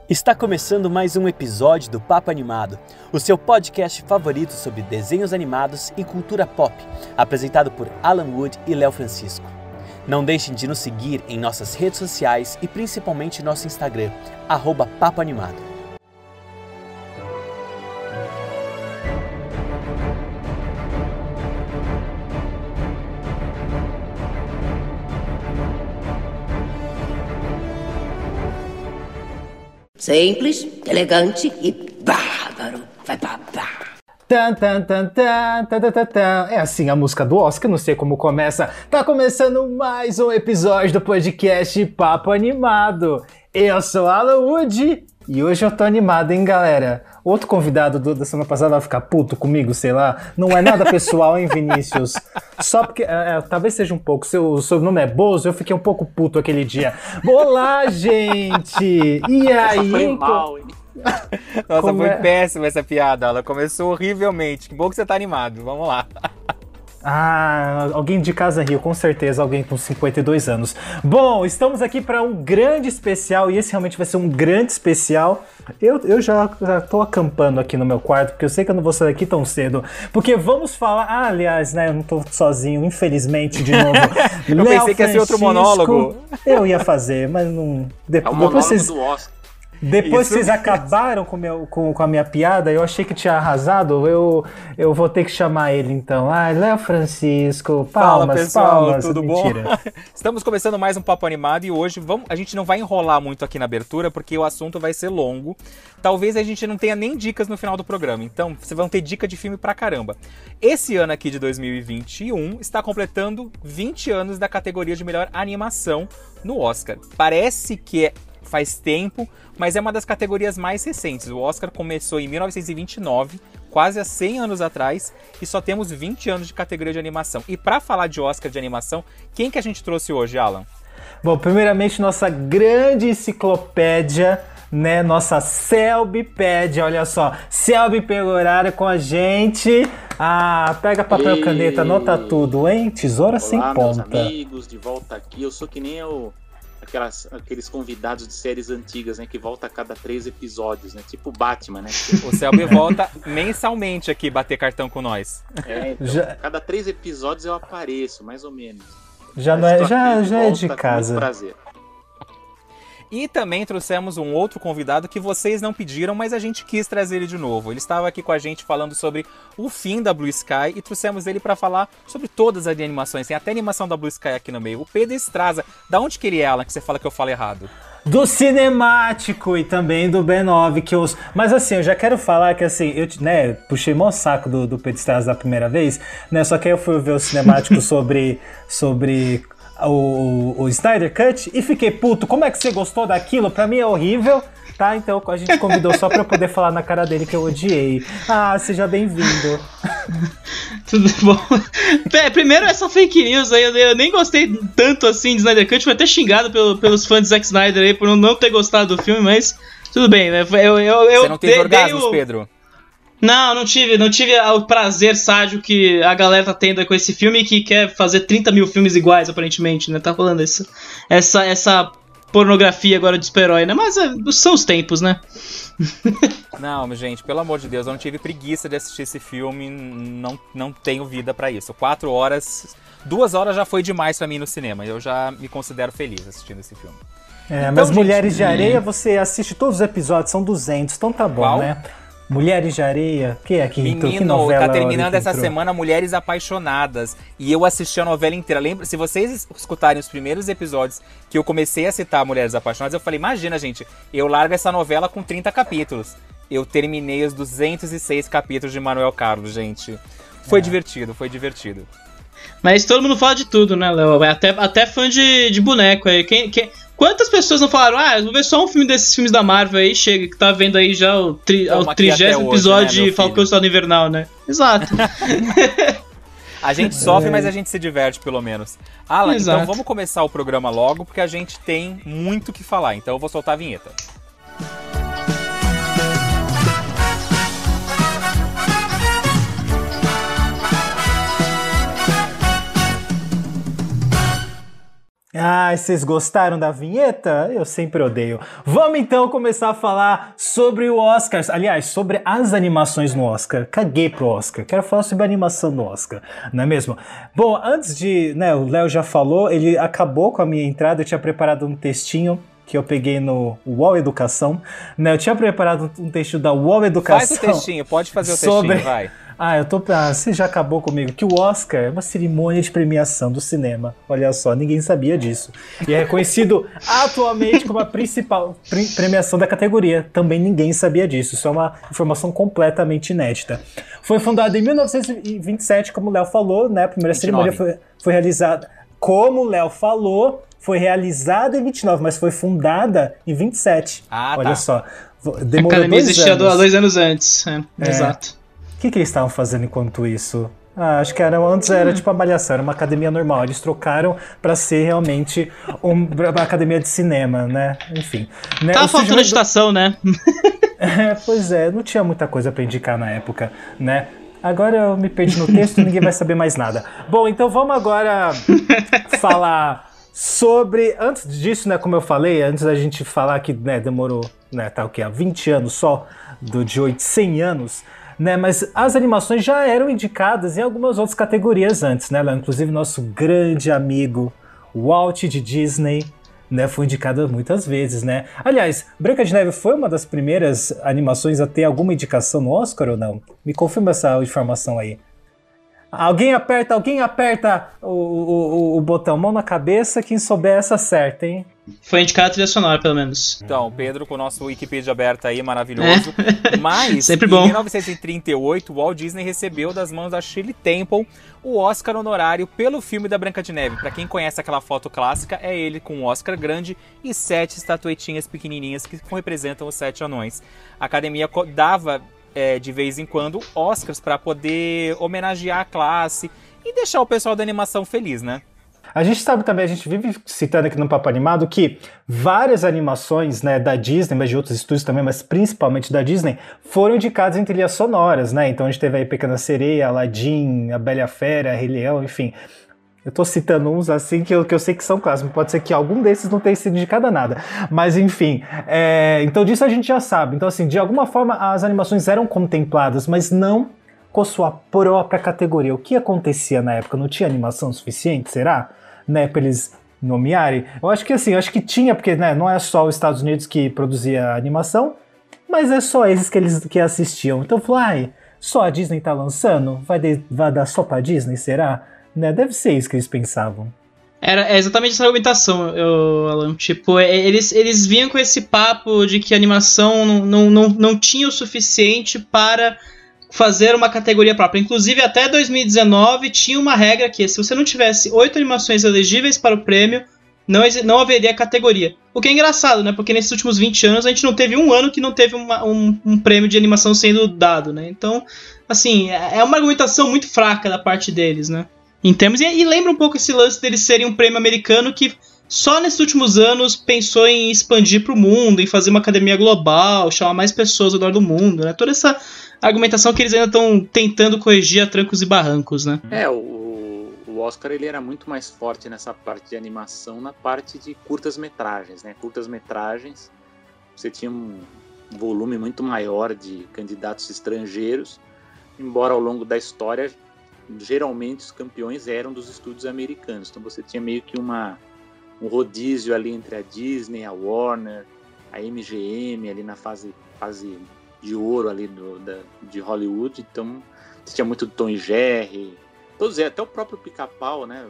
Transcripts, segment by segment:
Está começando mais um episódio do Papo Animado, o seu podcast favorito sobre desenhos animados e cultura pop, apresentado por Alan Wood e Léo Francisco. Não deixem de nos seguir em nossas redes sociais e principalmente nosso Instagram, @Papo Animado. Simples, elegante e bárbaro. Vai babá. Tan, tan, tan, tan, tan, tan, tan, tan. É assim a música do Oscar, não sei como começa. Tá começando mais um episódio do podcast Papo Animado. Eu sou Alan Wood e hoje eu tô animado, hein, galera? Outro convidado da semana passada vai ficar puto comigo, sei lá. Não é nada pessoal, hein, Vinícius? Só porque, talvez seja um pouco, seu sobrenome é Bozo, eu fiquei um pouco puto aquele dia. Olá, gente! E aí? Essa foi mal, hein? Nossa, foi péssima essa piada, ela começou horrivelmente. Que bom que você tá animado, vamos lá. Ah, alguém de casa riu, com certeza, alguém com 52 anos. Bom, estamos aqui para um grande especial, e esse realmente vai ser um grande especial. Eu já tô acampando aqui no meu quarto, porque eu sei que eu não vou sair daqui tão cedo. Porque vamos falar... Ah, aliás, né, eu não tô sozinho, infelizmente, de novo. Eu pensei que ia ser outro monólogo. Eu ia fazer, mas não... É o monólogo do Oscar. Depois que vocês acabaram com a minha piada, eu achei que tinha arrasado, eu vou ter que chamar ele então. Léo Francisco, palmas, fala, pessoal, palmas. Tudo mentira. bom? Estamos começando mais um Papo Animado e hoje a gente não vai enrolar muito aqui na abertura porque o assunto vai ser longo. Talvez a gente não tenha nem dicas no final do programa, então vocês vão ter dica de filme pra caramba. Esse ano aqui de 2021 está completando 20 anos da categoria de melhor animação no Oscar. Parece que faz tempo, mas é uma das categorias mais recentes. O Oscar começou em 1929, quase há 100 anos atrás, e só temos 20 anos de categoria de animação. E para falar de Oscar de animação, quem que a gente trouxe hoje, Alan? Bom, primeiramente nossa grande enciclopédia, né, nossa Selbipédia, olha só, Selby Pegoraro com a gente. Pega papel e caneta, anota tudo, hein? Tesoura. Olá, sem ponta. Meus amigos, de volta aqui, eu sou que nem aqueles convidados de séries antigas, né, que volta a cada 3 episódios, né, tipo Batman, né? O Selby volta mensalmente aqui bater cartão com nós. Então, cada 3 episódios eu apareço, mais ou menos. Já é de casa. Com muito prazer. E também trouxemos um outro convidado que vocês não pediram, mas a gente quis trazer ele de novo. Ele estava aqui com a gente falando sobre o fim da Blue Sky e trouxemos ele para falar sobre todas as animações. Tem até animação da Blue Sky aqui no meio. O Pedro Estraza. Da onde que ele é, Alan, que você fala que eu falo errado? Do Cinemático e também do B9, que eu... Mas assim, eu já quero falar que assim, eu puxei mó saco do Pedro Estraza da primeira vez, né? Só que aí eu fui ver o Cinemático sobre o Snyder Cut e fiquei puto. Como é que você gostou daquilo? Pra mim é horrível, tá? Então a gente convidou só pra eu poder falar na cara dele que eu odiei. Seja bem-vindo. Tudo bom? Primeiro essa fake news aí, eu nem gostei tanto assim de Snyder Cut, fui até xingado pelos fãs de Zack Snyder aí por não ter gostado do filme, mas tudo bem, né? Você não teve orgasmos, Pedro? Não tive o prazer sádio que a galera tá tendo com esse filme, que quer fazer 30 mil filmes iguais, aparentemente, né? Tá rolando essa pornografia agora de super-herói, né? Mas são os tempos, né? Não, gente, pelo amor de Deus, eu não tive preguiça de assistir esse filme, não tenho vida pra isso. 4 horas, 2 horas já foi demais pra mim no cinema, eu já me considero feliz assistindo esse filme. Então, mas Mulheres de Areia, você assiste todos os episódios, são 200, então tá bom, qual? Né? Mulheres de Areia? Que Menino, que novela tá terminando essa entrou? semana Mulheres Apaixonadas. E eu assisti a novela inteira. Lembra? Se vocês escutarem os primeiros episódios que eu comecei a citar Mulheres Apaixonadas, eu falei, imagina, gente, eu largo essa novela com 30 capítulos. Eu terminei os 206 capítulos de Manuel Carlos, gente. Foi divertido. Mas todo mundo fala de tudo, né, Léo? Até fã de boneco aí. Quantas pessoas não falaram, vou ver só um filme desses filmes da Marvel aí, chega, que tá vendo aí já o 30º episódio, né, de Falcão e Soldado Invernal, né? Exato. A gente sofre, mas a gente se diverte, pelo menos. Alan, Exato. Então vamos começar o programa logo, porque a gente tem muito o que falar. Então eu vou soltar a vinheta. Ah, vocês gostaram da vinheta? Eu sempre odeio. Vamos então começar a falar sobre o Oscar. Aliás, sobre as animações no Oscar. Caguei pro Oscar. Quero falar sobre a animação no Oscar, não é mesmo? Bom, antes de... né, o Léo já falou, ele acabou com a minha entrada. Eu tinha preparado um textinho que eu peguei no UOL Educação. Né, eu tinha preparado um texto da UOL Educação. Faz o textinho, pode fazer o textinho, vai. Você já acabou comigo. Que o Oscar é uma cerimônia de premiação do cinema. Olha só, ninguém sabia disso. E é reconhecido atualmente como a principal premiação da categoria. Também ninguém sabia disso. Isso é uma informação completamente inédita. Foi fundado em 1927, como o Léo falou, né? A primeira 29. cerimônia foi realizada... Como o Léo falou, foi realizada em 29, mas foi fundada em 27. Olha tá. Só. Demorou a academia existia há 2 anos antes. Exato. O que eles estavam fazendo enquanto isso? Acho que antes era tipo uma malhação, era uma academia normal. Eles trocaram pra ser realmente uma academia de cinema, né? Enfim. Né? Tava faltando agitação, né? Pois é, não tinha muita coisa pra indicar na época, né? Agora eu me perdi no texto, ninguém vai saber mais nada. Bom, então vamos agora falar sobre... Antes disso, né, como eu falei, antes da gente falar que né, demorou, né, tá o quê? Há 20 anos só, de 100 anos... Né, mas as animações já eram indicadas em algumas outras categorias antes, né? Inclusive nosso grande amigo Walt de Disney, né, foi indicado muitas vezes, né? Aliás, Branca de Neve foi uma das primeiras animações a ter alguma indicação no Oscar ou não? Me confirma essa informação aí. Alguém aperta o botão, mão na cabeça, quem souber essa acerta, hein? Foi indicado a trilha sonora, pelo menos. Então, Pedro, com o nosso Wikipedia aberto aí, maravilhoso. Mas, sempre bom. Em 1938, o Walt Disney recebeu das mãos da Shirley Temple o Oscar honorário pelo filme da Branca de Neve. Pra quem conhece aquela foto clássica, é ele com um Oscar grande e 7 estatuetinhas pequenininhas que representam os 7 anões. A academia dava... de vez em quando, Oscars para poder homenagear a classe e deixar o pessoal da animação feliz, né? A gente sabe também, a gente vive citando aqui no Papo Animado que várias animações, né, da Disney, mas de outros estúdios também, mas principalmente da Disney, foram indicadas em trilhas sonoras, né? Então a gente teve aí Pequena Sereia, Aladdin, A Bela e a Fera, Rei Leão, enfim. Eu tô citando uns assim que eu sei que são clássicos, pode ser que algum desses não tenha sido indicado a nada. Mas enfim, então disso a gente já sabe. Então assim, de alguma forma as animações eram contempladas, mas não com sua própria categoria. O que acontecia na época? Não tinha animação suficiente, será? Né, pra eles nomearem? Eu acho que assim, eu acho que tinha, porque né, não é só os Estados Unidos que produzia animação, mas é só esses que assistiam. Então falou, só a Disney tá lançando? Vai dar só pra Disney, será? Né? Deve ser isso que eles pensavam. É exatamente essa argumentação, Alan. Tipo, eles vinham com esse papo de que a animação não tinha o suficiente para fazer uma categoria própria. Inclusive, até 2019 tinha uma regra que se você não tivesse 8 animações elegíveis para o prêmio, não haveria categoria. O que é engraçado, né? Porque nesses últimos 20 anos a gente não teve um ano que não teve um prêmio de animação sendo dado, né? Então, assim, é uma argumentação muito fraca da parte deles, né? Em termos, e lembra um pouco esse lance deles serem um prêmio americano que só nesses últimos anos pensou em expandir para o mundo, em fazer uma academia global, chamar mais pessoas ao redor do mundo, né? Toda essa argumentação que eles ainda estão tentando corrigir a trancos e barrancos, né? O Oscar ele era muito mais forte nessa parte de animação, na parte de curtas-metragens, né? Curtas-metragens, você tinha um volume muito maior de candidatos estrangeiros, embora ao longo da história geralmente os campeões eram dos estúdios americanos, então você tinha meio que um rodízio ali entre a Disney, a Warner, a MGM ali na fase de ouro ali de Hollywood, então você tinha muito do Tom e Jerry, todos, até o próprio Pica-Pau, né?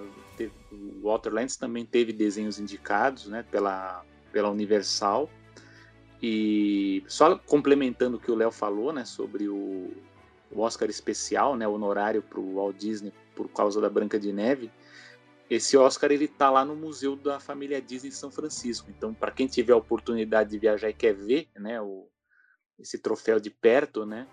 O Walter Lantz também teve desenhos indicados, né, pela Universal. E só complementando o que o Léo falou, né, sobre o Oscar especial, né, honorário para o Walt Disney por causa da Branca de Neve, esse Oscar ele tá lá no Museu da Família Disney em São Francisco. Então, para quem tiver a oportunidade de viajar e quer ver, né, esse troféu de perto, né,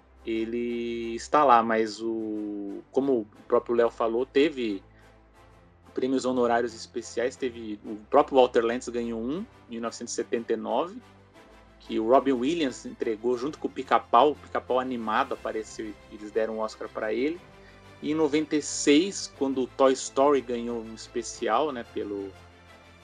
ele está lá. Mas como o próprio Léo falou, teve prêmios honorários especiais. Teve o próprio Walter Lantz ganhou em 1979. Que o Robin Williams entregou junto com o Pica-Pau animado apareceu e eles deram um Oscar para ele. E em 96, quando o Toy Story ganhou um especial, né, pelo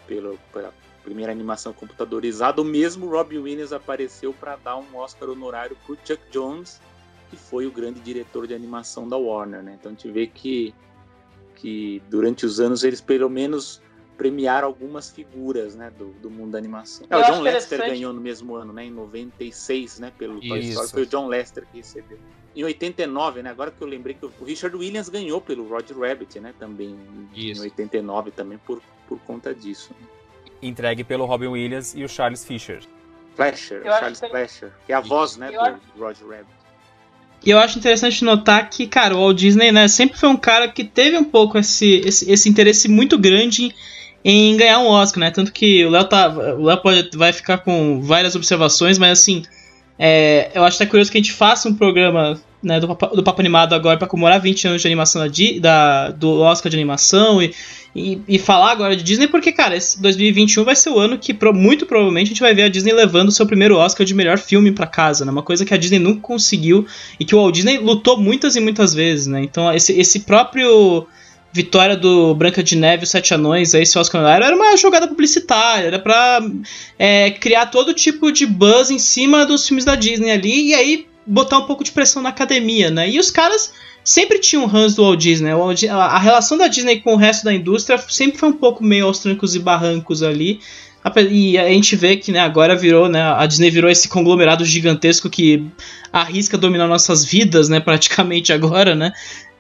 pela primeira animação computadorizada. O mesmo Robin Williams apareceu para dar um Oscar honorário para o Chuck Jones, que foi o grande diretor de animação da Warner, né? Então a gente vê que durante os anos eles pelo menos premiaram algumas figuras, né, do mundo da animação. O John Lester ganhou no mesmo ano, né, em 96, né, pelo Toy Story. Foi o John Lester que recebeu. Em 89, né, agora que eu lembrei que o Richard Williams ganhou pelo Roger Rabbit, né, também em 89 também por conta disso. Né? Entregue pelo Robin Williams e o Charles Fisher. Charles Fleischer, que é a voz, né, do Roger Rabbit. E eu acho interessante notar que, cara, o Walt Disney, né, sempre foi um cara que teve um pouco esse interesse muito grande em ganhar um Oscar, né? Tanto que o Léo vai ficar com várias observações, mas assim, eu acho até curioso que a gente faça um programa, né, do Papo Animado agora para comemorar 20 anos de animação do Oscar de animação e falar agora de Disney, porque, cara, esse 2021 vai ser o ano que muito provavelmente a gente vai ver a Disney levando o seu primeiro Oscar de melhor filme pra casa, né? Uma coisa que a Disney nunca conseguiu e que o Walt Disney lutou muitas e muitas vezes, né? Então esse próprio vitória do Branca de Neve e os Sete Anões, esse Oscar era uma jogada publicitária, era pra criar todo tipo de buzz em cima dos filmes da Disney ali, e aí botar um pouco de pressão na academia, né? E os caras sempre tinham ranço do Walt Disney. A relação da Disney com o resto da indústria sempre foi um pouco meio aos trancos e barrancos ali. E a gente vê que, né, agora virou, né, a Disney virou esse conglomerado gigantesco que arrisca dominar nossas vidas, né, praticamente agora, né.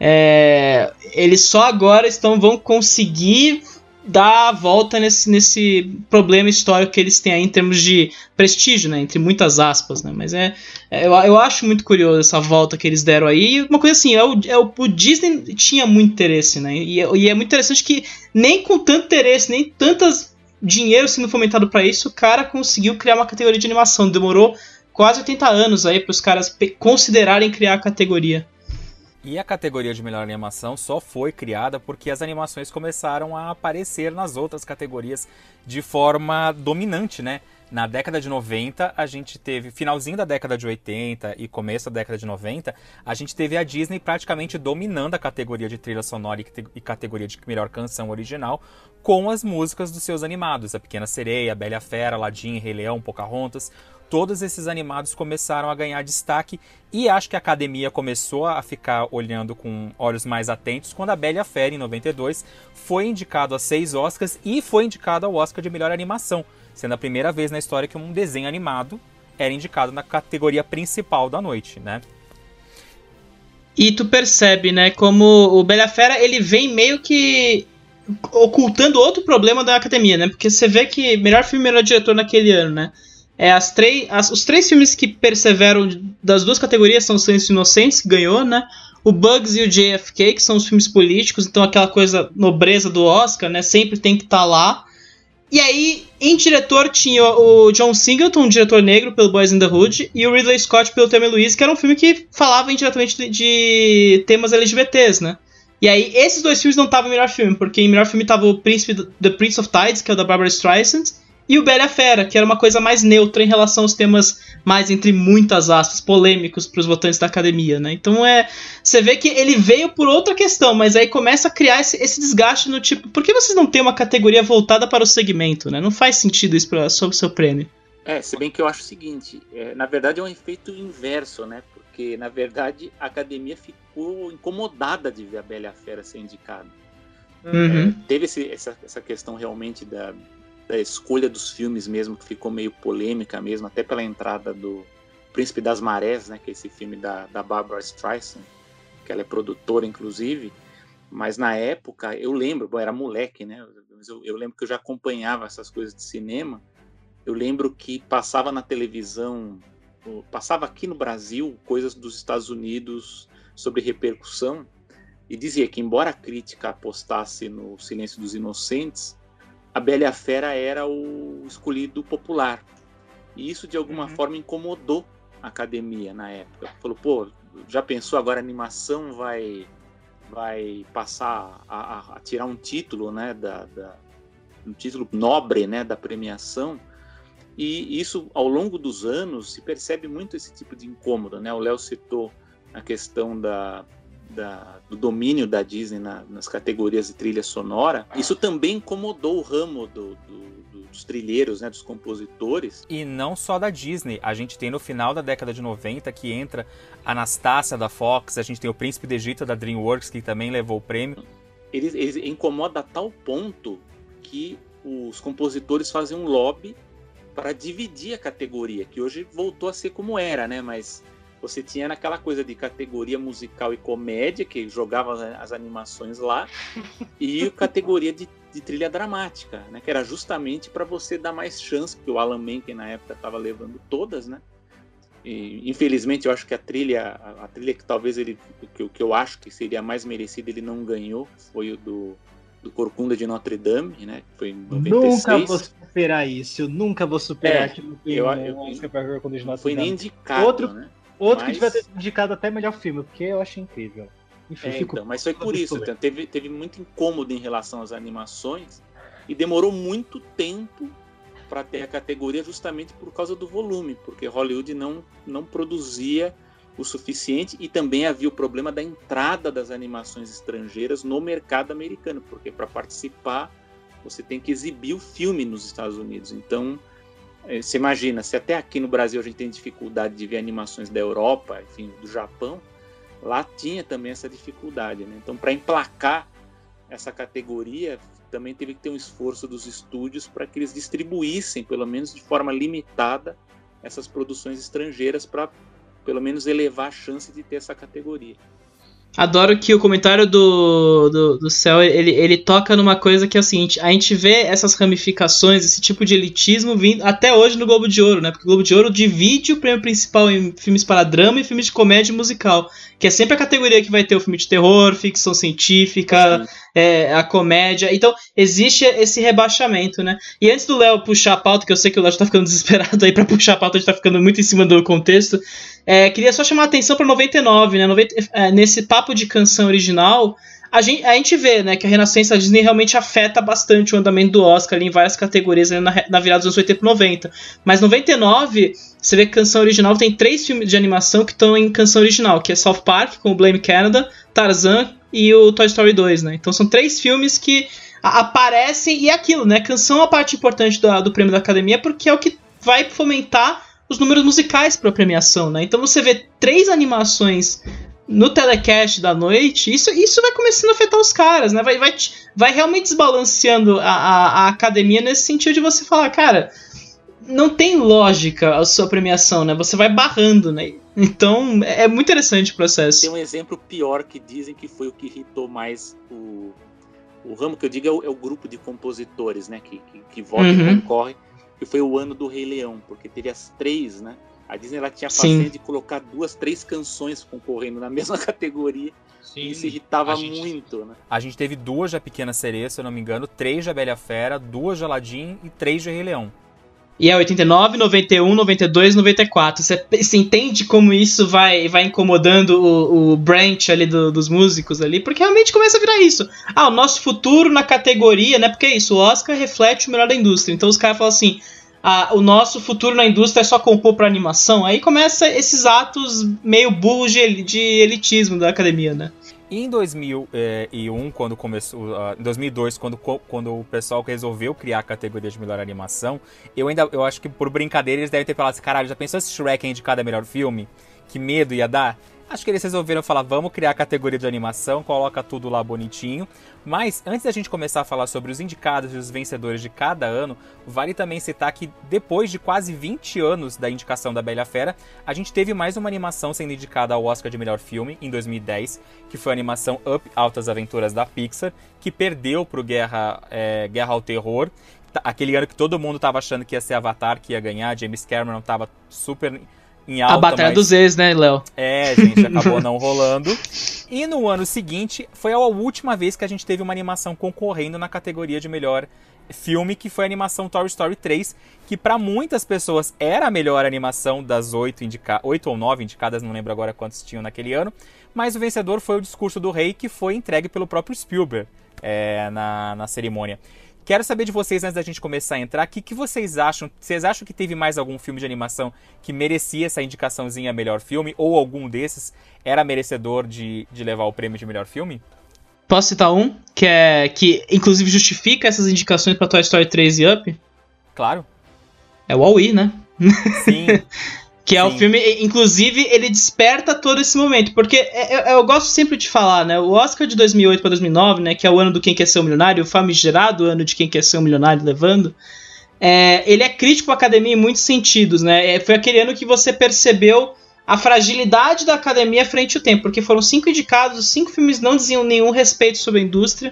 Eles só agora vão conseguir dar a volta nesse problema histórico que eles têm aí em termos de prestígio, né, entre muitas aspas, né, mas eu acho muito curioso essa volta que eles deram aí. E uma coisa assim, o Disney tinha muito interesse, né, e é muito interessante que nem com tanto interesse, nem tantas dinheiro sendo fomentado pra isso, o cara conseguiu criar uma categoria de animação. Demorou quase 80 anos aí pros caras considerarem criar a categoria. E a categoria de melhor animação só foi criada porque as animações começaram a aparecer nas outras categorias de forma dominante, né? Na década de 90, a gente teve, finalzinho da década de 80 e começo da década de 90, a gente teve a Disney praticamente dominando a categoria de trilha sonora e categoria de melhor canção original com as músicas dos seus animados. A Pequena Sereia, a Bela e a Fera, Aladdin, Rei Leão, Pocahontas. Todos esses animados começaram a ganhar destaque e acho que a academia começou a ficar olhando com olhos mais atentos quando a Bela e a Fera, em 92, foi indicado a 6 Oscars e foi indicado ao Oscar de melhor animação, sendo a primeira vez na história que um desenho animado era indicado na categoria principal da noite, né? E tu percebe, né, como o Bela e a Fera, ele vem meio que ocultando outro problema da academia, né? Porque você vê que melhor filme e melhor diretor naquele ano, né? Os 3 filmes que perseveram das 2 categorias são Silêncio Inocentes, que ganhou, né? O Bugs e o JFK, que são os filmes políticos, então aquela coisa nobreza do Oscar, né? Sempre tem que estar lá. E aí, em diretor, tinha o John Singleton, um diretor negro, pelo Boys in the Hood, e o Ridley Scott, pelo Thelma e Louise, que era um filme que falava indiretamente de temas LGBTs, né? E aí, esses 2 filmes não estavam em melhor filme, porque em melhor filme estava o The Prince of Tides, que é o da Barbara Streisand, e o Bela e a Fera, que era uma coisa mais neutra em relação aos temas mais, entre muitas aspas, polêmicos para os votantes da academia, né? Então você vê que ele veio por outra questão, mas aí começa a criar esse desgaste no tipo, por que vocês não têm uma categoria voltada para o segmento, né? Não faz sentido isso sobre o seu prêmio. Se bem que eu acho o seguinte, na verdade é um efeito inverso, né? Porque, na verdade, a academia ficou incomodada de ver a Bela e a Fera ser indicada. Uhum. Teve essa questão realmente da escolha dos filmes mesmo, que ficou meio polêmica mesmo, até pela entrada do Príncipe das Marés, né, que é esse filme da Barbara Streisand, que ela é produtora, inclusive, mas na época, eu lembro, eu era moleque, né, eu lembro que eu já acompanhava essas coisas de cinema, eu lembro que passava na televisão, passava aqui no Brasil, coisas dos Estados Unidos sobre repercussão, e dizia que, embora a crítica apostasse no Silêncio dos Inocentes, a Bela e a Fera era o escolhido popular. E isso, de alguma forma, incomodou a academia na época. Falou, pô, já pensou agora a animação vai passar a tirar um título, né, um título nobre, né, da premiação? E isso, ao longo dos anos, se percebe muito esse tipo de incômodo, né? O Léo citou a questão do domínio da Disney nas categorias de trilha sonora, isso também incomodou o ramo dos trilheiros, né, dos compositores. E não só da Disney, a gente tem no final da década de 90 que entra Anastácia da Fox, a gente tem o Príncipe do Egito da DreamWorks, que também levou o prêmio. Eles incomodam a tal ponto que os compositores fazem um lobby para dividir a categoria, que hoje voltou a ser como era, né? Mas você tinha naquela coisa de categoria musical e comédia, que jogava as animações lá, e categoria de trilha dramática, né? Que era justamente para você dar mais chance, porque o Alan Menken na época estava levando todas, né? E, infelizmente, eu acho que a trilha que talvez que eu acho que seria mais merecida, ele não ganhou, foi o do Corcunda de Notre Dame, né? Que foi em 96. Nunca vou superar isso, eu nunca vou superar que não tem Oscar para Corcunda de Notre Dame. Foi nem indicado, né? Outro que devia ter indicado até melhor filme, porque eu achei incrível. Enfim, mas foi por isso, teve muito incômodo em relação às animações e demorou muito tempo para ter a categoria justamente por causa do volume, porque Hollywood não produzia o suficiente e também havia o problema da entrada das animações estrangeiras no mercado americano, porque para participar você tem que exibir o filme nos Estados Unidos. Então, você imagina, se até aqui no Brasil a gente tem dificuldade de ver animações da Europa, enfim, do Japão, lá tinha também essa dificuldade, né? Então, para emplacar essa categoria, também teve que ter um esforço dos estúdios para que eles distribuíssem, pelo menos de forma limitada, essas produções estrangeiras para, pelo menos, elevar a chance de ter essa categoria. Adoro que o comentário do Céu, ele toca numa coisa que é o seguinte: a gente vê essas ramificações, esse tipo de elitismo vindo até hoje no Globo de Ouro, né? Porque o Globo de Ouro divide o prêmio principal em filmes para drama e filmes de comédia musical, que é sempre a categoria que vai ter o filme de terror, ficção científica, a comédia. Então, existe esse rebaixamento, né? E antes do Léo puxar a pauta, que eu sei que o Léo já tá ficando desesperado aí pra puxar a pauta, a gente tá ficando muito em cima do contexto, queria só chamar a atenção pra 99, né? Nesse papo de canção original, a gente vê, né, que a Renascença da Disney realmente afeta bastante o andamento do Oscar ali em várias categorias, né, na virada dos anos 80 e 90. Mas 99, você vê que canção original tem 3 filmes de animação que estão em canção original, que é South Park, com o Blame Canada, Tarzan e o Toy Story 2, né? Então são 3 filmes que aparecem, e é aquilo, né? Canção é a parte importante do prêmio da Academia, porque é o que vai fomentar os números musicais para a premiação, né? Então você vê 3 animações no telecast da noite, isso vai começando a afetar os caras, né? Vai realmente desbalanceando a academia nesse sentido de você falar, cara, não tem lógica a sua premiação, né? Você vai barrando, né? Então é muito interessante o processo. Tem um exemplo pior que dizem que foi o que irritou mais o ramo, que eu digo é o grupo de compositores, né? Que vota e concorre, que foi o ano do Rei Leão, porque teve as 3, né? A Disney ela tinha a façanha de colocar 2, 3 canções concorrendo na mesma categoria. Sim, e isso irritava muito, né? A gente teve 2 da Pequena Sereia, se eu não me engano, 3 da Bela Fera, 2 de Aladdin e 3 de Rei Leão. E é 89, 91, 92, 94. Você entende como isso vai incomodando o branch ali dos músicos ali? Porque realmente começa a virar isso. O nosso futuro na categoria, né? Porque é isso, o Oscar reflete o melhor da indústria. Então os caras falam assim, o nosso futuro na indústria é só compor pra animação. Aí começa esses atos meio burros de elitismo da academia, né? E em 2001, quando começou, em 2002, quando o pessoal resolveu criar a categoria de melhor animação, eu acho que por brincadeira eles devem ter falado assim, caralho, já pensou se Shrek é indicado a melhor filme? Que medo ia dar? Acho que eles resolveram falar, vamos criar a categoria de animação, coloca tudo lá bonitinho. Mas, antes da gente começar a falar sobre os indicados e os vencedores de cada ano, vale também citar que depois de quase 20 anos da indicação da Bela Fera, a gente teve mais uma animação sendo indicada ao Oscar de melhor filme, em 2010, que foi a animação Up, Altas Aventuras da Pixar, que perdeu pro Guerra ao Terror. Aquele ano que todo mundo tava achando que ia ser Avatar, que ia ganhar, James Cameron tava super em alta, a batalha dos ex, né, Léo? Gente, acabou não rolando. E no ano seguinte, foi a última vez que a gente teve uma animação concorrendo na categoria de melhor filme, que foi a animação Toy Story 3, que para muitas pessoas era a melhor animação das 8 ou 9 indicadas, não lembro agora quantos tinham naquele ano, mas o vencedor foi O Discurso do Rei, que foi entregue pelo próprio Spielberg na cerimônia. Quero saber de vocês, antes da gente começar a entrar, o que vocês acham? Vocês acham que teve mais algum filme de animação que merecia essa indicaçãozinha a melhor filme? Ou algum desses era merecedor de levar o prêmio de melhor filme? Posso citar um? Que inclusive justifica essas indicações pra Toy Story 3 e Up? Claro. É o Wall-E, né? Sim. Que é o filme, inclusive, ele desperta todo esse momento. Porque eu gosto sempre de falar, né? O Oscar de 2008 para 2009, né? Que é o ano do Quem Quer Ser um Milionário, o famigerado ano de Quem Quer Ser um Milionário levando. Ele é crítico à academia em muitos sentidos, né? Foi aquele ano que você percebeu a fragilidade da academia frente ao tempo. Porque foram 5 indicados, os 5 filmes não diziam nenhum respeito sobre a indústria.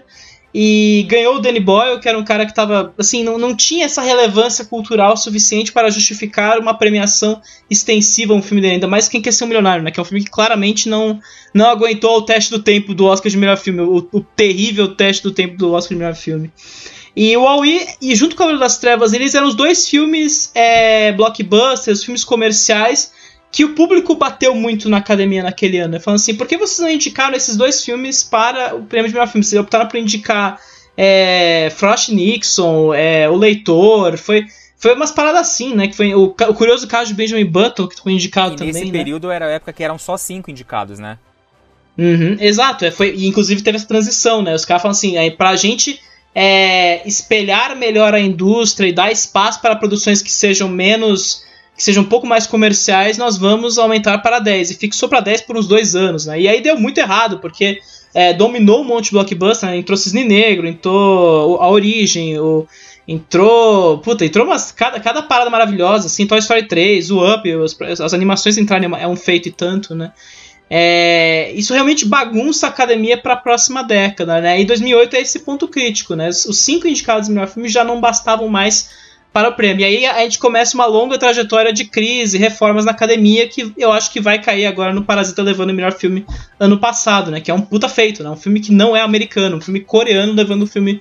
E ganhou o Danny Boyle, que era um cara que tava, assim, não tinha essa relevância cultural suficiente para justificar uma premiação extensiva a um filme dele, ainda mais Quem Quer Ser um Milionário, né? Que é um filme que claramente não aguentou o teste do tempo do Oscar de melhor filme, o terrível teste do tempo do Oscar de melhor filme. E o Wall-E, e junto com o Cavaleiro das Trevas, eles eram os 2 filmes blockbusters, filmes comerciais, que o público bateu muito na academia naquele ano, né? Falando assim, por que vocês não indicaram esses 2 filmes para o prêmio de melhor filme? Vocês optaram por indicar Frost Nixon, O Leitor, foi umas paradas assim, né? Que foi o curioso caso de Benjamin Button, que foi indicado também, nesse período era a época que eram só 5 indicados, né? Uhum, exato, e inclusive teve essa transição, né? Os caras falam assim, pra gente espelhar melhor a indústria e dar espaço para produções que sejam um pouco mais comerciais, nós vamos aumentar para 10. E fixou para 10 por uns 2 anos, né? E aí deu muito errado, porque dominou um monte de blockbuster, né? Entrou Cisne Negro, entrou A Origem, entrou cada parada maravilhosa, assim, Toy Story 3, o Up, as animações entrarem é um feito e tanto, né? Isso realmente bagunça a academia para a próxima década, né? E 2008 é esse ponto crítico, né? Os 5 indicados no melhor filme já não bastavam mais para o prêmio. E aí a gente começa uma longa trajetória de crise, reformas na academia, que eu acho que vai cair agora no Parasita levando o melhor filme ano passado, né? Que é um puta feito, né? Um filme que não é americano, um filme coreano levando o filme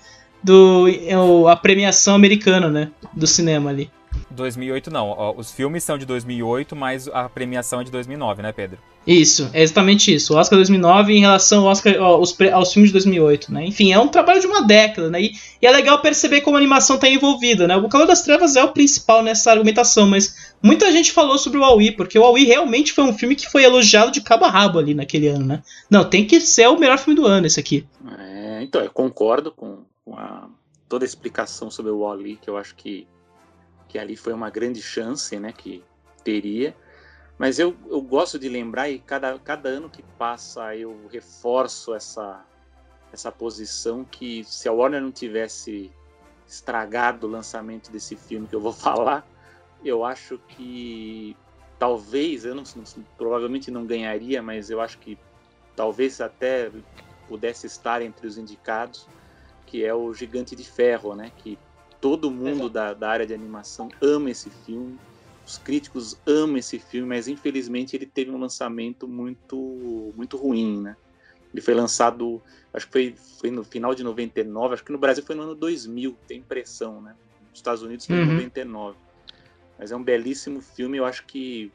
a premiação americana, né? Do cinema ali. 2008 não, os filmes são de 2008, mas a premiação é de 2009, né, Pedro? Isso, é exatamente isso. O Oscar 2009 em relação ao Oscar, aos filmes de 2008, né? Enfim, é um trabalho de uma década, né? E é legal perceber como a animação está envolvida, né? O Cavaleiro das Trevas é o principal nessa argumentação, mas muita gente falou sobre o Wall-E, porque o Wall-E realmente foi um filme que foi elogiado de cabo a rabo ali naquele ano, né? Não, tem que ser o melhor filme do ano esse aqui. Então, eu concordo com toda a explicação sobre o Wall-E, que eu acho que ali foi uma grande chance, né, que teria, mas eu gosto de lembrar, e cada ano que passa eu reforço essa posição, que se a Warner não tivesse estragado o lançamento desse filme que eu vou falar, eu acho que talvez, provavelmente não ganharia, mas eu acho que talvez até pudesse estar entre os indicados, que é o Gigante de Ferro, né, que todo mundo da área de animação ama esse filme, os críticos amam esse filme, mas infelizmente ele teve um lançamento muito, muito ruim, né? Ele foi lançado, acho que foi no final de 99, acho que no Brasil foi no ano 2000, tem impressão, né? Nos Estados Unidos foi em 99. Mas é um belíssimo filme, eu acho que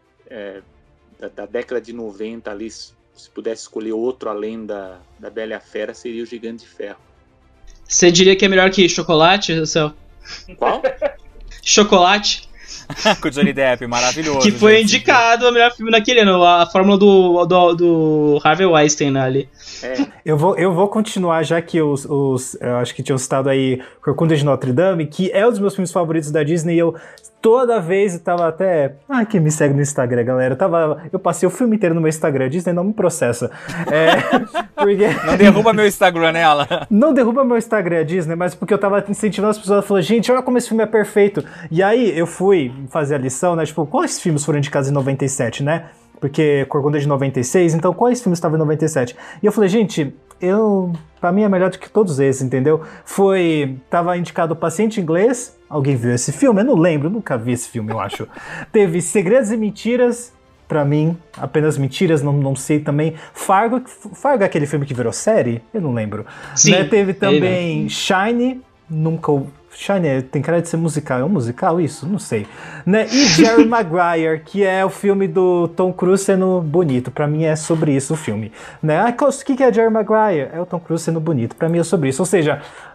da década de 90 ali, se pudesse escolher outro além da Bela e a Fera, seria o Gigante de Ferro. Você diria que é melhor que Chocolate, Céu? Qual? Chocolate. Com o Johnny Depp, maravilhoso. Que foi indicado o melhor filme naquele ano, a fórmula do Harvey Weinstein, né, ali. Eu vou continuar, já que eu acho que tinham citado aí Corcunda de Notre Dame, que é um dos meus filmes favoritos da Disney, e eu toda vez tava até... quem me segue no Instagram, galera, eu passei o filme inteiro no meu Instagram, Disney não me processa. Porque... Não derruba meu Instagram, né, Alan? Não derruba meu Instagram, Disney, mas porque eu tava incentivando as pessoas, falando, gente, olha como esse filme é perfeito. E aí eu fui fazer a lição, né, tipo, quais filmes foram indicados em 97, né? Porque Corcunda é de 96, então quais filmes estavam em 97? E eu falei, gente, pra mim é melhor do que todos esses, entendeu? Tava indicado O Paciente Inglês, alguém viu esse filme? Eu não lembro, nunca vi esse filme, eu acho. Teve Segredos e Mentiras, pra mim, apenas mentiras, não sei também. Fargo é aquele filme que virou série? Eu não lembro. Sim, né? Teve também Shine, Shine tem cara de ser musical, é um musical isso? Não sei. Né? E Jerry Maguire, que é o filme do Tom Cruise sendo bonito. Pra mim é sobre isso o filme. Né? O que é Jerry Maguire? É o Tom Cruise sendo bonito. Pra mim é sobre isso. Ou seja,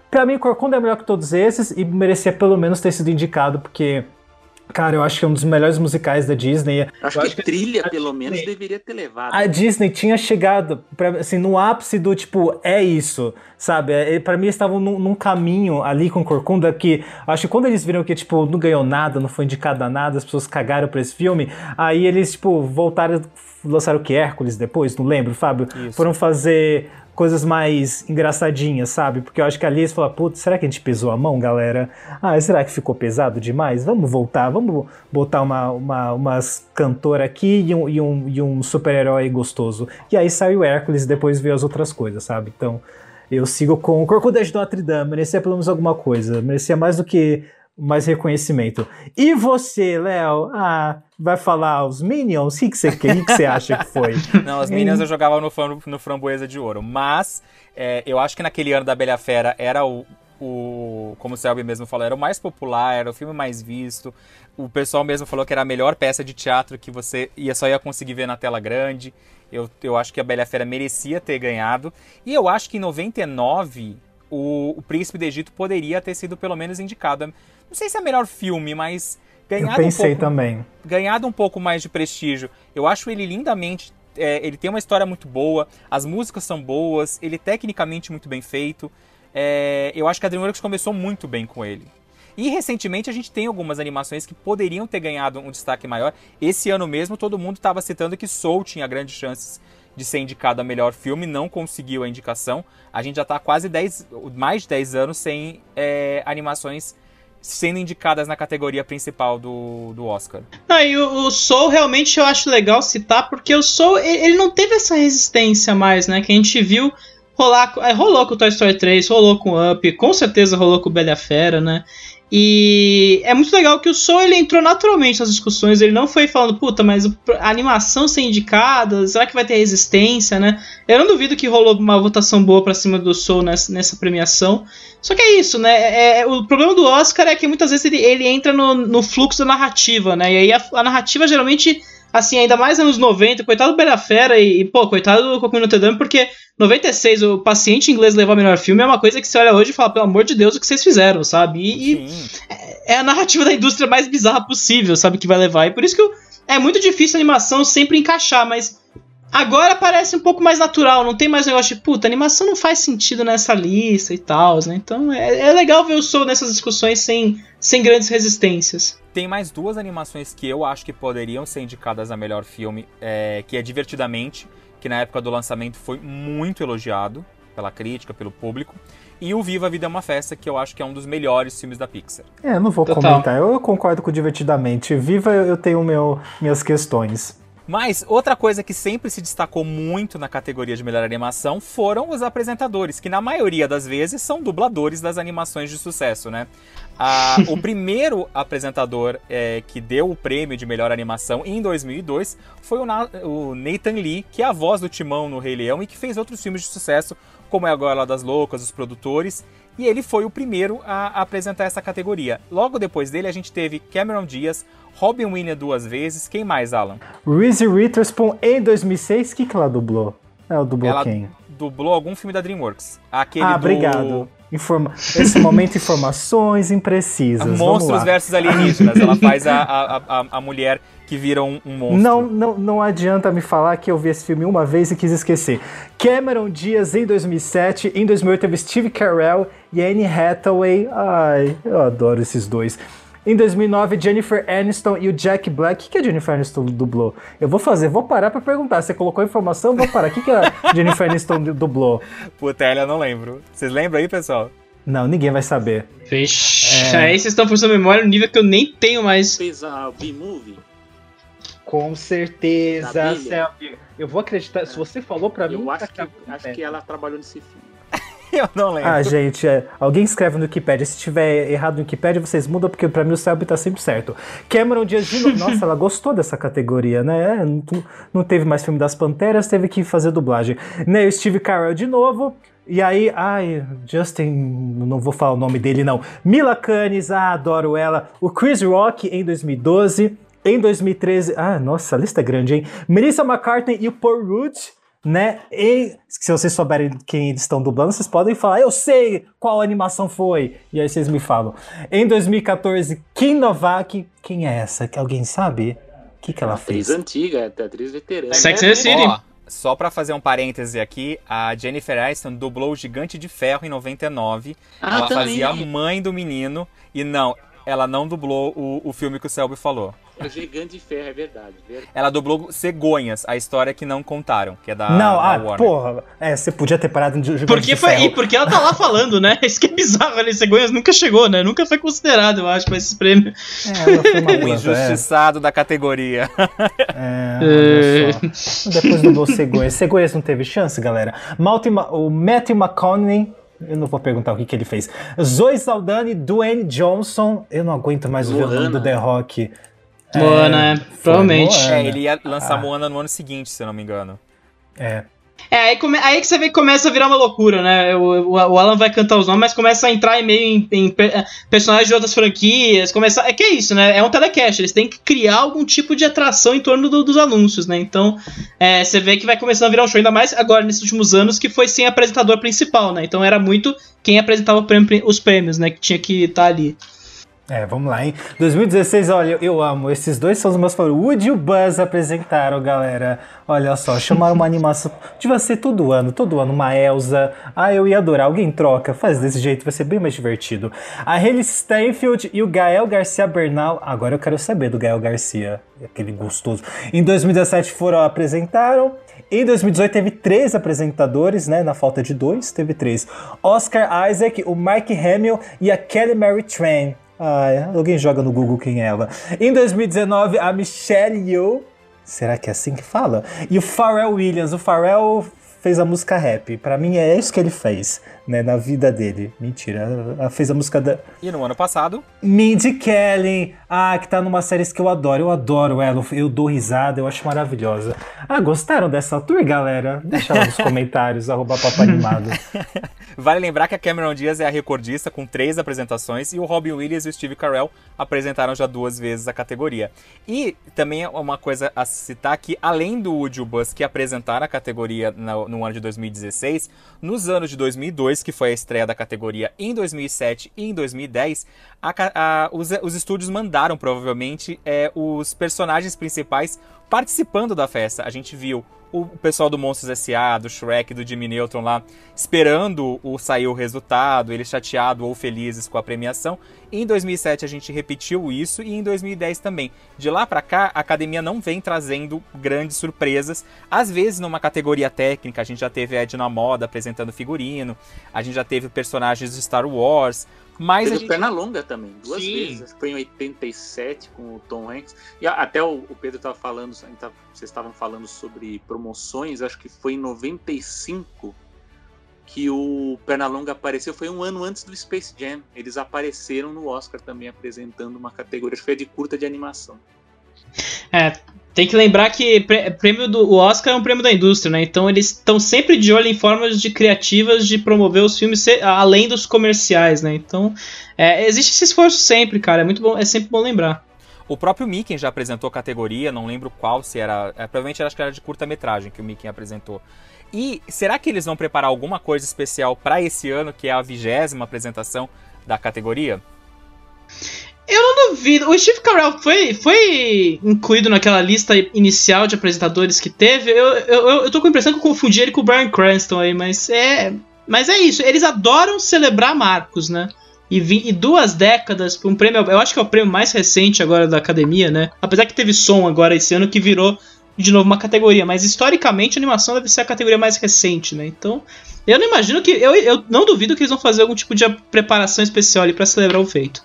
Pra mim, Corcunda é melhor que todos esses e merecia pelo menos ter sido indicado, porque... Cara, eu acho que é um dos melhores musicais da Disney. Acho que trilha, pelo menos, deveria ter levado. A Disney tinha chegado, assim, no ápice do, tipo, é isso, sabe? Pra mim, eles estavam num caminho ali com Corcunda que, acho que quando eles viram que, tipo, não ganhou nada, não foi indicado a nada, as pessoas cagaram pra esse filme, aí eles, tipo, voltaram, lançaram o que? Hércules depois? Não lembro, Fábio? Isso. Foram fazer coisas mais engraçadinhas, sabe? Porque eu acho que ali eles falaram, putz, será que a gente pesou a mão, galera? Será que ficou pesado demais? Vamos voltar, vamos botar umas cantoras aqui e um super-herói gostoso. E aí saiu Hércules e depois veio as outras coisas, sabe? Então, eu sigo com o Corcunda de Notre Dame, merecia pelo menos alguma coisa, merecia mais do que mais reconhecimento. E você, Léo? Vai falar os Minions? O que você acha que foi? Não, os Minions eu jogava no Framboesa de Ouro. Mas eu acho que naquele ano da Bela Fera era como o Selby mesmo falou, era o mais popular, era o filme mais visto. O pessoal mesmo falou que era a melhor peça de teatro que você só ia conseguir ver na tela grande. Eu acho que a Bela Fera merecia ter ganhado. E eu acho que em 99... O Príncipe do Egito poderia ter sido pelo menos indicado. Não sei se é o melhor filme, mas ganhado um pouco mais de prestígio. Eu acho ele lindamente... ele tem uma história muito boa, as músicas são boas, ele é tecnicamente muito bem feito. Eu acho que a DreamWorks começou muito bem com ele. E recentemente a gente tem algumas animações que poderiam ter ganhado um destaque maior. Esse ano mesmo todo mundo estava citando que Soul tinha grandes chances de ser indicado a melhor filme, não conseguiu a indicação. A gente já está quase mais de 10 anos sem animações sendo indicadas na categoria principal do Oscar. E o Soul realmente eu acho legal citar, porque o Soul ele não teve essa resistência mais, né, que a gente viu rolou com o Toy Story 3, rolou com o Up, com certeza rolou com o Bela Fera, né? E é muito legal que o Soul ele entrou naturalmente nas discussões, ele não foi falando, puta, mas a animação ser indicada, será que vai ter resistência, né? Eu não duvido que rolou uma votação boa pra cima do Soul nessa premiação. Só que é isso, né? O problema do Oscar é que muitas vezes ele entra no fluxo da narrativa, né? E aí a narrativa geralmente, assim, ainda mais anos 90, coitado do Bela Fera coitado do Corcunda de Notre Dame, porque 96, o Paciente Inglês levar o melhor filme é uma coisa que você olha hoje e fala, pelo amor de Deus, o que vocês fizeram, sabe? E é a narrativa da indústria mais bizarra possível, sabe, que vai levar. E por isso que é muito difícil a animação sempre encaixar, mas agora parece um pouco mais natural, não tem mais negócio de, puta, a animação não faz sentido nessa lista e tal, né? Então é legal ver o Soul nessas discussões sem grandes resistências. Tem mais duas animações que eu acho que poderiam ser indicadas a melhor filme, que é Divertidamente, que na época do lançamento foi muito elogiado pela crítica, pelo público, e o Viva a Vida é uma Festa, que eu acho que é um dos melhores filmes da Pixar. Não vou comentar, eu concordo com Divertidamente. Viva, eu tenho minhas questões. Mas outra coisa que sempre se destacou muito na categoria de melhor animação foram os apresentadores, que na maioria das vezes são dubladores das animações de sucesso, né? O primeiro apresentador que deu o prêmio de melhor animação em 2002 foi o Nathan Lee, que é a voz do Timão no Rei Leão e que fez outros filmes de sucesso, como é A Goela das Loucas, Os Produtores, e ele foi o primeiro a apresentar essa categoria. Logo depois dele a gente teve Cameron Diaz, Robin Williams 2 vezes, quem mais, Alan? Reese Witherspoon em 2006, o que ela dublou? Ela dublou quem? Dublou algum filme da DreamWorks. Obrigado. Esse momento, informações imprecisas. Monstros versus alienígenas. Ela faz a mulher que vira um monstro. Não adianta me falar que eu vi esse filme uma vez e quis esquecer. Cameron Diaz em 2007. Em 2008 teve Steve Carell e Anne Hathaway. Ai, eu adoro esses dois. Em 2009, Jennifer Aniston e o Jack Black. O que a Jennifer Aniston dublou? Eu vou parar pra perguntar. Você colocou a informação, vou parar. O que a Jennifer Aniston dublou? Puta, eu não lembro. Vocês lembram aí, pessoal? Não, ninguém vai saber. Vixe, aí vocês estão forçando a memória no nível que eu nem tenho mais. Fez a B-Movie? Com certeza, Selby. Eu vou acreditar. Se você falou pra mim... Eu acho que ela trabalhou nesse filme. Eu não lembro. Gente, alguém escreve no Wikipedia. Se tiver errado no Wikipedia, vocês mudam, porque pra mim o Selby tá sempre certo. Cameron Diaz de novo. Nossa, ela gostou dessa categoria, né? Não teve mais filme das Panteras, teve que fazer dublagem. Né? O Steve Carell de novo. E aí, Justin, não vou falar o nome dele, não. Mila Kunis, adoro ela. O Chris Rock em 2012. Em 2013, nossa, a lista é grande, hein? Melissa McCartney e o Paul Rudd. né? E se vocês souberem quem eles estão dublando, vocês podem falar, eu sei qual animação foi. E aí vocês me falam. Em 2014, Kim Novak, quem é essa? Alguém sabe? O que ela fez? Atriz antiga, atriz veterana. Sex and the City. Ó, só pra fazer um parêntese aqui, a Jennifer Aniston dublou o Gigante de Ferro em 99. Ela também. fazia a mãe do menino. E não, ela não dublou o filme que o Selby falou. O Gigante de Ferro, é verdade. Ela dublou Cegonhas, a história que não contaram, que é da Warner. Porra. Você podia ter parado em Gigante Porque de Ferro. E porque ela tá lá falando, né? Isso que é bizarro ali. Cegonhas nunca chegou, né? Nunca foi considerado, eu acho, pra esses prêmios. Ela foi uma O injustiçado da categoria. Olha só. Depois dublou Cegonhas. Cegonhas não teve chance, galera. O Matthew McConaughey, eu não vou perguntar o que ele fez. Zoe Saldana, Dwayne Johnson. Eu não aguento mais o nome do The Rock. Moana, provavelmente. Moana. Ele ia lançar Moana no ano seguinte, se eu não me engano. Aí que você vê que começa a virar uma loucura, né? O Alan vai cantar os nomes, mas começa a entrar meio em personagens de outras franquias. É que é isso, né? É um telecast, eles têm que criar algum tipo de atração em torno dos anúncios, né? Então, você vê que vai começando a virar um show, ainda mais agora, nesses últimos anos, que foi sem apresentador principal, né? Então era muito quem apresentava os prêmios, né? Que tinha que estar ali. Vamos lá, hein? 2016, olha, eu amo. Esses dois são os meus favoritos. Woody e o Buzz apresentaram, galera. Olha só, chamaram uma animação. Devia ser todo ano, uma Elsa. Eu ia adorar. Alguém troca, faz desse jeito, vai ser bem mais divertido. A Hailey Steinfeld e o Gael Garcia Bernal. Agora eu quero saber do Gael Garcia, aquele gostoso. Em 2017 apresentaram. Em 2018 teve 3 apresentadores, né? Na falta de 2, teve 3. Oscar Isaac, o Mark Hamill e a Kelly Mary Tran. Alguém joga no Google quem é ela. Em 2019, a Michelle Yeoh. Será que é assim que fala? E o Pharrell Williams. O Pharrell fez a música rap. Pra mim é isso que ele fez, né, na vida dele. Mentira, ela fez a música da... E no ano passado? Mindy Kaling, que tá numa série que eu adoro ela, eu dou risada, eu acho maravilhosa. Gostaram dessa tour, galera? Deixa lá nos comentários, @papoanimado. Vale lembrar que a Cameron Diaz é a recordista com 3 apresentações e o Robin Williams e o Steve Carell apresentaram já 2 vezes a categoria. E também uma coisa a citar que, além do Woody e o Buzz que apresentaram a categoria no ano de 2016, nos anos de 2002, que foi a estreia da categoria, em 2007 e em 2010, os estúdios mandaram provavelmente os personagens principais participando da festa. A gente viu o pessoal do Monstros S.A., do Shrek, do Jimmy Neutron lá, esperando sair o resultado, eles chateados ou felizes com a premiação. Em 2007 a gente repetiu isso e em 2010 também. De lá pra cá, a academia não vem trazendo grandes surpresas. Às vezes, numa categoria técnica, a gente já teve a Edna Moda apresentando figurino, a gente já teve personagens de Star Wars... Mas teve Pernalonga também, 2 vezes. Foi em 87 com o Tom Hanks. E até o Pedro estava falando, vocês estavam falando sobre promoções, acho que foi em 95 que o Pernalonga apareceu. Foi um ano antes do Space Jam. Eles apareceram no Oscar também apresentando uma categoria, acho que foi de curta de animação. Tem que lembrar que o Oscar é um prêmio da indústria, né? Então eles estão sempre de olho em formas criativas de promover os filmes além dos comerciais, né? Então existe esse esforço sempre, cara. É muito bom, é sempre bom lembrar. O próprio Mickey já apresentou categoria, não lembro qual, se era... provavelmente acho que era de curta-metragem que o Mickey apresentou. E será que eles vão preparar alguma coisa especial para esse ano, que é a 20ª apresentação da categoria? Eu não duvido. O Steve Carell foi incluído naquela lista inicial de apresentadores que teve. Eu tô com a impressão que eu confundi ele com o Bryan Cranston aí, mas é isso. Eles adoram celebrar marcos, né? E 2 décadas para um prêmio. Eu acho que é o prêmio mais recente agora da academia, né? Apesar que teve som agora esse ano que virou de novo uma categoria. Mas historicamente a animação deve ser a categoria mais recente, né? Então eu não imagino que. Eu não duvido que eles vão fazer algum tipo de preparação especial ali para celebrar o feito.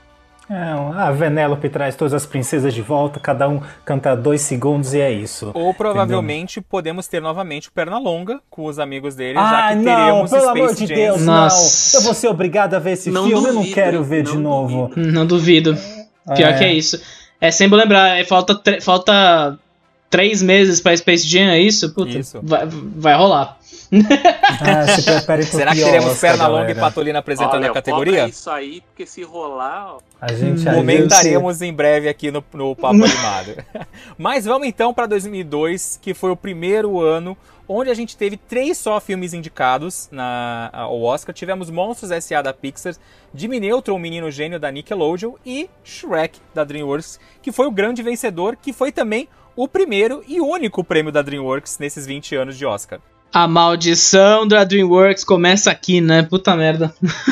A Vanellope traz todas as princesas de volta, cada um canta 2 segundos e é isso. Ou provavelmente podemos ter novamente o Pernalonga com os amigos dele, já que teremos pelo Space amor de Jam. Deus, Nossa. não. Eu vou ser obrigado a ver esse filme, eu não quero ver de novo. Não duvido. Pior que é isso. É sempre lembrar, falta 3 meses pra Space Jam, é isso? Puta, Isso. vai rolar. Se preparem pro Será que pior, teremos Oscar, Pernalonga e galera. Patolina apresentando Olha, a categoria? foca isso aí, porque se rolar, ó, A gente Comentaremos em breve aqui no Papo Animado. Mas vamos então para 2002, que foi o primeiro ano onde a gente teve 3 só filmes indicados ao Oscar. Tivemos Monstros S.A. da Pixar, Jimmy Neutron, o Menino Gênio da Nickelodeon e Shrek da DreamWorks, que foi o grande vencedor, que foi também o primeiro e único prêmio da DreamWorks nesses 20 anos de Oscar. A maldição da DreamWorks começa aqui, né? Puta merda.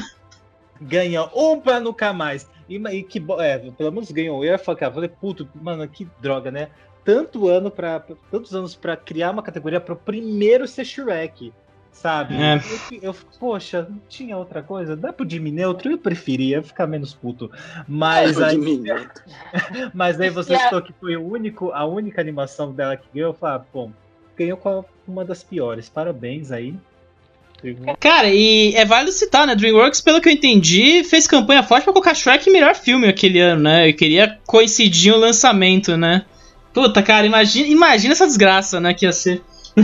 Ganha um pra nunca mais. Pelo menos ganhou. Eu ia falar, falei, puto, mano, que droga, né? Tantos anos pra criar uma categoria pro primeiro ser Shrek, sabe? É. Poxa, não tinha outra coisa? Dá pro Jimmy Neutron, eu preferia ficar menos puto. Mas aí, mas aí você citou que foi a única animação dela que ganhou. Eu falei, bom, ganhou com uma das piores. Parabéns aí. Cara, e é válido citar, né? DreamWorks, pelo que eu entendi, fez campanha forte pra colocar Shrek em melhor filme aquele ano, né? Eu queria coincidir o lançamento, né? Puta, cara, imagina essa desgraça, né, que ia ser.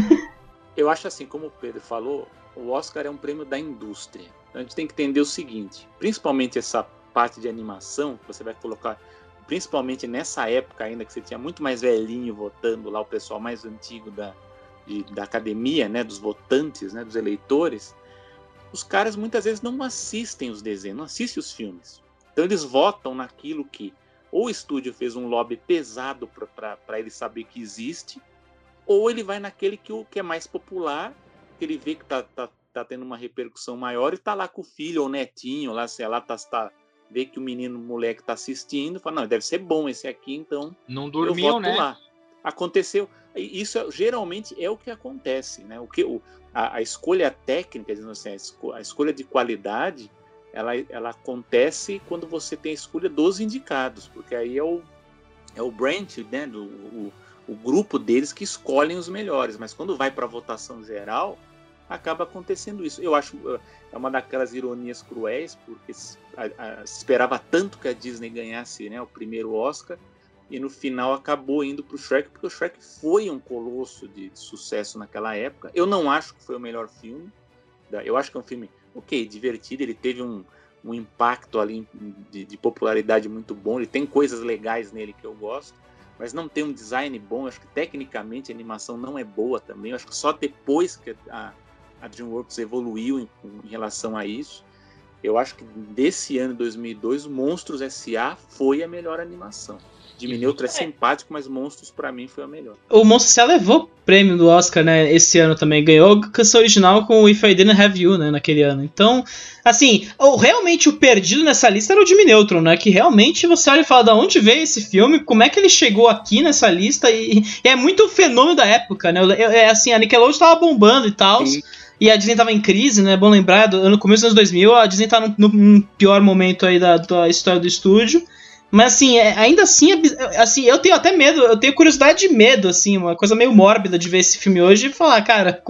eu acho assim, como o Pedro falou, o Oscar é um prêmio da indústria. Então a gente tem que entender o seguinte, principalmente essa parte de animação, que você vai colocar, principalmente nessa época ainda, que você tinha muito mais velhinho votando lá, o pessoal mais antigo da academia, né, dos votantes, né, dos eleitores, os caras muitas vezes não assistem os desenhos, não assistem os filmes. Então eles votam naquilo que ou o estúdio fez um lobby pesado para ele saber que existe, ou ele vai naquele que é mais popular, que ele vê que tá tendo uma repercussão maior e tá lá com o filho ou netinho, lá, sei lá, vê que o moleque tá assistindo, fala, não, deve ser bom esse aqui, então não dormiam, né? Lá. Aconteceu, isso geralmente é o que acontece, né? A escolha técnica, assim, a escolha de qualidade, ela acontece quando você tem a escolha dos indicados, porque aí é o branch, né, o grupo deles que escolhem os melhores, mas quando vai para a votação geral, acaba acontecendo isso. Eu acho é uma daquelas ironias cruéis, porque se esperava tanto que a Disney ganhasse, né, o primeiro Oscar, e no final acabou indo para o Shrek, porque o Shrek foi um colosso de sucesso naquela época. Eu não acho que foi o melhor filme, eu acho que é um filme divertido, ele teve um impacto ali de popularidade muito bom, ele tem coisas legais nele que eu gosto, mas não tem um design bom. Eu acho que tecnicamente a animação não é boa também, eu acho que só depois que a DreamWorks evoluiu em relação a isso. Eu acho que desse ano, 2002, Monstros S.A. foi a melhor animação. Jimmy Neutron é simpático, mas Monstros pra mim foi a melhor. O Monstros S.A. levou o prêmio do Oscar, né, esse ano também. Ganhou a canção original com o If I Didn't Have You, né, naquele ano. Então, assim, realmente o perdido nessa lista era o Jimmy Neutron, né, que realmente você olha e fala, de onde veio esse filme, como é que ele chegou aqui nessa lista, e é muito o fenômeno da época, né, assim, a Nickelodeon tava bombando e tal, e a Disney tava em crise, né, bom lembrar, no começo dos anos 2000, a Disney tá num pior momento aí da história do estúdio. Mas assim, ainda assim, eu tenho até medo, eu tenho curiosidade de medo, assim, uma coisa meio mórbida de ver esse filme hoje e falar, cara,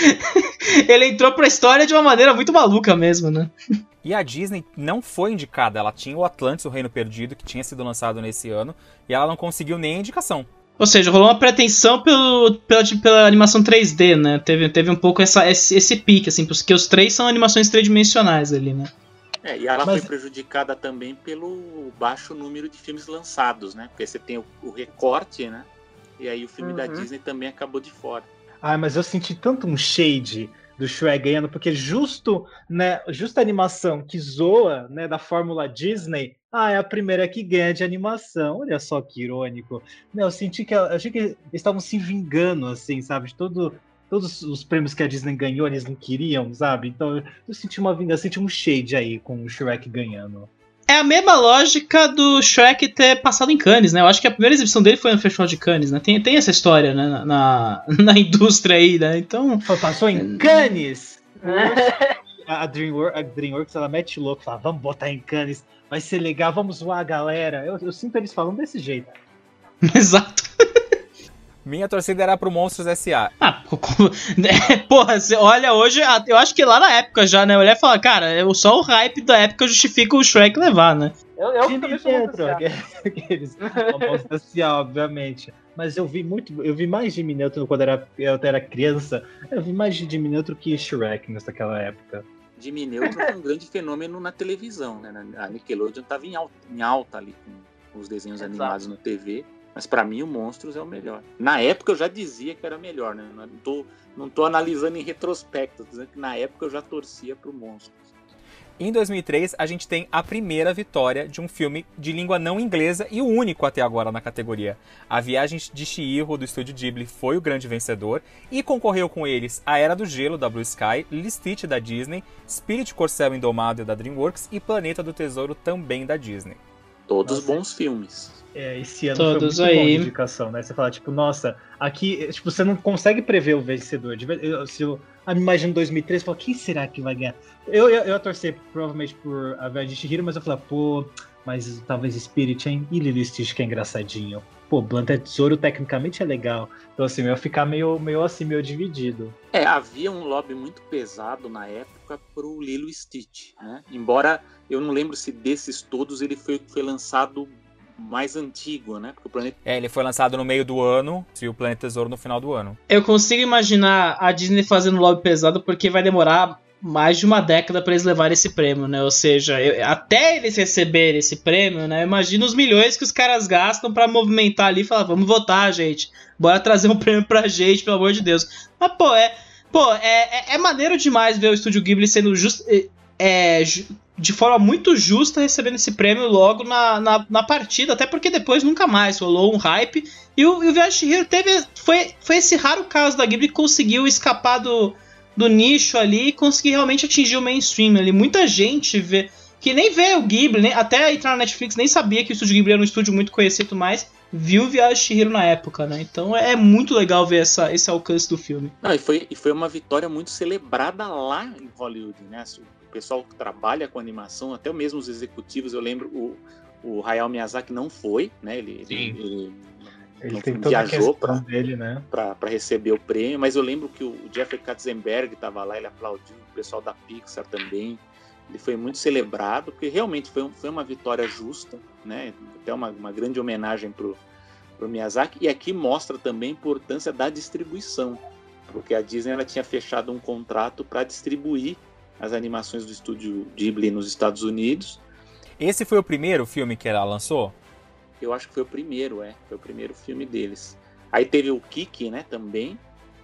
ele entrou pra história de uma maneira muito maluca mesmo, né? E a Disney não foi indicada, ela tinha o Atlantis, o Reino Perdido, que tinha sido lançado nesse ano, e ela não conseguiu nem a indicação. Ou seja, rolou uma pretensão pela animação 3D, né? Teve um pouco esse pique, assim, porque os 3 são animações tridimensionais ali, né? E ela foi prejudicada também pelo baixo número de filmes lançados, né? Porque você tem o recorte, né? E aí o filme da Disney também acabou de fora. Mas eu senti tanto um shade do Shrek ganhando, porque justo a animação que zoa, né, da fórmula Disney, é a primeira que ganha de animação. Olha só que irônico. Eu achei que eles estavam se vingando, assim, sabe? De todos os prêmios que a Disney ganhou, eles não queriam, sabe? Então eu senti uma vingança, senti um shade aí com o Shrek ganhando. É a mesma lógica do Shrek ter passado em Cannes, né? Eu acho que a primeira exibição dele foi no Festival de Cannes, né? Tem essa história, né? Na indústria aí, né? Então... Passou em Cannes! A DreamWorks, ela mete louco, fala, vamos botar em Cannes, vai ser legal, vamos zoar a galera. Eu sinto eles falando desse jeito. Exato. Minha torcida era pro Monstros S.A. Porra, você olha hoje, eu acho que lá na época já, né? Olhar e falar, cara, só o hype da época justifica o Shrek levar, né? Eu também sou muito aqueles famosos assim, obviamente. Mas eu vi mais Jimmy Neutron quando eu era criança. Eu vi mais Jimmy Neutron que Shrek naquela época. Jimmy Neutron foi um grande fenômeno na televisão, né? A Nickelodeon estava em alta ali com os desenhos animados na TV. Mas pra mim o Monstros é o melhor. Na época eu já dizia que era melhor, né? Não tô analisando em retrospecto, tô dizendo que na época eu já torcia pro Monstros. Em 2003, a gente tem a primeira vitória de um filme de língua não inglesa e o único até agora na categoria. A Viagem de Chihiro, do estúdio Ghibli, foi o grande vencedor e concorreu com eles A Era do Gelo, da Blue Sky, Lilo e Stitch, da Disney, Spirit Corcel Indomado, da DreamWorks e Planeta do Tesouro, também da Disney. Todos bons filmes. Esse ano todos foi muito bom de aí. indicação, né? Você fala, tipo, nossa, aqui, tipo, você não consegue prever o vencedor. Se eu me imagino 2003, eu falo, quem será que vai ganhar? Eu ia torcer provavelmente por A Viagem de Chihiro, mas eu falei, pô, mas talvez Spirit, hein? E Lilo e Stitch, que é engraçadinho. Pô, Planeta do Tesouro tecnicamente é legal. Então, assim, eu ia ficar meio dividido. Havia um lobby muito pesado na época pro Lilo e Stitch, né? Embora eu não lembro se desses todos ele foi lançado mais antigo, né? Porque o Planeta... ele foi lançado no meio do ano e o Planeta Tesouro no final do ano. Eu consigo imaginar a Disney fazendo lobby pesado porque vai demorar mais de uma década para eles levarem esse prêmio, né? Ou seja, até eles receberem esse prêmio, né? Imagina os milhões que os caras gastam para movimentar ali e falar, vamos votar, gente. Bora trazer um prêmio pra gente, pelo amor de Deus. Mas, é maneiro demais ver o Estúdio Ghibli sendo de forma muito justa recebendo esse prêmio logo na partida, até porque depois nunca mais rolou um hype. E o Viagem de Chihiro foi esse raro caso da Ghibli que conseguiu escapar do nicho ali e conseguir realmente atingir o mainstream ali. Muita gente que nem vê o Ghibli, até entrar na Netflix, nem sabia que o Estúdio Ghibli era um estúdio muito conhecido mais, viu o Viagem de Chihiro na época, né? Então é muito legal ver esse alcance do filme. Não, e foi uma vitória muito celebrada lá em Hollywood, né? O pessoal que trabalha com animação, até mesmo os executivos, eu lembro o Hayao Miyazaki não foi, né? Ele tem toda viajou a questão dele, né? Para receber o prêmio, mas eu lembro que o Jeffrey Katzenberg estava lá, ele aplaudiu, o pessoal da Pixar também. Ele foi muito celebrado, porque realmente foi uma vitória justa, né? Até uma grande homenagem pro Miyazaki. E aqui mostra também a importância da distribuição, porque a Disney ela tinha fechado um contrato para distribuir as animações do estúdio Ghibli nos Estados Unidos. Esse foi o primeiro filme que ela lançou? Eu acho que foi o primeiro, foi o primeiro filme deles. Aí teve o Kiki, né, também,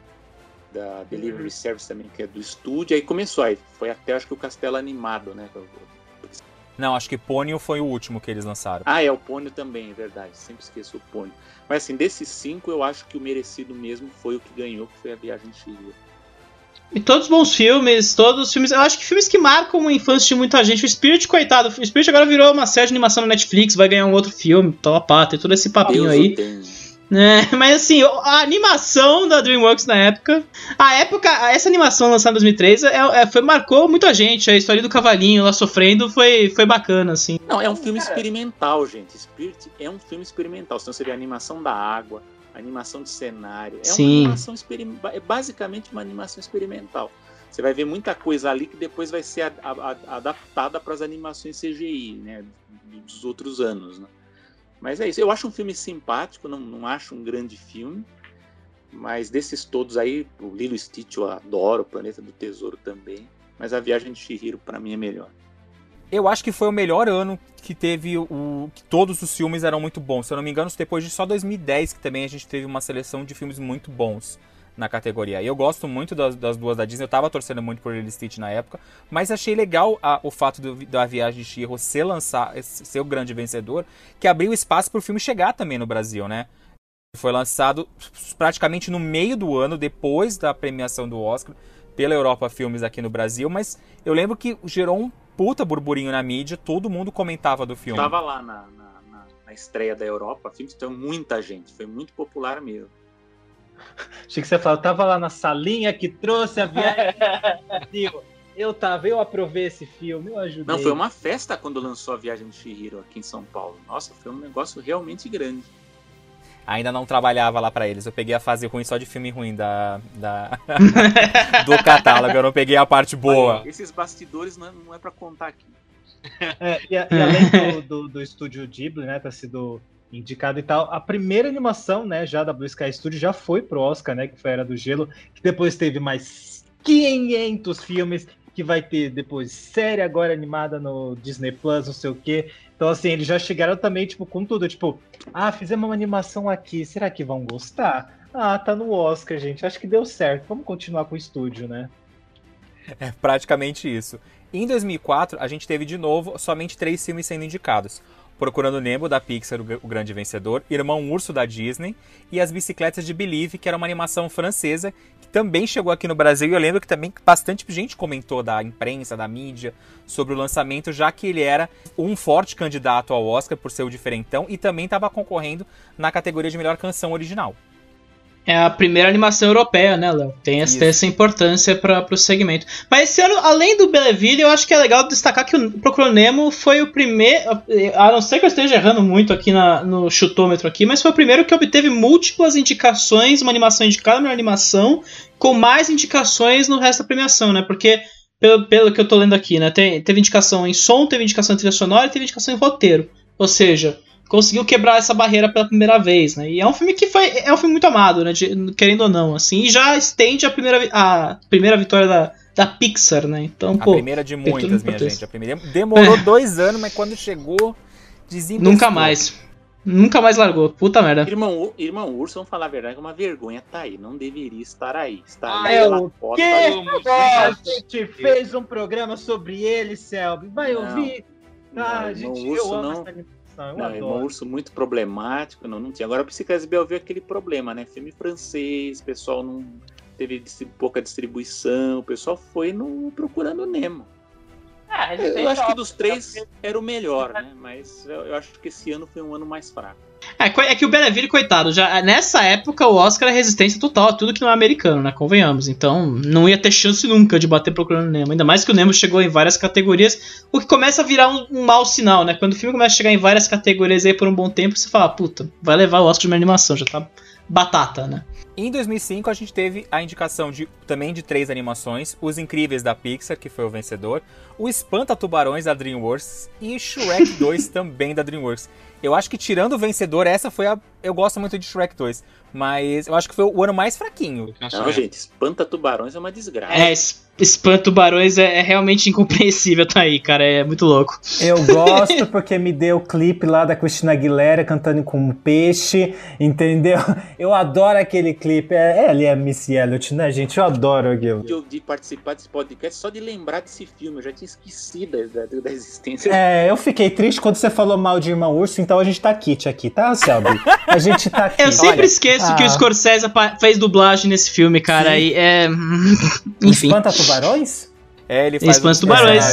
da Delivery Service também, que é do estúdio. Aí começou, aí foi até acho que o Castelo Animado, né. Não, acho que Pônio foi o último que eles lançaram. O Pônio também, é verdade, sempre esqueço o Pônio. Mas assim, desses 5, eu acho que o merecido mesmo foi o que ganhou, que foi A Viagem de Chihiro. E todos bons filmes, eu acho que filmes que marcam a infância de muita gente. O Spirit, coitado, o Spirit agora virou uma série de animação na Netflix, vai ganhar um outro filme, tem todo esse papinho aí. Mas assim, a animação da DreamWorks na época, essa animação lançada em 2003 marcou muita gente. A história do cavalinho lá sofrendo foi bacana, assim. Não, é um filme experimental, gente. Spirit é um filme experimental. Então seria a animação da água, animação de cenário. Sim. Uma animação é basicamente uma animação experimental. Você vai ver muita coisa ali que depois vai ser adaptada para as animações CGI, né, dos outros anos, né? Mas é isso. Eu acho um filme simpático, não acho um grande filme, mas desses todos aí, o Lilo e Stitch eu adoro, o Planeta do Tesouro também, mas A Viagem de Chihiro para mim é melhor. Eu acho que foi o melhor ano que teve que todos os filmes eram muito bons. Se eu não me engano, depois de só 2010 que também a gente teve uma seleção de filmes muito bons na categoria. E eu gosto muito das duas da Disney. Eu tava torcendo muito por Lilo e Stitch na época, mas achei legal o fato da Viagem de Chihiro ser o grande vencedor, que abriu espaço pro filme chegar também no Brasil, né? Foi lançado praticamente no meio do ano, depois da premiação do Oscar, pela Europa Filmes aqui no Brasil, mas eu lembro que gerou um puta burburinho na mídia, todo mundo comentava do filme. Tava lá na estreia da Europa, filme tem muita gente, foi muito popular mesmo. Achei que você falou, tava lá na salinha que trouxe a Viagem do Brasil. Eu aprovei esse filme, eu ajudei. Não, foi uma festa quando lançou A Viagem de Chihiro aqui em São Paulo. Nossa, foi um negócio realmente grande. Ainda não trabalhava lá pra eles. Eu peguei a fase ruim só de filme ruim do catálogo. Eu não peguei a parte boa. Esses bastidores não é pra contar aqui. E além do estúdio Ghibli, né, ter sido indicado e tal, a primeira animação, né, já da Blue Sky Studio já foi pro Oscar, né, que foi a Era do Gelo, que depois teve mais 500 filmes, que vai ter depois série agora animada no Disney Plus, não sei o quê. Então, assim, eles já chegaram também, tipo, com tudo, tipo, fizemos uma animação aqui, será que vão gostar? Tá no Oscar, gente, acho que deu certo, vamos continuar com o estúdio, né? É praticamente isso. Em 2004, a gente teve de novo somente 3 filmes sendo indicados. Procurando Nemo, da Pixar, o grande vencedor, Irmão Urso, da Disney, e As Bicicletas de Believe, que era uma animação francesa, que também chegou aqui no Brasil, e eu lembro que também bastante gente comentou da imprensa, da mídia, sobre o lançamento, já que ele era um forte candidato ao Oscar por ser o diferentão, e também estava concorrendo na categoria de melhor canção original. É a primeira animação europeia, né, Léo? Tem essa importância para o segmento. Mas esse ano, além do Belleville, eu acho que é legal destacar que o Procurando Nemo foi o primeiro, a não ser que eu esteja errando muito aqui no chutômetro aqui, mas foi o primeiro que obteve múltiplas indicações, uma animação indicada na animação, com mais indicações no resto da premiação, né? Porque, pelo que eu tô lendo aqui, né, teve indicação em som, teve indicação em trilha sonora e teve indicação em roteiro. Ou seja, conseguiu quebrar essa barreira pela primeira vez, né? E é um filme que é um filme muito amado, né? Querendo ou não, assim. E já estende a primeira vitória da Pixar, né? Então, a primeira de muitas, minha gente. A primeira demorou 2 anos, mas quando chegou, desinvestiu. Nunca mais largou. Puta merda. Irmão Urso, vamos falar a verdade, é uma vergonha tá aí. Não deveria estar aí. A gente fez um programa sobre ele, Selby. Vai ouvir. Eu amo essa animação. Irmão Urso muito problemático, não tinha. Agora o Bicicletas de Belleville é aquele problema, né? Filme francês, o pessoal não teve pouca distribuição, o pessoal foi no Procurando Nemo. Eu acho que dos 3 era o melhor, né? Mas eu acho que esse ano foi um ano mais fraco. É que o Belleville, coitado, já nessa época o Oscar é resistência total a tudo que não é americano, né? Convenhamos. Então não ia ter chance nunca de bater Procurando Nemo. Ainda mais que o Nemo chegou em várias categorias, o que começa a virar um mau sinal, né? Quando o filme começa a chegar em várias categorias aí por um bom tempo, você fala, puta, vai levar o Oscar de uma animação, já tá batata, né? Em 2005, a gente teve a indicação também de 3 animações, Os Incríveis da Pixar, que foi o vencedor, o Espanta-Tubarões da DreamWorks e Shrek 2 também da DreamWorks. Eu acho que tirando o vencedor, essa foi eu gosto muito de Shrek 2, mas eu acho que foi o ano mais fraquinho. Não, gente, Espanta-Tubarões é uma desgraça. Espanta-Tubarões é realmente incompreensível, tá aí, cara, é muito louco. Eu gosto porque me deu o clipe lá da Christina Aguilera cantando com um peixe, entendeu? Eu adoro aquele clipe, ela é a Missy Elliott, né, gente? Eu adoro aquilo. De participar desse podcast, só de lembrar desse filme, eu já tinha esquecido da existência. Eu fiquei triste quando você falou mal de Irmão Urso, então a gente tá kit aqui, tá, Selby? A gente tá aqui. Eu sempre esqueço que o Scorsese fez dublagem nesse filme, cara, e enfim. Espanta-Tubarões? Ele faz Espanta-Tubarões.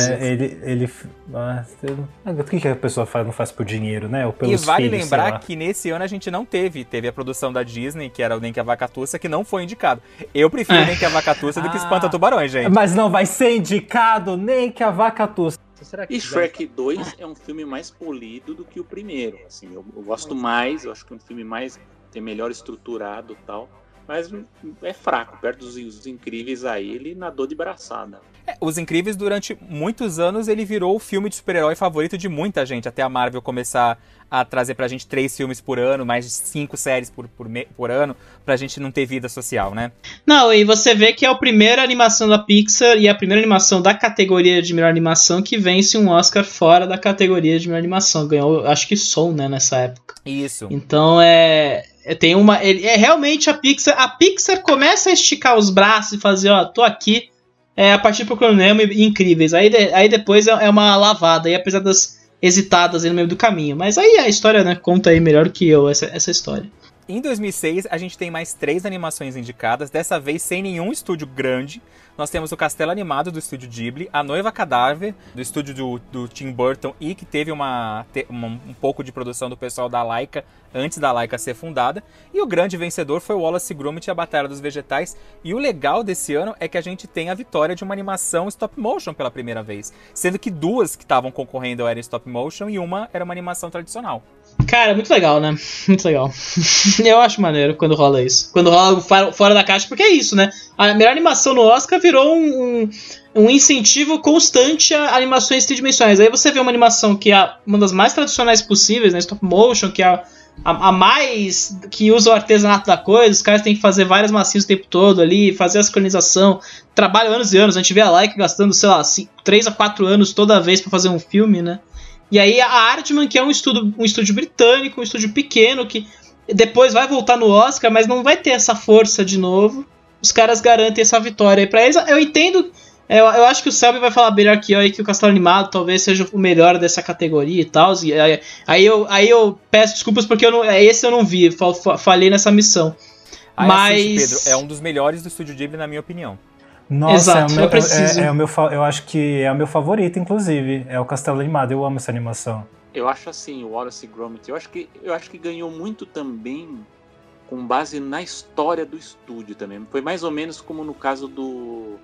O que a pessoa faz, não faz por dinheiro, né? Ou pelos e vale filhos, lembrar que nesse ano a gente não teve a produção da Disney, que era o Nem que a Vacatuça, que não foi indicado. Eu prefiro Nem que a Vacatuça do que Espanta-Tubarões, gente. Mas não vai ser indicado Nem que a Vacatuça. E Shrek 2 é um filme mais polido do que o primeiro. Assim, eu gosto mais, eu acho que é um filme tem melhor estruturado e tal. Mas é fraco, perto dos Incríveis aí, ele nadou de braçada. Os Incríveis, durante muitos anos, ele virou o filme de super-herói favorito de muita gente, até a Marvel começar a trazer pra gente 3 filmes por ano, mais de 5 séries por ano, pra gente não ter vida social, né? Não, e você vê que é a primeira animação da Pixar e a primeira animação da categoria de melhor animação que vence um Oscar fora da categoria de melhor animação. Ganhou, acho que Soul, né, nessa época. Isso. Então realmente a Pixar começa a esticar os braços e fazer, tô aqui, a partir do Procurando Nemo e Incríveis. Aí depois é uma lavada, aí, apesar das hesitadas aí no meio do caminho. Mas aí a história, né, conta aí melhor que eu essa história. Em 2006, a gente tem mais 3 animações indicadas, dessa vez sem nenhum estúdio grande. Nós temos o Castelo Animado, do estúdio Ghibli, A Noiva Cadáver, do estúdio do Tim Burton, e que teve um pouco de produção do pessoal da Laika, antes da Laika ser fundada. E o grande vencedor foi o Wallace e Gromit e a Batalha dos Vegetais. E o legal desse ano é que a gente tem a vitória de uma animação stop motion pela primeira vez. Sendo que 2 que estavam concorrendo eram stop motion e uma era uma animação tradicional. Cara, muito legal, né? Muito legal. Eu acho maneiro quando rola isso. Quando rola fora da caixa, porque é isso, né? A melhor animação no Oscar virou um incentivo constante a animações tridimensionais. Aí você vê uma animação que é uma das mais tradicionais possíveis, né? Stop motion, que é a mais que usa o artesanato da coisa. Os caras têm que fazer várias massinhas o tempo todo ali, fazer a sincronização, trabalham anos e anos. A gente vê a Laika gastando, sei lá, 3 a 4 anos toda vez pra fazer um filme, né? E aí a Aardman, que é um estúdio britânico, um estúdio pequeno, que depois vai voltar no Oscar, mas não vai ter essa força de novo. Os caras garantem essa vitória aí pra eles. Eu entendo, eu acho que o Selby vai falar melhor que eu aí, que o Castelo Animado talvez seja o melhor dessa categoria e tal. Aí eu peço desculpas porque esse eu não vi, falhei nessa missão. Mas Pedro, é um dos melhores do Estúdio Ghibli, na minha opinião. Nossa, exato, eu preciso. Eu acho que é o meu favorito, inclusive. É o Castelo Animado, eu amo essa animação. Eu acho assim, o Wallace e Gromit, eu acho que ganhou muito também com base na história do estúdio também. Foi mais ou menos como no caso do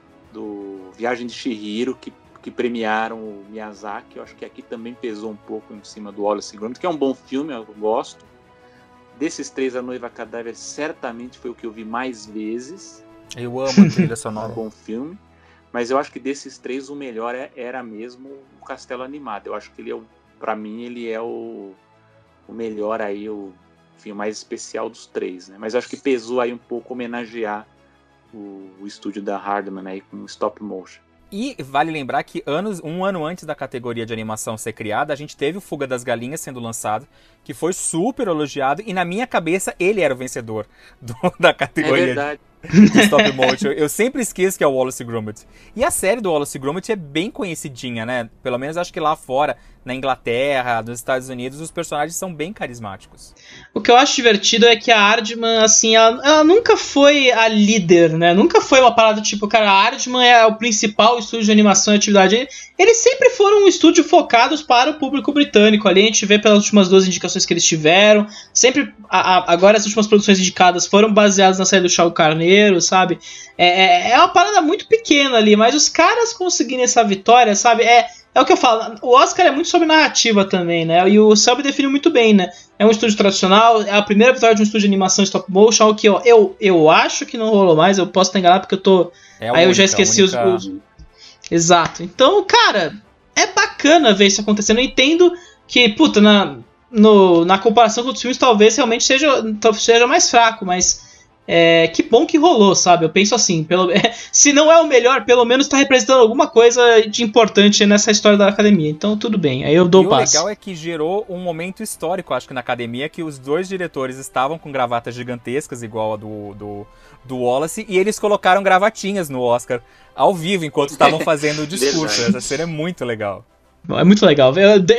Viagem de Chihiro, que premiaram o Miyazaki. Eu acho que aqui também pesou um pouco em cima do Wallace e Gromit, que é um bom filme, eu gosto. Desses três, A Noiva Cadáver certamente foi o que eu vi mais vezes. Eu amo a trilha sonora. É um bom filme. Mas eu acho que desses três, o melhor era mesmo o Castelo Animado. Eu acho que ele pra mim, ele é o melhor aí, enfim, o mais especial dos três, né? Mas eu acho que pesou aí um pouco homenagear o estúdio da Hardman aí com stop motion. E vale lembrar que um ano antes da categoria de animação ser criada, a gente teve o Fuga das Galinhas sendo lançado, que foi super elogiado, e na minha cabeça ele era o vencedor da categoria de stop motion. Eu sempre esqueço que é o Wallace e Gromit. E a série do Wallace e Gromit é bem conhecidinha, né? Pelo menos acho que lá fora, na Inglaterra, nos Estados Unidos, os personagens são bem carismáticos. O que eu acho divertido é que a Aardman, assim, ela nunca foi a líder, né? Nunca foi uma parada tipo, cara, a Aardman é o principal estúdio de animação e atividade. Eles sempre foram um estúdio focados para o público britânico. Ali a gente vê pelas últimas 2 indicações que eles tiveram. Sempre, agora as últimas produções indicadas foram baseadas na série do Chau Carneiro, sabe? É uma parada muito pequena ali, mas os caras conseguirem essa vitória, sabe? É o que eu falo, o Oscar é muito sobre narrativa também, né? E o Selby definiu muito bem, né? É um estúdio tradicional, é a primeira vitória de um estúdio de animação stop motion, algo que eu acho que não rolou mais, eu posso estar enganado porque eu tô... Aí eu já esqueci os... Exato. Então, cara, é bacana ver isso acontecendo. Eu entendo que, puta, na comparação com outros filmes talvez realmente seja mais fraco, mas... que bom que rolou, sabe? Eu penso assim, se não é o melhor, pelo menos tá representando alguma coisa de importante nessa história da academia. Então tudo bem, aí eu dou o passo. O legal é que gerou um momento histórico, acho que na academia, que os 2 diretores estavam com gravatas gigantescas, igual a do Wallace, e eles colocaram gravatinhas no Oscar ao vivo, enquanto estavam fazendo o discurso. Essa cena é muito legal. É muito legal.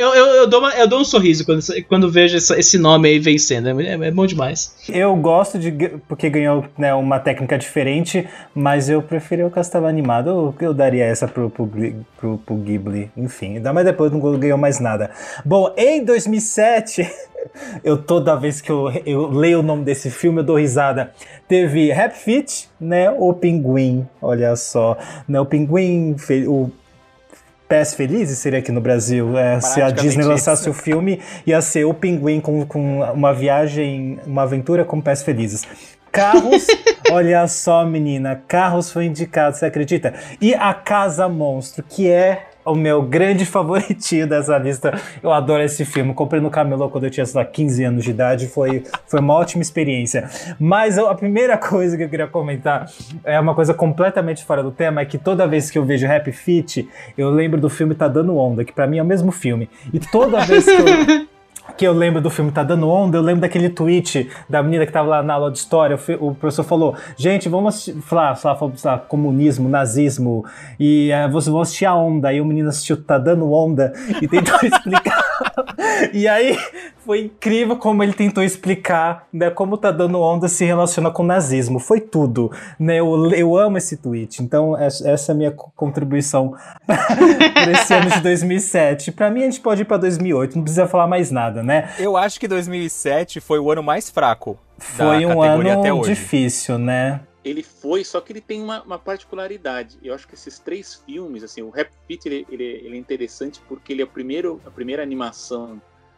Eu dou um sorriso quando vejo esse nome aí vencendo. É bom demais. Eu gosto porque ganhou, né, uma técnica diferente, mas eu preferi o Castelo Animado. Eu daria essa pro Ghibli. Enfim, mas depois não ganhou mais nada. Bom, em 2007... toda vez que eu leio o nome desse filme, eu dou risada. Teve Happy Feet, né? O Pinguim, olha só. Né, o Pinguim... Pés Felizes seria aqui no Brasil. Se a Disney lançasse o filme, ia ser o Pinguim com uma viagem, uma aventura com Pés Felizes. Carros, olha só, menina, Carros foi indicado, você acredita? E A Casa Monstro, que é o meu grande favoritinho dessa lista. Eu adoro esse filme, comprei no Camelô quando eu tinha, sei lá, 15 anos de idade, foi uma ótima experiência. Mas a primeira coisa que eu queria comentar é uma coisa completamente fora do tema, é que toda vez que eu vejo Happy Feet, eu lembro do filme Tá Dando Onda, que pra mim é o mesmo filme. E toda vez que eu lembro do filme Tá Dando Onda, eu lembro daquele tweet da menina que tava lá na aula de história, o professor falou, gente, vamos falar comunismo, nazismo, e vocês vão assistir a onda, aí o menino assistiu Tá Dando Onda e tentou explicar. E aí foi incrível como ele tentou explicar, né, como Tá Dando Onda se relaciona com o nazismo. Foi tudo, né? Eu amo esse tweet. Então essa é a minha contribuição por esse ano de 2007. Pra mim a gente pode ir pra 2008, não precisa falar mais nada, né? Eu acho que 2007 foi o ano mais fraco da Foi um categoria ano até hoje. difícil, né? Ele foi, só que ele tem uma particularidade. Eu acho que esses 3 filmes, assim, o Happy Feet, ele é interessante porque ele é a primeira animação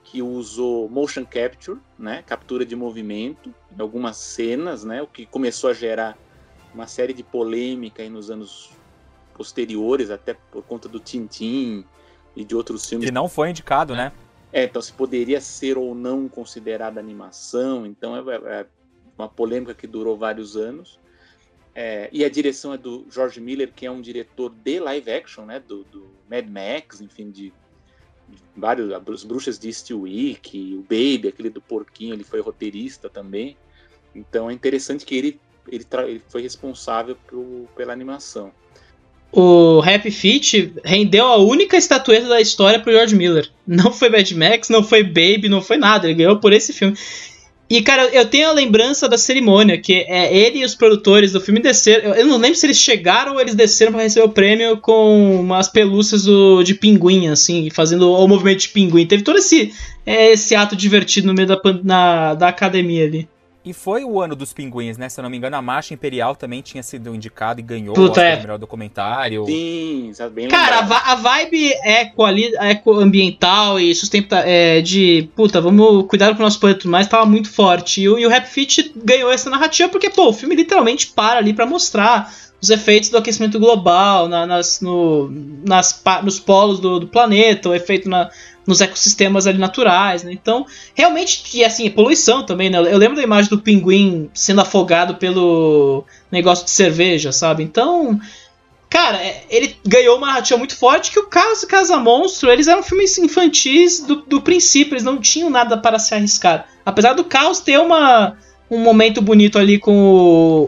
que usou motion capture, né, captura de movimento, em algumas cenas, né, o que começou a gerar uma série de polêmica aí nos anos posteriores, até por conta do Tintin e de outros filmes. Que não foi indicado, né? Então se poderia ser ou não considerada animação, então é uma polêmica que durou vários anos. E a direção é do George Miller, que é um diretor de live action, né, do Mad Max, enfim, de vários, as Bruxas de Eastwick, o Baby, aquele do porquinho, ele foi roteirista também. Então é interessante que ele foi responsável pela animação. O Happy Feet rendeu a única estatueta da história pro George Miller. Não foi Mad Max, não foi Baby, não foi nada. Ele ganhou por esse filme. E, cara, eu tenho a lembrança da cerimônia, que ele e os produtores do filme desceram. Eu não lembro se eles chegaram ou eles desceram pra receber o prêmio com umas pelúcias de pinguim, assim, fazendo o movimento de pinguim. Teve todo esse ato divertido no meio da academia ali. E foi o ano dos pinguins, né? Se eu não me engano, a Marcha Imperial também tinha sido indicada e ganhou o Oscar do melhor documentário. Sim, sabe, bem cara, a vibe ecoambiental e vamos cuidar com o nosso planeta, mas tava muito forte. E o Happy Feet ganhou essa narrativa porque, o filme literalmente para ali pra mostrar os efeitos do aquecimento global nos polos do planeta, o efeito nos ecossistemas ali naturais, né? Então, realmente, e assim, poluição também, né? Eu lembro da imagem do pinguim sendo afogado pelo negócio de cerveja, sabe? Então, cara, ele ganhou uma narrativa muito forte que o Caos e Casa Monstro, eles eram filmes infantis do princípio, eles não tinham nada para se arriscar. Apesar do Caos ter um momento bonito ali com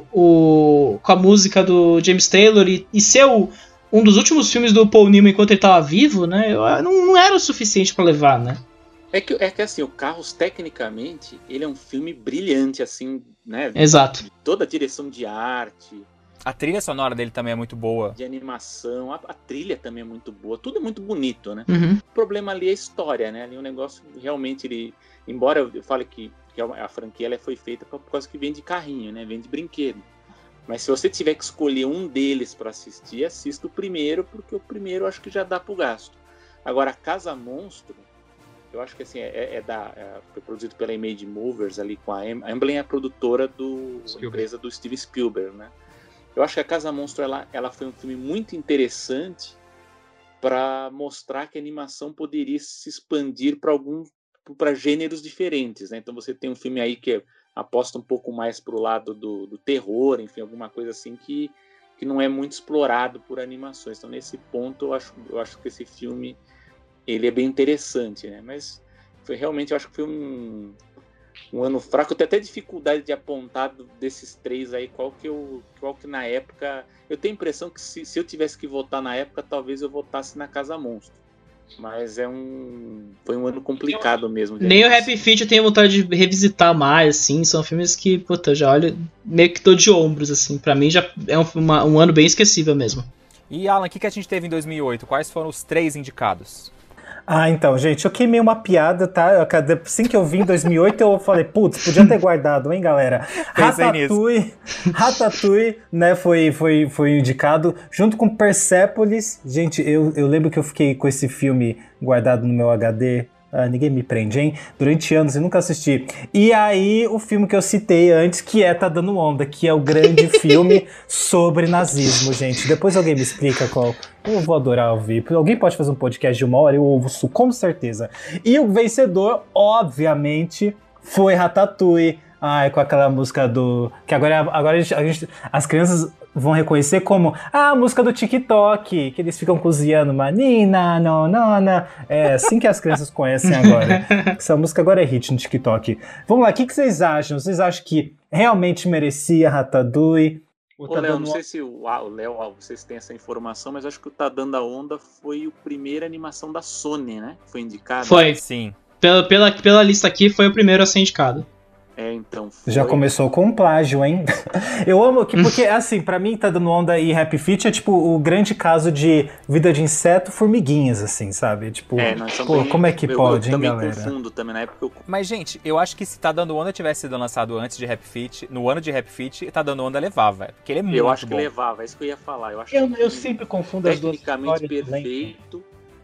a música do James Taylor e ser um dos últimos filmes do Paul Newman enquanto ele estava vivo, né? Não era o suficiente para levar, né? É que assim, o Carros, tecnicamente, ele é um filme brilhante, assim, né? Exato. Toda a direção de arte. A trilha sonora dele também é muito boa. De animação, a trilha também é muito boa. Tudo é muito bonito, né? Uhum. O problema ali é a história, né? Ali o negócio, realmente, embora eu fale que a franquia ela foi feita por causa que vende carrinho, né? Vende brinquedo. Mas se você tiver que escolher um deles para assistir, assista o primeiro, porque o primeiro eu acho que já dá pro gasto. Agora, Casa Monstro, eu acho que assim, foi produzido pela Image Movers ali com a Amblin, é a produtora da empresa do Steven Spielberg, né? Eu acho que a Casa Monstro ela foi um filme muito interessante para mostrar que a animação poderia se expandir para gêneros diferentes, né? Então você tem um filme aí que aposta um pouco mais pro lado do terror, enfim, alguma coisa assim que não é muito explorado por animações. Então nesse ponto eu acho que esse filme ele é bem interessante, né? Mas realmente eu acho que foi um ano fraco. Eu tenho até dificuldade de apontar desses três aí qual que na época... Eu tenho a impressão que se eu tivesse que votar na época, talvez eu votasse na Casa Monstro. Mas foi um ano complicado mesmo. Nem o Happy Feet eu tenho vontade de revisitar mais, assim. São filmes que, eu já olho meio que tô de ombros, assim. Pra mim já é um ano bem esquecível mesmo. E Alan, o que a gente teve em 2008? Quais foram os 3 indicados? Então, gente, eu queimei uma piada, tá? Assim que eu vi em 2008, eu falei, putz, podia ter guardado, hein, galera? Ratatouille, né, foi indicado, junto com Persepolis. Gente, eu lembro que eu fiquei com esse filme guardado no meu HD. Ninguém me prende, hein? Durante anos eu nunca assisti. E aí, o filme que eu citei antes, que Tá Dando Onda, que é o grande filme sobre nazismo, gente. Depois alguém me explica qual. Eu vou adorar ouvir. Alguém pode fazer um podcast de 1 hora? Eu ouço, com certeza. E o vencedor, obviamente, foi Ratatouille. Com aquela música que agora as crianças vão reconhecer como a música do TikTok, que eles ficam cozinhando uma nina, nona. É assim que as crianças conhecem agora. Essa música agora é hit no TikTok. Vamos lá, o que vocês acham? Vocês acham que realmente merecia Ratatouille? Léo, não sei se o Léo, vocês têm essa informação, mas acho que o Tá Dando a Onda foi a primeira animação da Sony, né? Foi indicado. Foi. Sim. Pela lista aqui, foi o primeiro a ser indicado. Então já começou com um plágio, hein? Eu amo que, porque assim, pra mim Tá Dando Onda e Happy Feet é tipo o grande caso de vida de inseto, formiguinhas, assim, sabe? Tipo, como é que pode, hein, galera? Eu confundo também na época. Mas, gente, eu acho que se Tá Dando Onda tivesse sido lançado antes de Happy Feet, no ano de Happy Feet, Tá Dando Onda levava, porque ele é muito bom. Eu acho que levava, é isso que eu ia falar. Eu sempre confundo as duas histórias. Tecnicamente perfeito,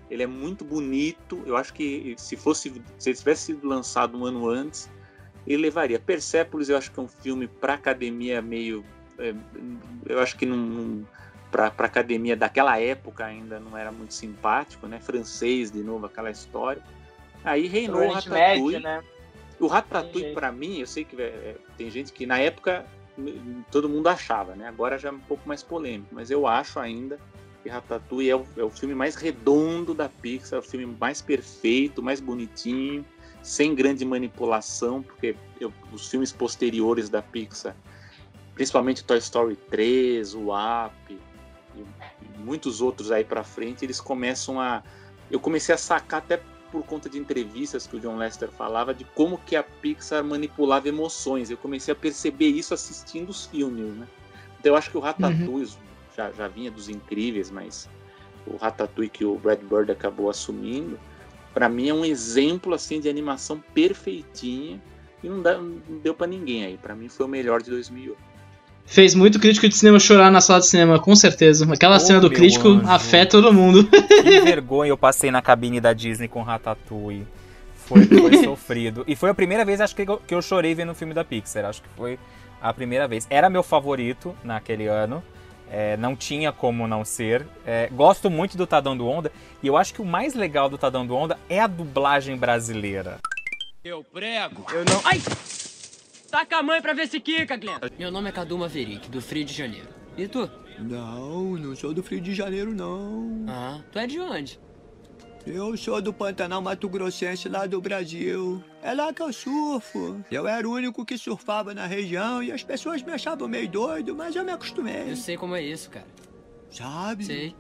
Ele é muito bonito. Eu acho que se ele tivesse sido lançado um ano antes, ele levaria. Persepolis, eu acho que é um filme para academia meio... eu acho que para academia daquela época ainda não era muito simpático, né? Francês, de novo, aquela história. Aí reinou o Ratatouille. Né? O Ratatouille, para mim, eu sei que tem gente que na época todo mundo achava, né? Agora já é um pouco mais polêmico, mas eu acho ainda que Ratatouille é o filme mais redondo da Pixar, é o filme mais perfeito, mais bonitinho, sem grande manipulação, porque os filmes posteriores da Pixar, principalmente Toy Story 3, o Up e muitos outros aí pra frente, eles começam eu comecei a sacar até por conta de entrevistas que o John Lasseter falava de como que a Pixar manipulava emoções. Eu comecei a perceber isso assistindo os filmes, né? Então eu acho que o Ratatouille já vinha dos Incríveis, mas o Ratatouille que o Brad Bird acabou assumindo, para mim é um exemplo assim de animação perfeitinha e não deu para ninguém aí. Para mim foi o melhor de 2008. Fez muito crítico de cinema chorar na sala de cinema, com certeza. Aquela cena do crítico afeta todo mundo. Que vergonha eu passei na cabine da Disney com Ratatouille. Foi sofrido. E foi a primeira vez, acho que eu chorei vendo um filme da Pixar. Acho que foi a primeira vez. Era meu favorito naquele ano. Não tinha como não ser. Gosto muito do Tá Dando Onda. E eu acho que o mais legal do Tá Dando Onda é a dublagem brasileira. Eu prego. Eu não... Ai! Taca a mãe pra ver se quica, Glenn. Meu nome é Cadu Maverick, do Rio de Janeiro. E tu? Não sou do Rio de Janeiro, não. Ah, tu é de onde? Eu sou do Pantanal Mato Grossense, lá do Brasil. É lá que eu surfo. Eu era o único que surfava na região e as pessoas me achavam meio doido, mas eu me acostumei. Eu sei como é isso, cara. Sabe? Sei.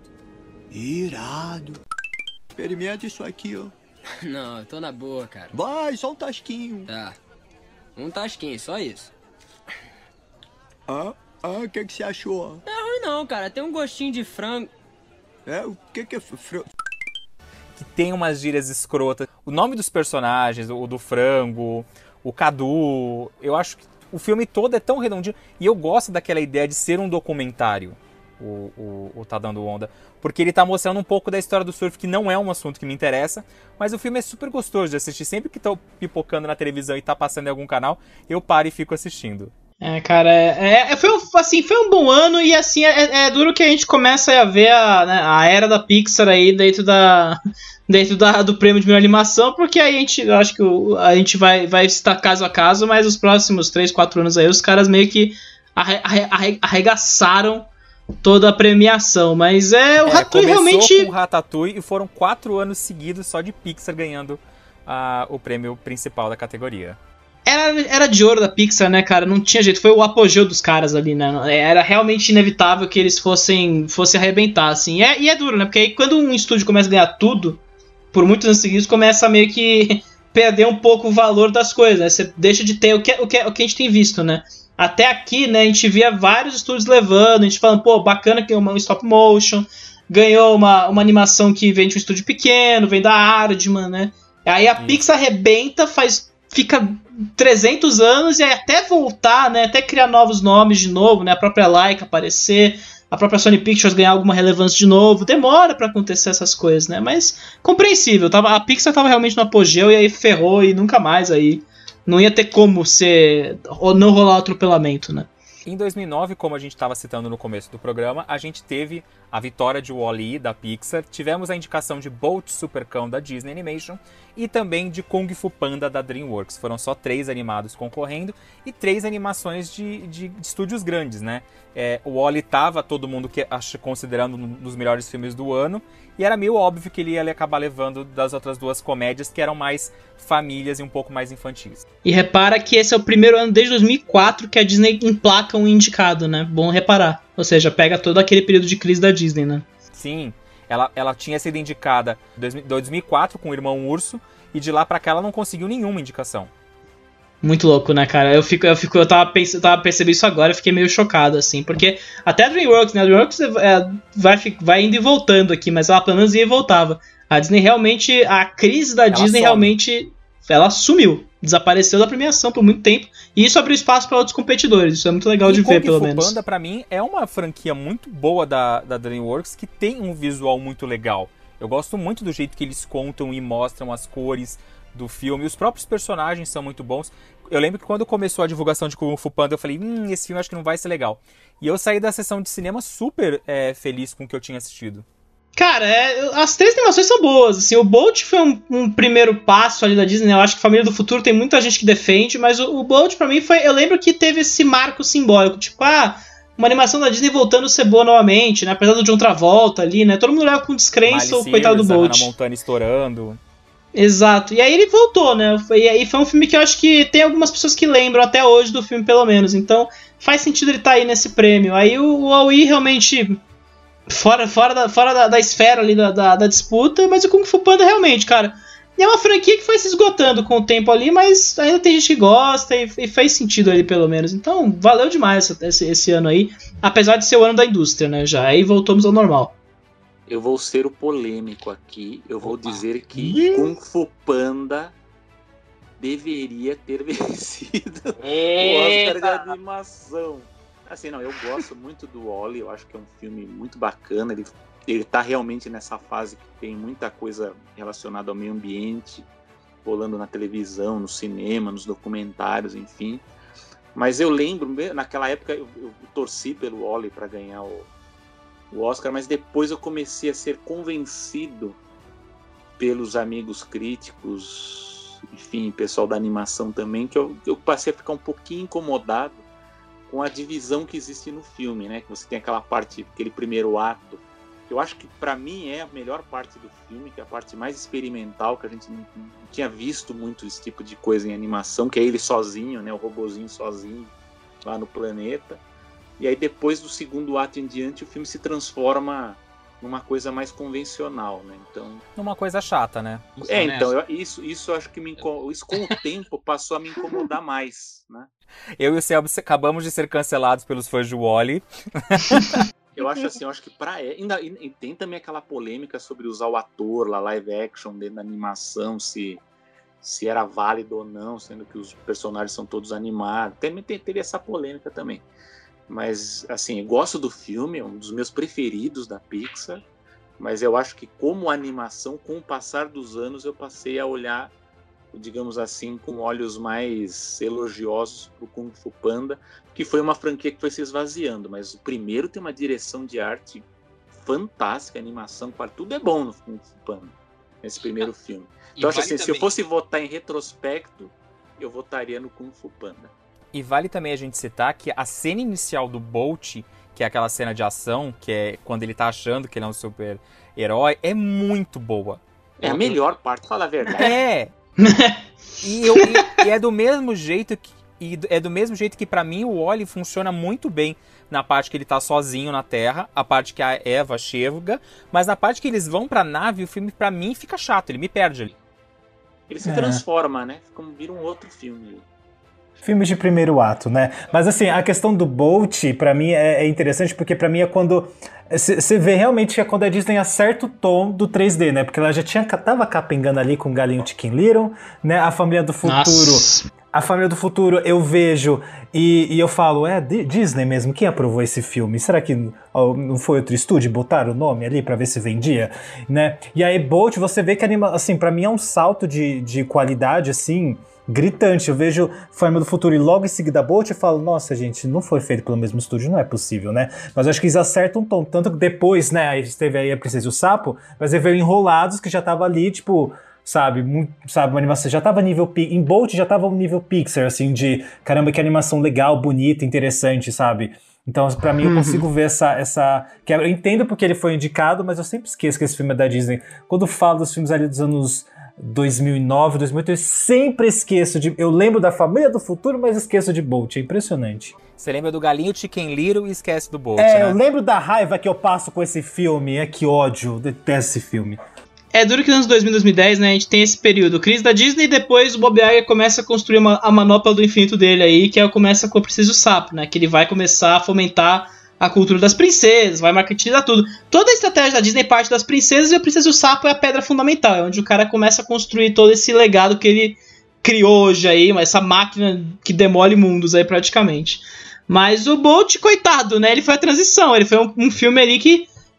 Irado. Experimenta isso aqui, ó. Não, eu tô na boa, cara. Vai, só um tasquinho. Tá. Um tasquinho, só isso. O que você achou? Não é ruim não, cara. Tem um gostinho de frango. O que é frango? Que tem umas gírias escrotas. O nome dos personagens, o do frango, o Cadu... Eu acho que o filme todo é tão redondinho. E eu gosto daquela ideia de ser um documentário, o Tá Dando Onda. Porque ele tá mostrando um pouco da história do surf, que não é um assunto que me interessa. Mas o filme é super gostoso de assistir. Sempre que tô pipocando na televisão e tá passando em algum canal, eu paro e fico assistindo. Cara, foi um bom ano e assim, é duro que a gente começa a ver a era da Pixar aí dentro do prêmio de melhor animação, porque aí eu acho que a gente vai estar caso a caso, mas os próximos 3, 4 anos aí os caras meio que arregaçaram toda a premiação, mas o Ratatouille realmente... Começou com o Ratatouille e foram 4 anos seguidos só de Pixar ganhando o prêmio principal da categoria. Era de ouro da Pixar, né, cara? Não tinha jeito, foi o apogeu dos caras ali, né? Era realmente inevitável que eles fossem arrebentar, assim. E é duro, né? Porque aí quando um estúdio começa a ganhar tudo, por muitos anos seguidos, começa a meio que perder um pouco o valor das coisas, né? Você deixa de ter o que a gente tem visto, né? Até aqui, né, a gente via vários estúdios levando, a gente falando, pô, bacana que é um stop motion, ganhou uma animação que vem de um estúdio pequeno, vem da Aardman, né? Aí a Pixar arrebenta, fica 300 anos e aí até voltar, né, até criar novos nomes de novo, né, a própria Laika aparecer, a própria Sony Pictures ganhar alguma relevância de novo, demora pra acontecer essas coisas, né, mas compreensível, a Pixar tava realmente no apogeu e aí ferrou e nunca mais aí. Não ia ter como ou não rolar o atropelamento, né? Em 2009, como a gente estava citando no começo do programa, a gente teve a vitória de Wall-E, da Pixar, tivemos a indicação de Bolt Supercão, da Disney Animation, e também de Kung Fu Panda, da DreamWorks. Foram só 3 animados concorrendo e 3 animações de estúdios grandes, né? O Wall-E tava todo mundo considerando um dos melhores filmes do ano, e era meio óbvio que ele ia acabar levando das outras 2 comédias, que eram mais famílias e um pouco mais infantis. E repara que esse é o primeiro ano desde 2004 que a Disney emplaca um indicado, né? Bom reparar. Ou seja, pega todo aquele período de crise da Disney, né? Sim, ela tinha sido indicada em 2004 com o Irmão Urso, e de lá pra cá ela não conseguiu nenhuma indicação. Muito louco, né, cara? Eu tava percebendo isso agora, eu fiquei meio chocado, assim, porque até a DreamWorks, né? A DreamWorks vai indo e voltando aqui, mas ela pelo menos ia e voltava. A Disney realmente, a crise da Disney realmente, ela sumiu, desapareceu da premiação por muito tempo, e isso abriu espaço para outros competidores, isso é muito legal de ver, pelo menos. Kung Fu Panda, pra mim, é uma franquia muito boa da DreamWorks, que tem um visual muito legal. Eu gosto muito do jeito que eles contam e mostram as cores do filme. Os próprios personagens são muito bons. Eu lembro que quando começou a divulgação de Kung Fu Panda, eu falei, esse filme acho que não vai ser legal. E eu saí da sessão de cinema super feliz com o que eu tinha assistido. Cara, as 3 animações são boas, assim, o Bolt foi um primeiro passo ali da Disney, né? Eu acho que Família do Futuro tem muita gente que defende, mas o Bolt pra mim foi, eu lembro que teve esse marco simbólico, tipo, uma animação da Disney voltando a ser boa novamente, né? Apesar do John Travolta ali, né? Todo mundo olhava com descrença o coitado do Bolt. Hannah Montana estourando. Exato, e aí ele voltou, né? E aí foi um filme que eu acho que tem algumas pessoas que lembram até hoje do filme, pelo menos, então faz sentido ele estar aí nesse prêmio. Aí o Wall-E realmente fora da esfera ali da disputa, mas o Kung Fu Panda realmente, cara, é uma franquia que foi se esgotando com o tempo ali, mas ainda tem gente que gosta e fez sentido ali pelo menos, então valeu demais esse ano aí, apesar de ser o ano da indústria, né, já, aí voltamos ao normal. Eu vou ser o polêmico aqui, eu vou dizer que Kung Fu Panda deveria ter vencido o Oscar de animação. Assim, não, eu gosto muito do Wall-E, eu acho que é um filme muito bacana, ele tá realmente nessa fase que tem muita coisa relacionada ao meio ambiente, rolando na televisão, no cinema, nos documentários, enfim. Mas eu lembro, naquela época eu torci pelo Wall-E para ganhar o Oscar, mas depois eu comecei a ser convencido pelos amigos críticos, enfim, pessoal da animação também, que eu passei a ficar um pouquinho incomodado com a divisão que existe no filme, né? Que você tem aquela parte, aquele primeiro ato, que eu acho que pra mim é a melhor parte do filme, que é a parte mais experimental, que a gente não tinha visto muito esse tipo de coisa em animação, que é ele sozinho, né? O robozinho sozinho lá no planeta. E aí depois do segundo ato em diante, o filme se transforma numa coisa mais convencional, né? Então, numa coisa chata, né? Então, isso eu acho que isso com o tempo passou a me incomodar mais, né? Eu e o Selby acabamos de ser cancelados pelos fãs de Wall-E. Eu acho assim, que ainda tem também aquela polêmica sobre usar o ator lá, live action dentro da animação, se era válido ou não, sendo que os personagens são todos animados. Teve essa polêmica também. Mas, assim, eu gosto do filme, é um dos meus preferidos da Pixar, mas eu acho que como animação, com o passar dos anos, eu passei a olhar, digamos assim, com olhos mais elogiosos pro Kung Fu Panda, que foi uma franquia que foi se esvaziando, mas o primeiro tem uma direção de arte fantástica, animação, tudo é bom no Kung Fu Panda, nesse primeiro filme. Então, acho assim, se eu fosse votar em retrospecto, eu votaria no Kung Fu Panda. E vale também a gente citar que a cena inicial do Bolt, que é aquela cena de ação, que é quando ele tá achando que ele é um super-herói, é muito boa. É a melhor parte, fala a verdade. E é do mesmo jeito que pra mim o Wall-E funciona muito bem na parte que ele tá sozinho na Terra, a parte que a Eva chega, mas na parte que eles vão pra nave, o filme pra mim fica chato, ele me perde ali. Ele se transforma, né? Vira um outro filme. Filmes de primeiro ato, né? Mas assim, a questão do Bolt, pra mim, é interessante, porque pra mim é quando... Você vê realmente que é quando a Disney acerta o tom do 3D, né? Porque ela já tava capengando ali com o Galinho Chicken Little, né? A Família do Futuro... Nossa. A Família do Futuro eu vejo e eu falo, Disney mesmo? Quem aprovou esse filme? Será que não foi outro estúdio? Botaram o nome ali pra ver se vendia, né? E aí Bolt, você vê que assim, pra mim é um salto de qualidade, assim... gritante. Eu vejo Família do Futuro e logo em seguida Bolt e falo, nossa gente, não foi feito pelo mesmo estúdio, não é possível, né? Mas eu acho que eles acertam um tom, tanto que depois, né, aí teve aí a Princesa e o Sapo, mas ele veio Enrolados, que já tava ali, tipo, sabe, uma animação, já tava nível, em Bolt já tava um nível Pixar, assim, de, caramba, que animação legal, bonita, interessante, sabe? Então, pra mim, eu consigo ver essa quebra. Eu entendo porque ele foi indicado, mas eu sempre esqueço que esse filme é da Disney. Quando eu falo dos filmes ali dos anos 2009, 2008, eu sempre esqueço eu lembro da Família do Futuro, mas esqueço de Bolt, é impressionante. Você lembra do Galinho Chicken Little e esquece do Bolt, né? Eu lembro da raiva que eu passo com esse filme, que ódio, eu detesto esse filme. É duro que nos anos 2000 e 2010, né, a gente tem esse período, crise da Disney, e depois o Bob Iger começa a construir a manopla do infinito dele aí, que começa com a Princesa e o Sapo, né, que ele vai começar a fomentar a cultura das princesas, vai marketingizar tudo. Toda a estratégia da Disney parte das princesas, e a Princesa e o Sapo é a pedra fundamental, é onde o cara começa a construir todo esse legado que ele criou hoje aí, essa máquina que demole mundos aí praticamente. Mas o Bolt, coitado, né, ele foi a transição, ele foi um filme ali que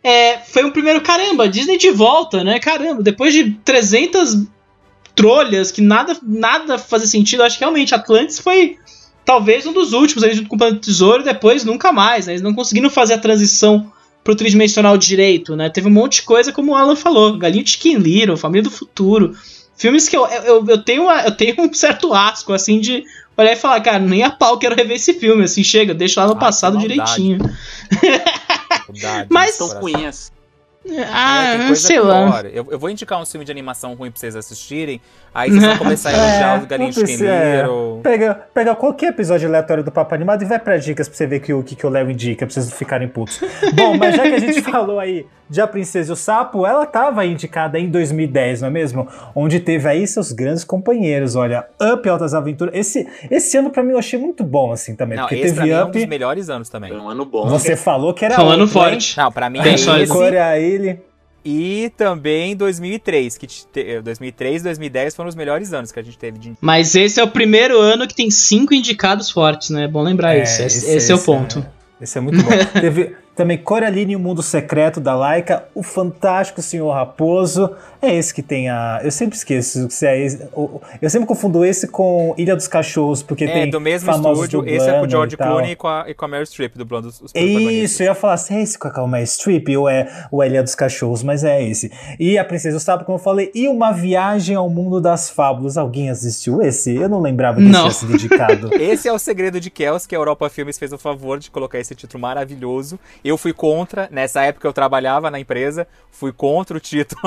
foi um primeiro, caramba, Disney de volta, né? Caramba, depois de 300 trolhas que nada fazia sentido, acho que realmente Atlantis foi talvez um dos últimos, ali junto com o Planeta do Tesouro, e depois nunca mais, né? Eles não conseguiram fazer a transição pro tridimensional direito, né? Teve um monte de coisa, como o Alan falou, Galinho de Chicken Little, Família do Futuro, filmes que eu tenho um certo asco, assim, de olhar e falar, cara, nem a pau quero rever esse filme, assim, chega, deixa lá no passado direitinho. Mas São ruins. Sei lá. Eu vou indicar um filme de animação ruim pra vocês assistirem. Aí vocês vão começar a elogiar os Galinhos de Chicken Little. Pega qualquer episódio aleatório do Papo Animado e vai pra dicas pra você ver o que o Léo indica, pra vocês não ficarem putos. Bom, mas já que a gente falou aí de A Princesa e o Sapo, ela tava indicada em 2010, não é mesmo? Onde teve aí seus grandes companheiros, olha, Up, Altas Aventuras. Esse ano pra mim eu achei muito bom, assim, também. Não, porque esse teve pra mim Up. É um dos melhores anos também. Foi um ano bom. Você falou que era Foi um ano outro, forte. Não, pra mim é esse. Ele. E também 2003, 2003 e 2010 foram os melhores anos que a gente teve de... Mas esse é o primeiro ano que tem 5 indicados fortes, né? É bom lembrar isso. Esse é o ponto. Esse é muito bom. Teve também Coraline e o Mundo Secreto, da Laika, O Fantástico Senhor Raposo. É esse que tem a... Eu sempre esqueço se é esse... Eu sempre confundo esse com Ilha dos Cachorros, porque tem do mesmo famosos estúdio, dublando. Esse é com o George Clooney e com a Meryl Streep, dublando os protagonistas. Isso, eu ia falar assim, é esse com a Meryl Streep ou é Ilha dos Cachorros, mas é esse. E A Princesa e o Sapo, como eu falei, e Uma Viagem ao Mundo das Fábulas. Alguém assistiu esse? Eu não lembrava desse tinha sido dedicado. Esse é o segredo de Kells, que a Europa Filmes fez o favor de colocar esse título maravilhoso. Eu fui contra, nessa época eu trabalhava na empresa, fui contra o título.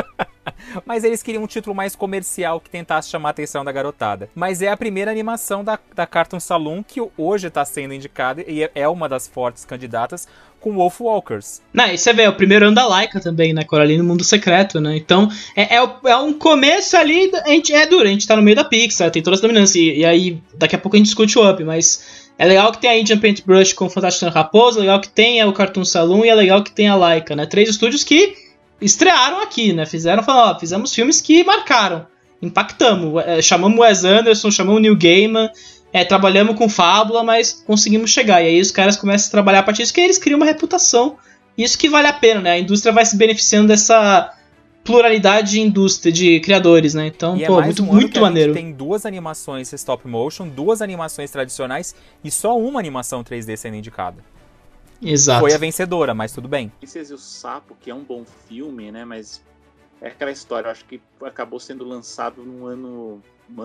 Mas eles queriam um título mais comercial que tentasse chamar a atenção da garotada. Mas é a primeira animação da Cartoon Saloon que hoje está sendo indicada e é uma das fortes candidatas com Wolf Walkers. Não, e você vê, é o primeiro ano da Laika também, né? Coraline no Mundo Secreto, né? Então, é um começo ali, a gente tá no meio da Pixar, tem toda essa dominância, e aí daqui a pouco a gente discute o Up, mas é legal que tem a Indian Paintbrush com o Fantástico Senhor Raposo, é legal que tem o Cartoon Saloon e é legal que tem a Laika, né? 3 estúdios que estrearam aqui, né? Fizemos filmes que marcaram, impactamos, chamamos Wes Anderson, chamamos Neil Gaiman, trabalhamos com Fábula, mas conseguimos chegar, e aí os caras começam a trabalhar a partir disso, que eles criam uma reputação, isso que vale a pena, né? A indústria vai se beneficiando dessa pluralidade de indústria, de criadores, né? Então, muito maneiro. Tem 2 animações stop motion, 2 animações tradicionais e só uma animação 3D sendo indicada. Exato. Foi a vencedora, mas tudo bem. Princesa e o Sapo, que é um bom filme, né? Mas é aquela história, eu acho que acabou sendo lançado num ano...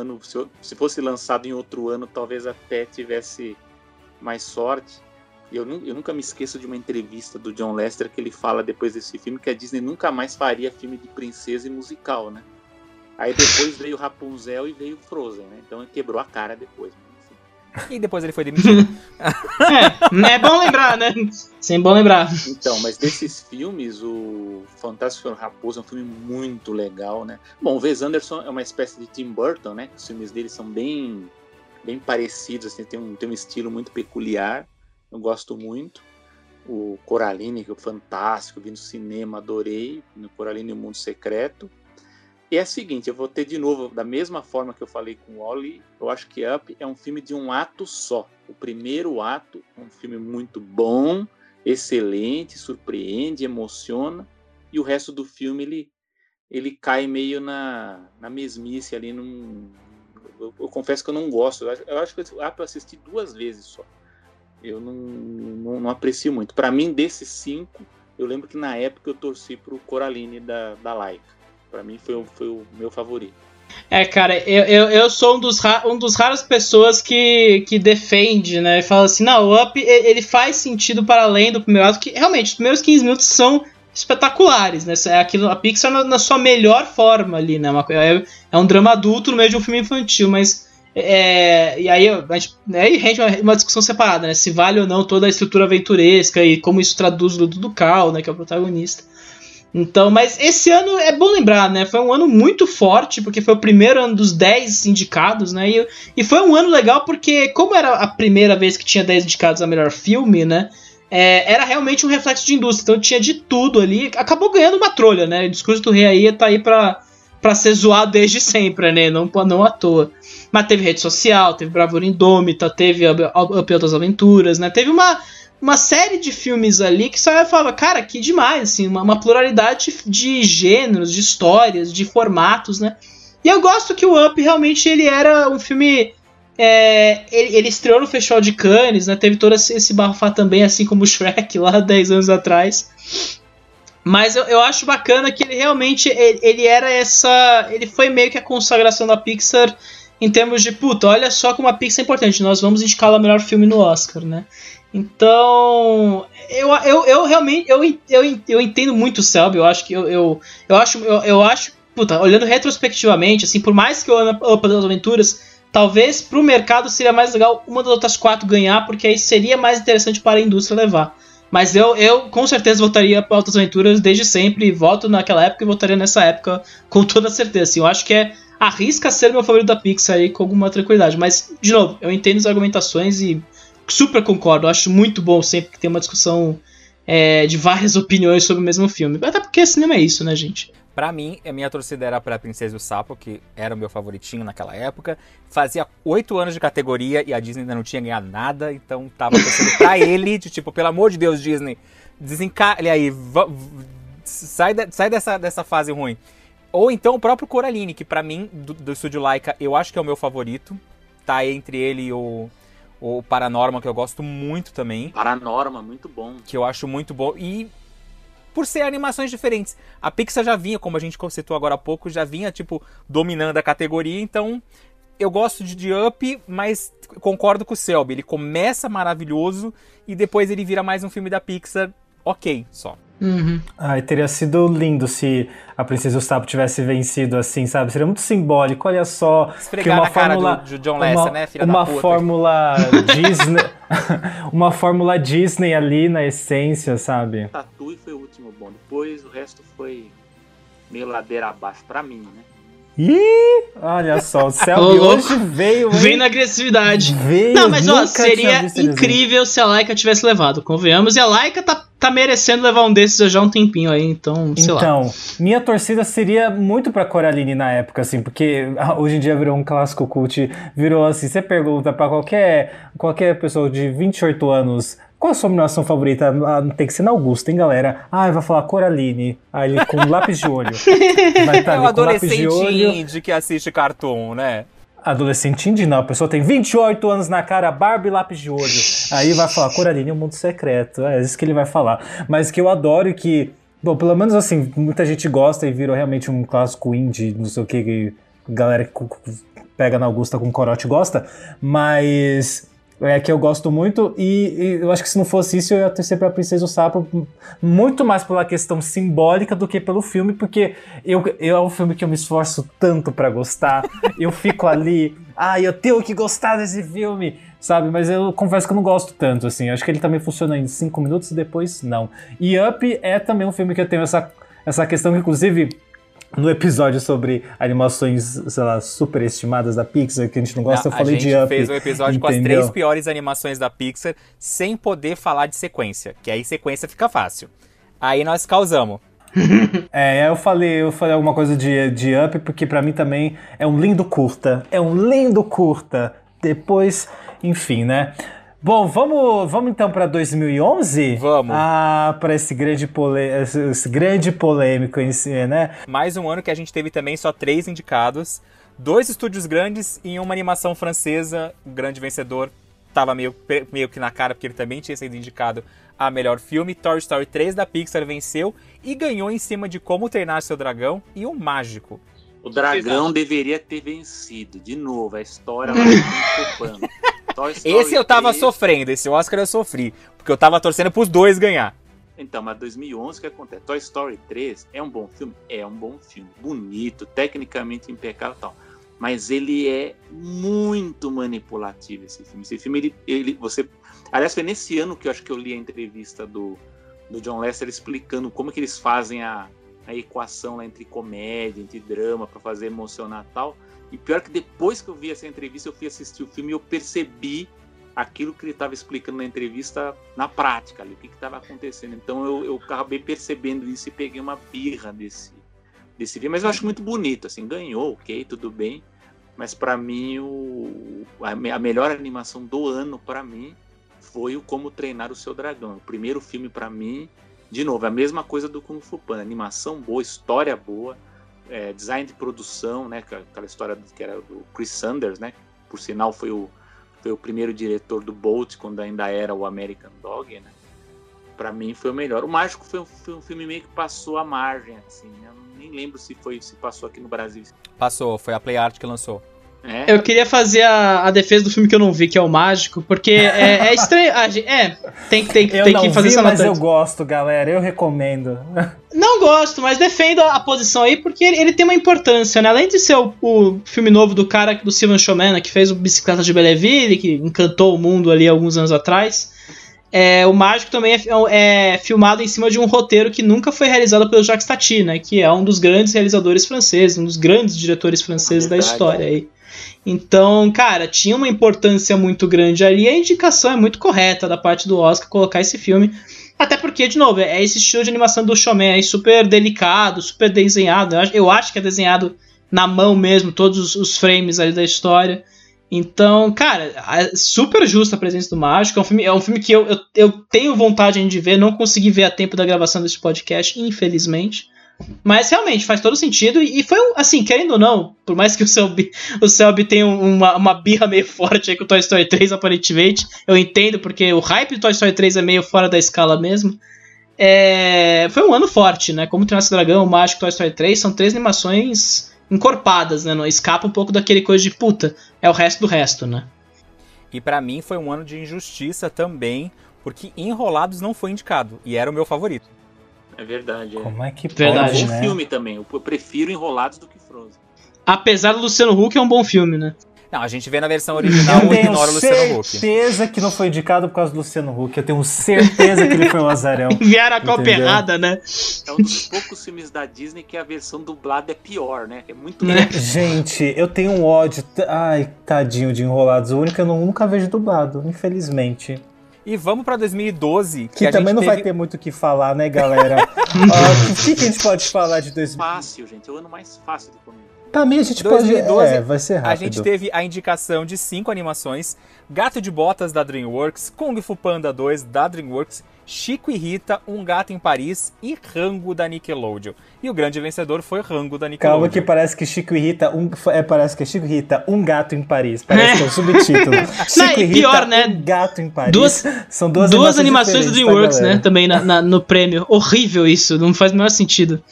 se fosse lançado em outro ano, talvez até tivesse mais sorte. Eu nunca me esqueço de uma entrevista do John Lester que ele fala depois desse filme que a Disney nunca mais faria filme de princesa e musical, né? Aí depois veio Rapunzel e veio Frozen, né? Então quebrou a cara depois. E depois ele foi demitido. É bom lembrar, né? Sim, bom lembrar. Então, mas desses filmes, o Fantástico Senhor Raposo é um filme muito legal, né? Bom, o Wes Anderson é uma espécie de Tim Burton, né? Os filmes dele são bem parecidos, assim, tem um estilo muito peculiar. Eu gosto muito. O Coraline, que é fantástico, vi no cinema, adorei. No Coraline e o Mundo Secreto. E é o seguinte, eu vou ter de novo, da mesma forma que eu falei com o Wall-E, eu acho que Up é um filme de um ato só. O primeiro ato é um filme muito bom, excelente, surpreende, emociona, e o resto do filme ele cai meio na mesmice ali. Eu confesso que eu não gosto, eu acho que Up eu assisti 2 vezes só. Eu não aprecio muito. Para mim, desses 5, eu lembro que na época eu torci pro Coraline da Laika. Pra mim foi o meu favorito. Cara, eu sou um dos raras pessoas que defende, né? E fala assim, não, o Up ele faz sentido para além do primeiro ato, que realmente os primeiros 15 minutos são espetaculares, né? É aquilo, a Pixar na sua melhor forma ali, né? É um drama adulto no meio de um filme infantil, mas e aí rende uma discussão separada, né? Se vale ou não toda a estrutura aventuresca e como isso traduz o do Cal, né? Que é o protagonista. Então, mas esse ano é bom lembrar, né? Foi um ano muito forte, porque foi o primeiro ano dos 10 indicados, né? E foi um ano legal porque, como era a primeira vez que tinha 10 indicados a melhor filme, né? Era realmente um reflexo de indústria, então tinha de tudo ali. Acabou ganhando uma trolha, né? O Discurso do Rei aí tá aí pra ser zoado desde sempre, né? Não à toa. Mas teve Rede Social, teve Bravura Indômita, teve Up Altas Aventuras, né? Teve uma série de filmes ali que você falava, cara, que demais, assim, uma pluralidade de gêneros, de histórias, de formatos, né? E eu gosto que o Up realmente ele era um filme... ele estreou no Festival de Cannes, né? Teve todo esse bafafá também, assim como o Shrek lá 10 anos atrás. Mas eu acho bacana que ele realmente ele foi meio que a consagração da Pixar em termos de, puta, olha só como a Pixar é importante, nós vamos indicar o melhor filme no Oscar, né? Então, eu realmente eu entendo muito o Selby, eu acho que eu acho, puta, olhando retrospectivamente, assim, por mais que eu ame Up das Aventuras, talvez pro mercado seria mais legal uma das outras 4 ganhar, porque aí seria mais interessante para a indústria levar. Mas eu com certeza votaria para Altas Aventuras desde sempre, voto naquela época e votaria nessa época com toda certeza. Assim, eu acho que arrisca ser meu favorito da Pixar aí com alguma tranquilidade. Mas, de novo, eu entendo as argumentações e super concordo. Eu acho muito bom sempre que tem uma discussão de várias opiniões sobre o mesmo filme. Até porque cinema é isso, né, gente? Pra mim, a minha torcida era pra Princesa e o Sapo, que era o meu favoritinho naquela época. Fazia 8 anos de categoria e a Disney ainda não tinha ganhado nada, então tava torcendo pra ele, de tipo, pelo amor de Deus, Disney, desencalhe aí, sai dessa fase ruim. Ou então o próprio Coraline, que pra mim, do estúdio Laika, eu acho que é o meu favorito. Tá entre ele e o Paranorma, que eu gosto muito também. Paranorma, muito bom. Que eu acho muito bom. E por ser animações diferentes. A Pixar já vinha, como a gente citou agora há pouco, já vinha, tipo, dominando a categoria. Então, eu gosto de Up, mas concordo com o Selby. Ele começa maravilhoso e depois ele vira mais um filme da Pixar ok, só. Uhum. Ai, teria sido lindo se a Princesa e o Sapo tivesse vencido assim, sabe? Seria muito simbólico, olha só. Esfregar na cara do John Lasseter, né, filha da puta. Uma fórmula Disney... uma fórmula Disney ali na essência, sabe? Tatu foi o último bom. Depois o resto foi meio ladeira abaixo pra mim, né? Ih, olha só, o Selby hoje veio... Vem na agressividade. Não, mas ó, seria incrível se a Laika tivesse levado, convenhamos. E a Laika tá merecendo levar um desses já há um tempinho aí, então, sei lá. Então, minha torcida seria muito pra Coraline na época, assim, porque hoje em dia virou um clássico cult, virou assim, você pergunta pra qualquer pessoa de 28 anos... Qual a sua animação favorita? Tem que ser na Augusta, hein, galera? Vai falar Coraline. Ele com lápis de olho. Vai estar ali com lápis de olho. É o adolescente indie que assiste cartoon, né? Adolescente indie não. A pessoa tem 28 anos na cara, barba e lápis de olho. Aí vai falar Coraline é um mundo secreto. É isso que ele vai falar. Mas que eu adoro e que... Bom, pelo menos assim, muita gente gosta e virou realmente um clássico indie, não sei o que galera que pega na Augusta com corote gosta. Mas... que eu gosto muito, e eu acho que se não fosse isso, eu ia torcer pra Princesa e o Sapo muito mais pela questão simbólica do que pelo filme, porque é um filme que eu me esforço tanto pra gostar, eu fico ali, eu tenho que gostar desse filme, sabe, mas eu confesso que eu não gosto tanto, assim, acho que ele também funciona em 5 minutos e depois não. E Up é também um filme que eu tenho essa questão que, inclusive... No episódio sobre animações, sei lá, superestimadas da Pixar, que a gente não gosta, eu falei de Up. A gente fez um episódio entendeu? Com as 3 piores animações da Pixar, sem poder falar de sequência, que aí sequência fica fácil. Aí nós causamos. Eu falei alguma coisa de Up, porque pra mim também é um lindo curta. Depois, enfim, né? Bom, vamos então para 2011? Vamos. Para esse grande polêmico em si, né? Mais um ano que a gente teve também só 3 indicados. 2 estúdios grandes e uma animação francesa. O grande vencedor estava meio que na cara, porque ele também tinha sido indicado a melhor filme. Toy Story 3 da Pixar venceu e ganhou em cima de Como Treinar Seu Dragão e O Mágico. O dragão deveria ter vencido. De novo, a história lá ocupando. Esse eu tava sofrendo, esse Oscar eu sofri, porque eu tava torcendo pros 2 ganhar. Então, mas 2011 o que acontece? Toy Story 3 é um bom filme? É um bom filme, bonito, tecnicamente impecável e tal. Mas ele é muito manipulativo, esse filme. Esse filme, aliás, foi nesse ano que eu acho que eu li a entrevista do John Lasseter explicando como que eles fazem a equação lá entre comédia, entre drama, para fazer emocionar e tal. E pior que depois que eu vi essa entrevista, eu fui assistir o filme e eu percebi aquilo que ele estava explicando na entrevista na prática, ali, o que estava acontecendo. Então eu acabei percebendo isso e peguei uma birra desse filme. Mas eu acho muito bonito, assim, ganhou, ok, tudo bem. Mas para mim, a melhor animação do ano, para mim, foi o Como Treinar o Seu Dragão. O primeiro filme para mim, de novo, é a mesma coisa do Kung Fu Panda. Animação boa, história boa, design de produção, né? Aquela história que era do Chris Sanders, né? Por sinal foi o primeiro diretor do Bolt, quando ainda era o American Dog, né? Pra mim foi o melhor. O Mágico foi um filme meio que passou a margem, assim, né? Eu nem lembro se passou aqui no Brasil. Passou, foi a Play Art que lançou. Eu queria fazer a defesa do filme que eu não vi, que é o Mágico, porque é estranho. Tem que fazer essa mas eu gosto, galera, eu recomendo. Não gosto, mas defendo a posição aí, porque ele tem uma importância, né? Além de ser o filme novo do cara, do Steven Chomet, que fez o Bicicleta de Belleville, que encantou o mundo ali alguns anos atrás. O Mágico também é filmado em cima de um roteiro que nunca foi realizado pelo Jacques Tati, né? Que é um dos grandes realizadores franceses, um dos grandes diretores franceses da história aí. Então, cara, tinha uma importância muito grande ali. A indicação é muito correta da parte do Oscar colocar esse filme. Até porque, de novo, é esse estilo de animação do Chomet aí, super delicado, super desenhado. Eu acho que é desenhado na mão mesmo, todos os frames ali da história. Então, cara, é super justa a presença do Mágico. É um filme que eu tenho vontade de ver, não consegui ver a tempo da gravação desse podcast, infelizmente. Mas realmente faz todo sentido. E foi, assim, querendo ou não, por mais que o Selby tenha uma birra meio forte aí com o Toy Story 3, aparentemente, eu entendo, porque o hype do Toy Story 3 é meio fora da escala mesmo. Foi um ano forte, né? Como Treinar Seu Dragão, o Mágico, Toy Story 3, são 3 animações encorpadas, né? Não escapa um pouco daquele coisa de puta, é o resto do resto, né? E pra mim foi um ano de injustiça também, porque Enrolados não foi indicado, e era o meu favorito. É verdade. Como é que pode, Verdade, é um bom né? filme também. Eu prefiro Enrolados do que Frozen. Apesar do Luciano Huck, é um bom filme, né? Não, a gente vê na versão original o ignora o Luciano Huck. Eu tenho certeza que não foi indicado por causa do Luciano Huck. Eu tenho certeza que ele foi um azarão. Vieram a copa errada, né? É um dos poucos filmes da Disney que a versão dublada é pior, né? É muito Gente, eu tenho um ódio. Ai, tadinho de Enrolados. O único que eu nunca vejo dublado, infelizmente. E vamos pra 2012. Que a também gente não teve... vai ter muito o que falar, né, galera? O que a gente pode falar de 2012? fácil, gente. É o ano mais fácil de comer. Pra mim a gente 2012, pode... vai ser rápido. A gente teve a indicação de 5 animações: Gato de Botas, da DreamWorks, Kung Fu Panda 2, da DreamWorks, Chico e Rita, Um Gato em Paris e Rango, da Nickelodeon. E o grande vencedor foi Rango, da Nickelodeon. Calma que parece que Chico e Rita... parece que é Chico e Rita, Um Gato em Paris. Parece que é o subtítulo. Chico e Rita, pior, né? Um Gato em Paris. São duas animações do DreamWorks, né? Também no prêmio. Horrível isso, não faz o menor sentido.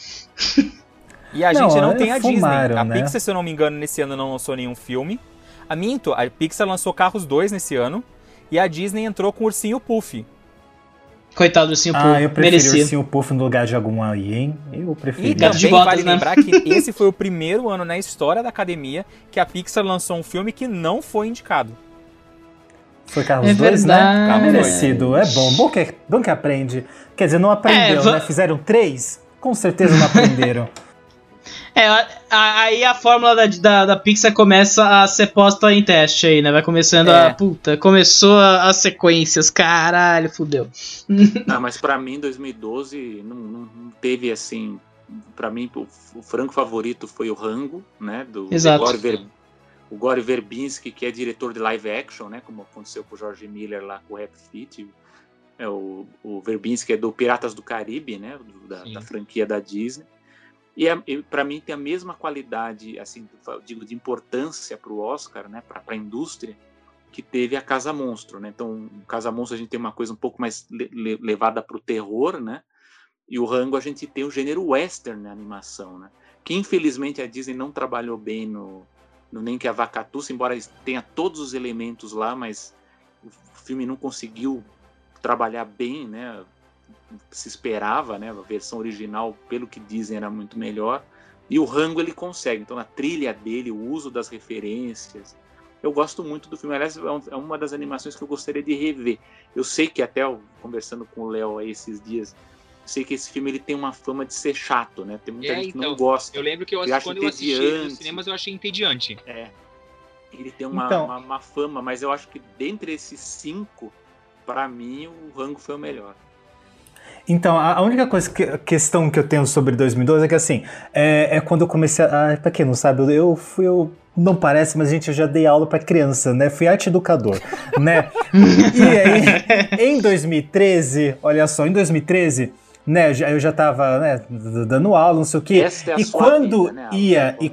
E a gente não tem a fumaram, Disney. A né? Pixar, se eu não me engano, nesse ano não lançou nenhum filme. A Pixar lançou Carros 2 nesse ano. E a Disney entrou com Ursinho Puff. Coitado do Ursinho Puff. Eu prefiro merecia. Ursinho Puff no lugar de algum aí, hein? Eu prefiro. E Gato de também Botas, vale né? lembrar que esse foi o primeiro ano na história da academia que a Pixar lançou um filme que não foi indicado. Foi Carros É 2, né? verdade. Merecido. É bom que aprende. Quer dizer, não aprendeu, né? Fizeram 3? Com certeza não aprenderam. Aí a fórmula da Pixar começa a ser posta em teste aí, né? Vai começando começou as sequências, caralho, fudeu. Não, mas pra mim, 2012, não teve assim... Pra mim, o frango favorito foi o Rango, né? Exato. O Gore Verbinski, que é diretor de live action, né? Como aconteceu com o George Miller lá com o Happy Feet. O Verbinski é do Piratas do Caribe, né? Da franquia da Disney. E para mim tem a mesma qualidade, assim, digo, de importância para o Oscar, né? Para a indústria, que teve a Casa Monstro, né? Então, o Casa Monstro a gente tem uma coisa um pouco mais levada para o terror, né? E o Rango a gente tem o gênero western na animação, né? Que infelizmente a Disney não trabalhou bem no Nem que a Vaca Tussa, embora tenha todos os elementos lá, mas o filme não conseguiu trabalhar bem, né? Se esperava, né? A versão original, pelo que dizem, era muito melhor. E o Rango ele consegue. Então a trilha dele, o uso das referências. Eu gosto muito do filme. Aliás, é uma das animações que eu gostaria de rever. Eu sei que até conversando com o Léo aí esses dias, sei que esse filme ele tem uma fama de ser chato, né? Tem muita gente que não gosta. Eu lembro que quando eu assisti nos cinemas eu achei entediante. Ele tem uma fama, mas eu acho que dentre esses 5, para mim o Rango foi o melhor. Então, a única questão que eu tenho sobre 2012 é que, assim, quando eu comecei pra quem não sabe, eu não parece, mas gente, eu já dei aula pra criança, né? Fui arte educador, né? E aí, em 2013, olha só, em 2013, né, eu já tava, né, dando aula, não sei o quê. E quando vida, né? E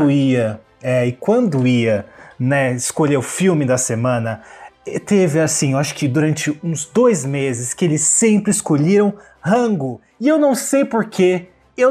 quando ia, né, escolher o filme da semana, teve assim, eu acho que durante uns 2 meses que eles sempre escolheram Rango. E eu não sei porquê,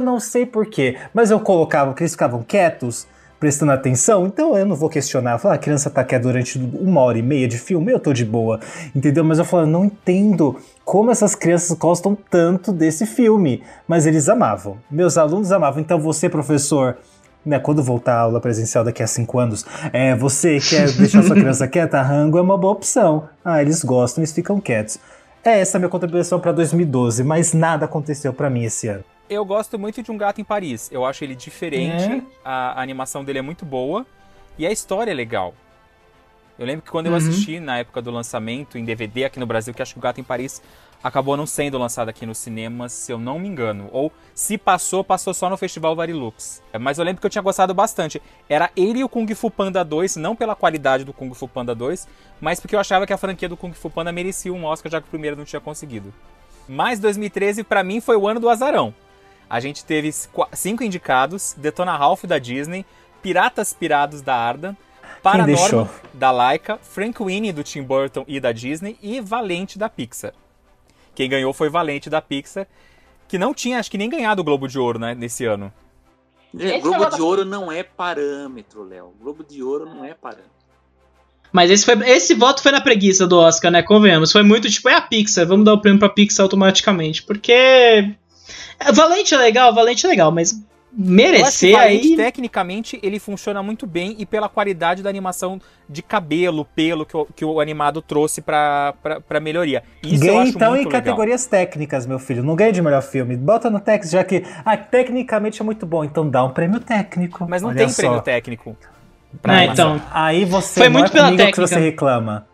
mas eu colocava que eles ficavam quietos, prestando atenção, então eu não vou questionar. Eu falo, a criança tá quieta durante 1h30 de filme, eu tô de boa, entendeu? Mas eu falo, não entendo como essas crianças gostam tanto desse filme. Mas eles amavam, meus alunos amavam. Então você, professor, né, quando voltar a aula presencial daqui a 5 anos, você quer deixar sua criança quieta? Rango é uma boa opção. Eles gostam, eles ficam quietos. Essa é a minha contribuição para 2012, mas nada aconteceu para mim esse ano. Eu gosto muito de Um Gato em Paris. Eu acho ele diferente, a animação dele é muito boa e a história é legal. Eu lembro que quando eu assisti na época do lançamento em DVD aqui no Brasil, que acho que O Gato em Paris acabou não sendo lançado aqui nos cinemas, se eu não me engano. Ou se passou só no Festival Varilux. Mas eu lembro que eu tinha gostado bastante. Era ele e o Kung Fu Panda 2, não pela qualidade do Kung Fu Panda 2, mas porque eu achava que a franquia do Kung Fu Panda merecia um Oscar, já que o primeiro não tinha conseguido. Mas 2013, pra mim, foi o ano do azarão. A gente teve 5 indicados: Detona Ralph da Disney, Piratas Pirados da Ardan, Paranormal da Laika, Frank Winnie do Tim Burton e da Disney e Valente da Pixar. Quem ganhou foi Valente da Pixar, que não tinha, acho que nem ganhado o Globo de Ouro, né, nesse ano. Globo de Ouro não é parâmetro, Léo. Globo de Ouro não é parâmetro. Mas esse voto foi na preguiça do Oscar, né? Convenhamos. Foi muito tipo, a Pixar, vamos dar o prêmio pra Pixar automaticamente. Porque Valente é legal, mas merecer Valente, aí... tecnicamente, ele funciona muito bem e pela qualidade da animação de cabelo, pelo que o animado trouxe pra melhoria. Isso ganha eu acho então muito em categorias técnicas, meu filho. Não ganha de melhor filme. Bota no técnico, já que tecnicamente é muito bom. Então dá um prêmio técnico. Mas não tem prêmio técnico. Então. Aí você foi muito pela técnica que você reclama.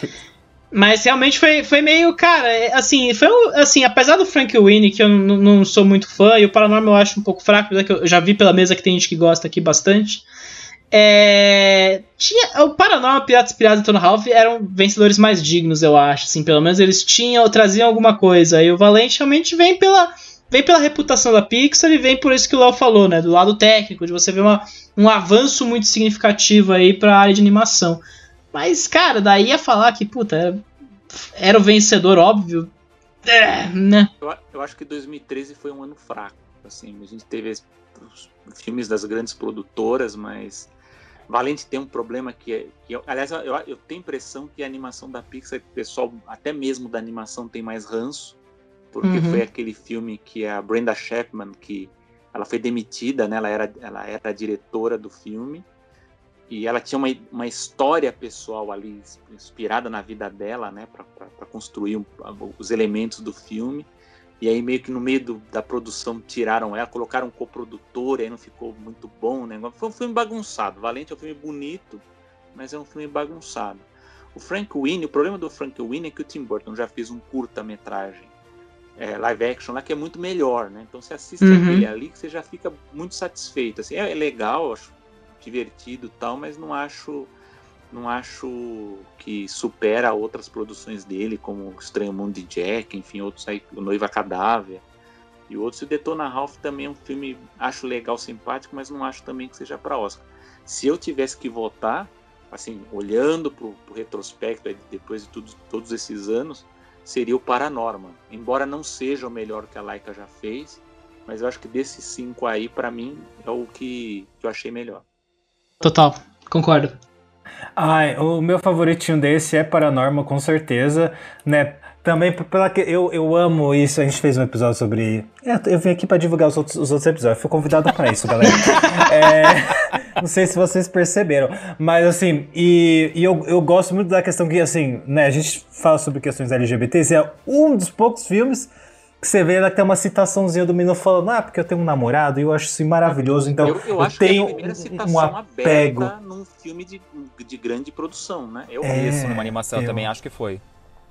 Mas realmente foi meio, cara, assim, apesar do Frank Winnie, que eu não sou muito fã, e o Paranormal eu acho um pouco fraco, apesar que eu já vi pela mesa que tem gente que gosta aqui bastante. O Paranormal, Piratas Pirados e Detona Ralph eram vencedores mais dignos, eu acho, assim, pelo menos eles traziam alguma coisa, e o Valente realmente vem pela reputação da Pixar e vem por isso que o Léo falou, né, do lado técnico, de você ver um avanço muito significativo aí pra área de animação. Mas, cara, daí ia falar que, puta, era o vencedor, óbvio. Né? Eu acho que 2013 foi um ano fraco. Assim, a gente teve os filmes das grandes produtoras, mas Valente tem um problema aliás, eu tenho a impressão que a animação da Pixar, o pessoal, até mesmo da animação, tem mais ranço, porque foi aquele filme que a Brenda Chapman, que ela foi demitida, né? Ela era a diretora do filme. E ela tinha uma história pessoal ali, inspirada na vida dela, né, para construir os elementos do filme. E aí meio que no meio da produção tiraram ela, colocaram um coprodutor, e aí não ficou muito bom, né? Foi um filme bagunçado. Valente é um filme bonito, mas é um filme bagunçado. O problema do Frank Winnie é que o Tim Burton já fez um curta-metragem live action lá que é muito melhor, né? Então você assiste aquele ali que você já fica muito satisfeito. Assim, é legal, acho divertido e tal, mas não acho que supera outras produções dele, como O Estranho Mundo de Jack, enfim, outros aí, O Noiva Cadáver e outros. E o Detona Ralph também é um filme, acho legal, simpático, mas não acho também que seja para Oscar. Se eu tivesse que votar, assim, olhando pro retrospecto depois de todos esses anos, seria o Paranormal, embora não seja o melhor que a Laika já fez, mas eu acho que desses 5 aí, para mim, é o que eu achei melhor. Total, concordo. O meu favoritinho desse é Paranormal, com certeza, né? Também eu amo isso, a gente fez um episódio sobre... Eu vim aqui pra divulgar os outros episódios, fui convidado pra isso, galera. Não sei se vocês perceberam, mas assim, eu gosto muito da questão que, assim, né, a gente fala sobre questões LGBTs, e é um dos poucos filmes que você vê ela que tem uma citaçãozinha do menino falando, porque eu tenho um namorado, e eu acho isso maravilhoso, então eu acho tenho que é a primeira citação um apego num filme de grande produção, né? Isso, numa animação também acho que foi.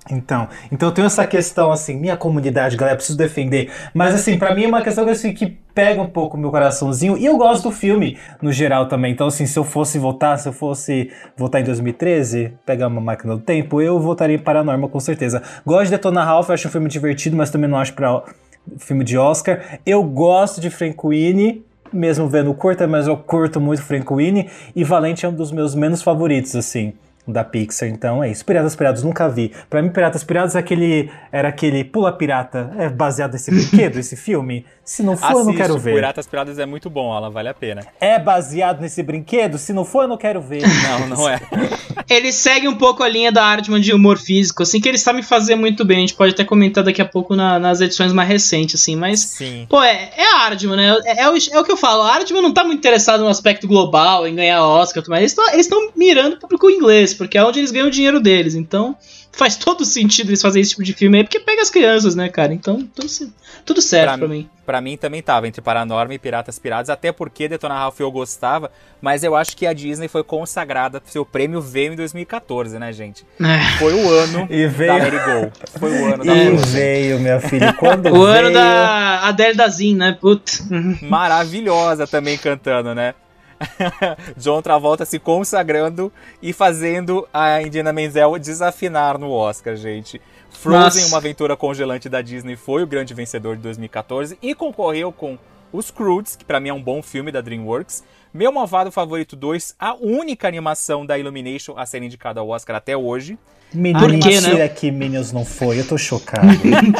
Então eu tenho essa questão, assim, minha comunidade, galera, preciso defender. Mas, assim, pra mim é uma questão assim, que pega um pouco o meu coraçãozinho. E eu gosto do filme, no geral, também. Então, assim, se eu fosse votar em 2013, pegar uma máquina do tempo, eu votaria em Paranormal, com certeza. Gosto de Detona Ralph, eu acho um filme divertido, mas também não acho pra filme de Oscar. Eu gosto de Frank Winnie, mesmo vendo curta, mas eu curto muito Frank Winnie. E Valente é um dos meus menos favoritos, assim, da Pixar. Então é isso. Piratas Pirados nunca vi. Pra mim, Piratas Pirados era aquele Pula Pirata. É baseado nesse brinquedo, esse filme? Se não for, eu não quero ver. Piratas Pirados é muito bom, Alan, vale a pena. É baseado nesse brinquedo? Se não for, eu não quero ver. Não é. Ele segue um pouco a linha da Aardman de humor físico, assim, que ele sabe fazer muito bem. A gente pode até comentar daqui a pouco nas edições mais recentes, assim, mas... Sim. Pô, é a Aardman, né? É o que eu falo. A Aardman não tá muito interessado no aspecto global, em ganhar Oscar, mas eles estão mirando o público inglês, porque é onde eles ganham o dinheiro deles. Então, faz todo sentido eles fazerem esse tipo de filme aí, porque pega as crianças, né, cara? Então, tudo certo pra mim. Pra mim também tava entre Paranormal e Piratas Pirados, até porque Detona Ralph eu gostava, mas eu acho que a Disney foi consagrada, seu prêmio veio em 2014, né, gente? Foi o ano da Let It Go. Foi o ano da Frozen. Veio, minha filha, quando o ano da Adele Dazeem, né? Putz. Maravilhosa também cantando, né? John Travolta se consagrando e fazendo a Idina Menzel desafinar no Oscar, gente. Frozen, uma aventura congelante da Disney, foi o grande vencedor de 2014 e concorreu com Os Croods, que pra mim é um bom filme da DreamWorks, Meu Malvado Favorito 2, a única animação da Illumination a ser indicada ao Oscar até hoje. Mentira que Minions não foi, eu tô chocado.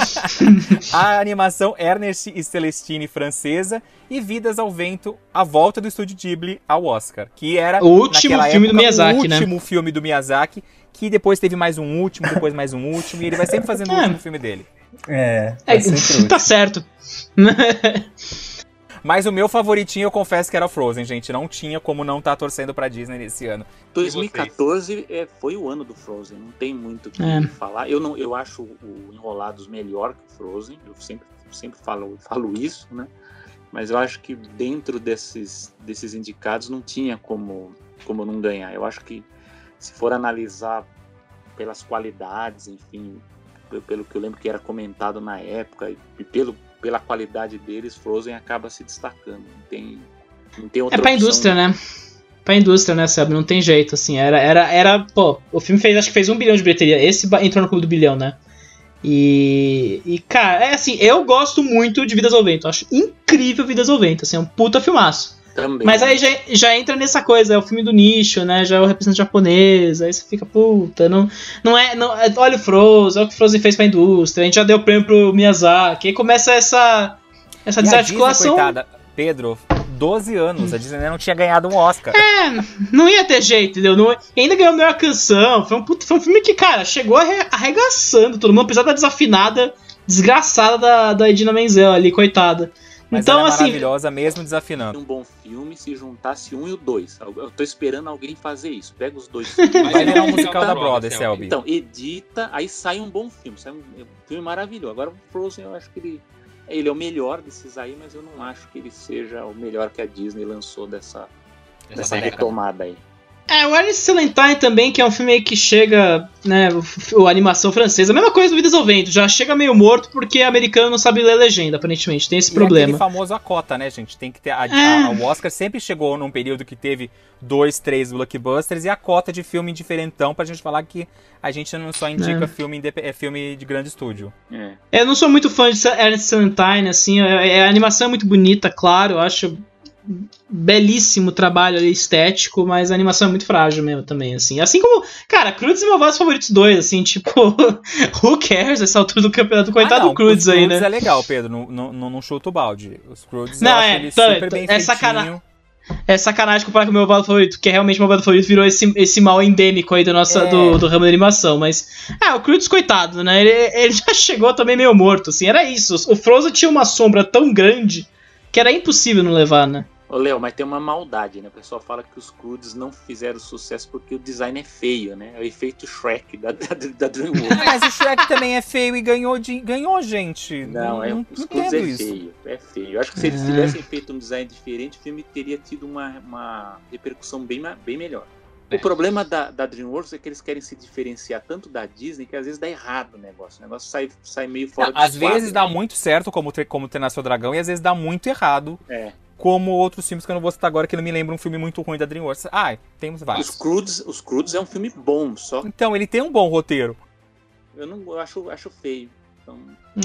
A animação Ernest e Celestine francesa e Vidas ao Vento, a volta do Estúdio Ghibli ao Oscar, que era o último filme do Miyazaki, né? O último filme do Miyazaki, que depois teve mais um último, depois mais um último, e ele vai sempre fazendo o último filme dele. Tá certo. Mas o meu favoritinho, eu confesso que era Frozen, gente. Não tinha como não estar torcendo pra Disney nesse ano. 2014 foi o ano do Frozen, não tem muito o que falar. Eu acho o Enrolados melhor que o Frozen, eu sempre falo isso, né? Mas eu acho que dentro desses indicados não tinha como não ganhar. Eu acho que se for analisar pelas qualidades, enfim, pelo que eu lembro que era comentado na época, e pela qualidade deles, Frozen acaba se destacando. Não tem outra pra opção, indústria, né? Pra indústria, né, sabe? Não tem jeito, assim. Pô, o filme acho que fez 1 bilhão de bilheteria. Esse entrou no clube do bilhão, né? E cara, assim, eu gosto muito de Vidas ao Vento. Acho incrível Vidas ao Vento, assim, é um puta filmaço. Também. Mas aí já entra nessa coisa, é o filme do nicho, né? Já é o representante japonês, aí você fica, puta, não é, olha o Frozen, olha o que o Frozen fez pra indústria, a gente já deu prêmio pro Miyazaki, aí começa essa desarticulação. Disney, coitada, Pedro, 12 anos, a Disney não tinha ganhado um Oscar. Não ia ter jeito, entendeu? E ainda ganhou a melhor canção, foi um filme que, cara, chegou arregaçando todo mundo, apesar da desafinada, desgraçada da Idina Menzel ali, coitada. Mas então, ela é assim, maravilhosa mesmo desafinando. Um bom filme se juntasse 1 e o 2. Eu tô esperando alguém fazer isso. Pega os dois. Vai virar um musical da Broadway, Selby. Então, edita, aí sai um bom filme. Sai um filme maravilhoso. Agora o Frozen, eu acho que ele é o melhor desses aí, mas eu não acho que ele seja o melhor que a Disney lançou dessa retomada aí. O Ernest Celentine também, que é um filme aí que chega, né, a animação francesa, a mesma coisa do Vidas ao Vento, já chega meio morto porque americano não sabe ler legenda, aparentemente, tem esse problema. É aquele famoso a cota, né, gente, tem que ter, o Oscar sempre chegou num período que teve 2, 3 blockbusters e a cota de filme diferentão pra gente falar que a gente não só indica filme de grande estúdio. Eu não sou muito fã de Ernest Celentine, assim, a animação é muito bonita, claro, eu acho belíssimo trabalho ali, estético, mas a animação é muito frágil mesmo também, assim. Assim como, cara, Croods e Malvados Favoritos 2, assim, tipo, who cares essa altura do campeonato, coitado do Croods aí, né? Os Croods é legal, Pedro, não chuta o balde. Os Croods eu acho ele super bem feitinho. É sacanagem comparar com o meu Malvado Favorito, que realmente o Malvado Favorito virou esse mal endêmico aí do ramo da animação, mas... o Croods, coitado, né? Ele já chegou também meio morto, assim, era isso. O Frozen tinha uma sombra tão grande que era impossível não levar, né? Ô, Léo, mas tem uma maldade, né? O pessoal fala que os Croods não fizeram sucesso porque o design é feio, né? É o efeito Shrek da DreamWorks. Mas o Shrek também é feio e ganhou, gente. Não, os Croods é feio. É feio. Eu acho que se eles tivessem feito um design diferente, o filme teria tido uma repercussão bem melhor. O problema da DreamWorks é que eles querem se diferenciar tanto da Disney que às vezes dá errado o negócio. O negócio sai meio fora do Às esquadro, vezes dá muito certo, como Treinar Seu Dragão, e às vezes dá muito errado. Como outros filmes que eu não vou citar agora, que não me lembra um filme muito ruim da DreamWorks. Temos vários. Os Croods é um filme bom, só. Então, ele tem um bom roteiro. Eu acho feio. Então...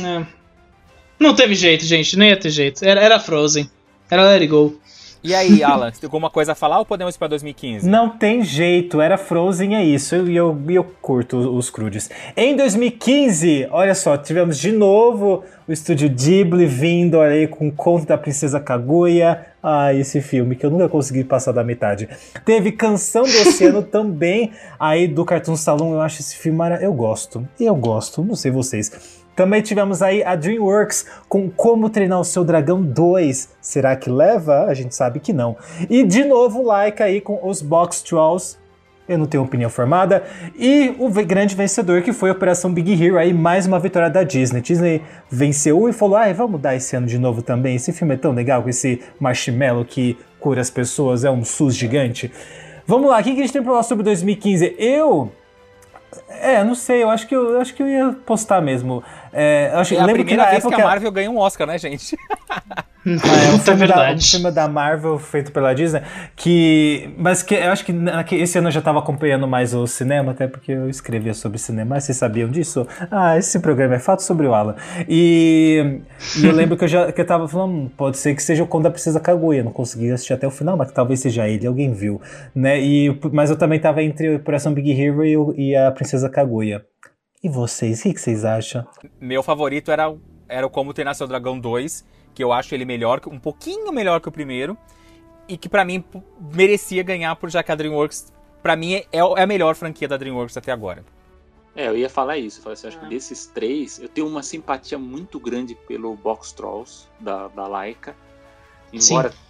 Não teve jeito, gente. Nem ia ter jeito. Era Frozen. Era Let It Go. E aí, Alan, você tem alguma coisa a falar ou podemos ir pra 2015? Não tem jeito, era Frozen, é isso. E eu curto os Croods. Em 2015, olha só, tivemos de novo o estúdio Ghibli vindo aí com o Conto da Princesa Kaguya. Esse filme que eu nunca consegui passar da metade. Teve Canção do Oceano também, aí do Cartoon Saloon. Eu acho esse filme maravilhoso. Eu gosto, não sei vocês. Também tivemos aí a DreamWorks com Como Treinar o Seu Dragão 2. Será que leva? A gente sabe que não. E de novo Laika aí com os Box Trolls. Eu não tenho opinião formada. E o grande vencedor que foi Operação Big Hero. Aí mais uma vitória da Disney. Disney venceu e falou, vamos dar esse ano de novo também. Esse filme é tão legal com esse marshmallow que cura as pessoas. É um SUS gigante. Vamos lá, o que a gente tem pra falar sobre 2015? Não sei, eu acho que eu ia postar mesmo. É a primeira vez que a Marvel ganha um Oscar, né, gente? É um filme da Marvel feito pela Disney, mas que eu acho que esse ano eu já estava acompanhando mais o cinema, até porque eu escrevia sobre cinema. Vocês sabiam disso? Esse programa é fato sobre o Alan. E eu lembro que eu tava falando, pode ser que seja o Conto da Princesa Kaguya, não consegui assistir até o final, mas que talvez seja ele, alguém viu, né? Mas eu também tava entre Operação Big Hero e a Princesa Kaguya. E vocês, o que vocês acham? Meu favorito era o Como Treinar Seu Dragão 2, que eu acho ele um pouquinho melhor que o primeiro, e que pra mim merecia ganhar, já que a DreamWorks, pra mim, é a melhor franquia da DreamWorks até agora. Eu ia falar isso, acho que desses três, eu tenho uma simpatia muito grande pelo Box Trolls, da Laika, embora... Sim.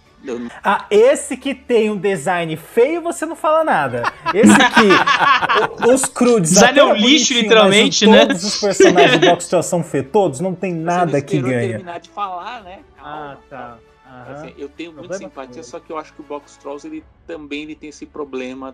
Esse que tem um design feio, você não fala nada. Esse aqui, os Croods... Design é um lixo, literalmente, né? Todos os personagens do Box Trolls são feios, todos, não tem nada que ganha. Terminar de falar, né? Tá. Assim, eu tenho muita simpatia, só que eu acho que o Box Trolls, ele também tem esse problema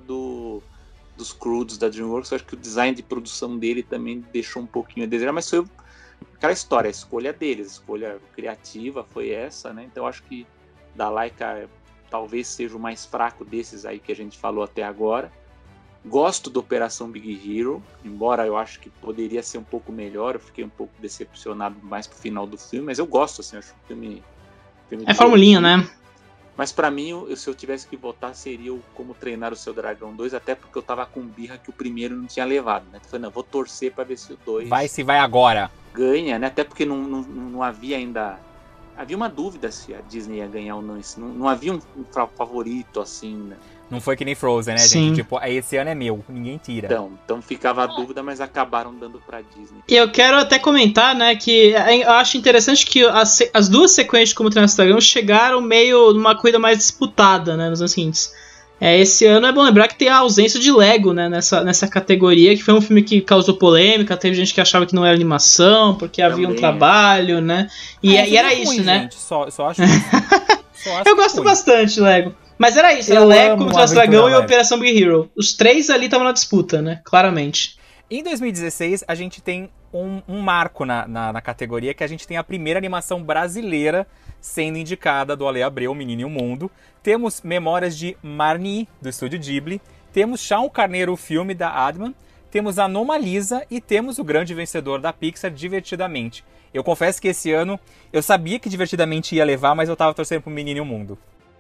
dos Croods da DreamWorks. Eu acho que o design de produção dele também deixou um pouquinho a desejar, mas foi aquela história, a escolha deles, a escolha criativa foi essa, né? Então eu acho que da Laika talvez seja o mais fraco desses aí que a gente falou até agora. Gosto da Operação Big Hero, embora eu acho que poderia ser um pouco melhor. Eu fiquei um pouco decepcionado mais pro final do filme, mas eu gosto, assim, eu acho o filme formulinha, né? Mas pra mim, se eu tivesse que votar, seria o Como Treinar o Seu Dragão 2, até porque eu tava com birra que o primeiro não tinha levado, né? Eu falei, não, vou torcer pra ver se o 2 vai agora. Ganha, né? Até porque não havia ainda... Havia uma dúvida se a Disney ia ganhar ou não. Não havia um favorito, assim, né? Não foi que nem Frozen, né, Sim. gente? Tipo, esse ano é meu, ninguém tira. Então ficava a dúvida, mas acabaram dando pra Disney. E eu quero até comentar, né, que eu acho interessante que as duas sequências de Como Treinar Seu Dragão chegaram meio numa corrida mais disputada, né, nos anos seguintes. Esse ano é bom lembrar que tem a ausência de Lego, né, nessa categoria, que foi um filme que causou polêmica, teve gente que achava que não era animação, porque havia um trabalho, né, e era isso, ruim, né. Gente, só acho isso. Eu gosto bastante de Lego. Mas era isso, era Lego, Como Treinar Seu Dragão e Operação Big Hero. Os três ali estavam na disputa, né, claramente. Em 2016, a gente tem um marco na categoria, que a gente tem a primeira animação brasileira sendo indicada do Ale Abreu, Menino e o Mundo. Temos Memórias de Marnie, do estúdio Ghibli. Temos Chão Carneiro, o filme da Adman. Temos Anomalisa e temos o grande vencedor da Pixar, Divertidamente. Eu confesso que esse ano eu sabia que Divertidamente ia levar, mas eu tava torcendo pro Menino e o Mundo.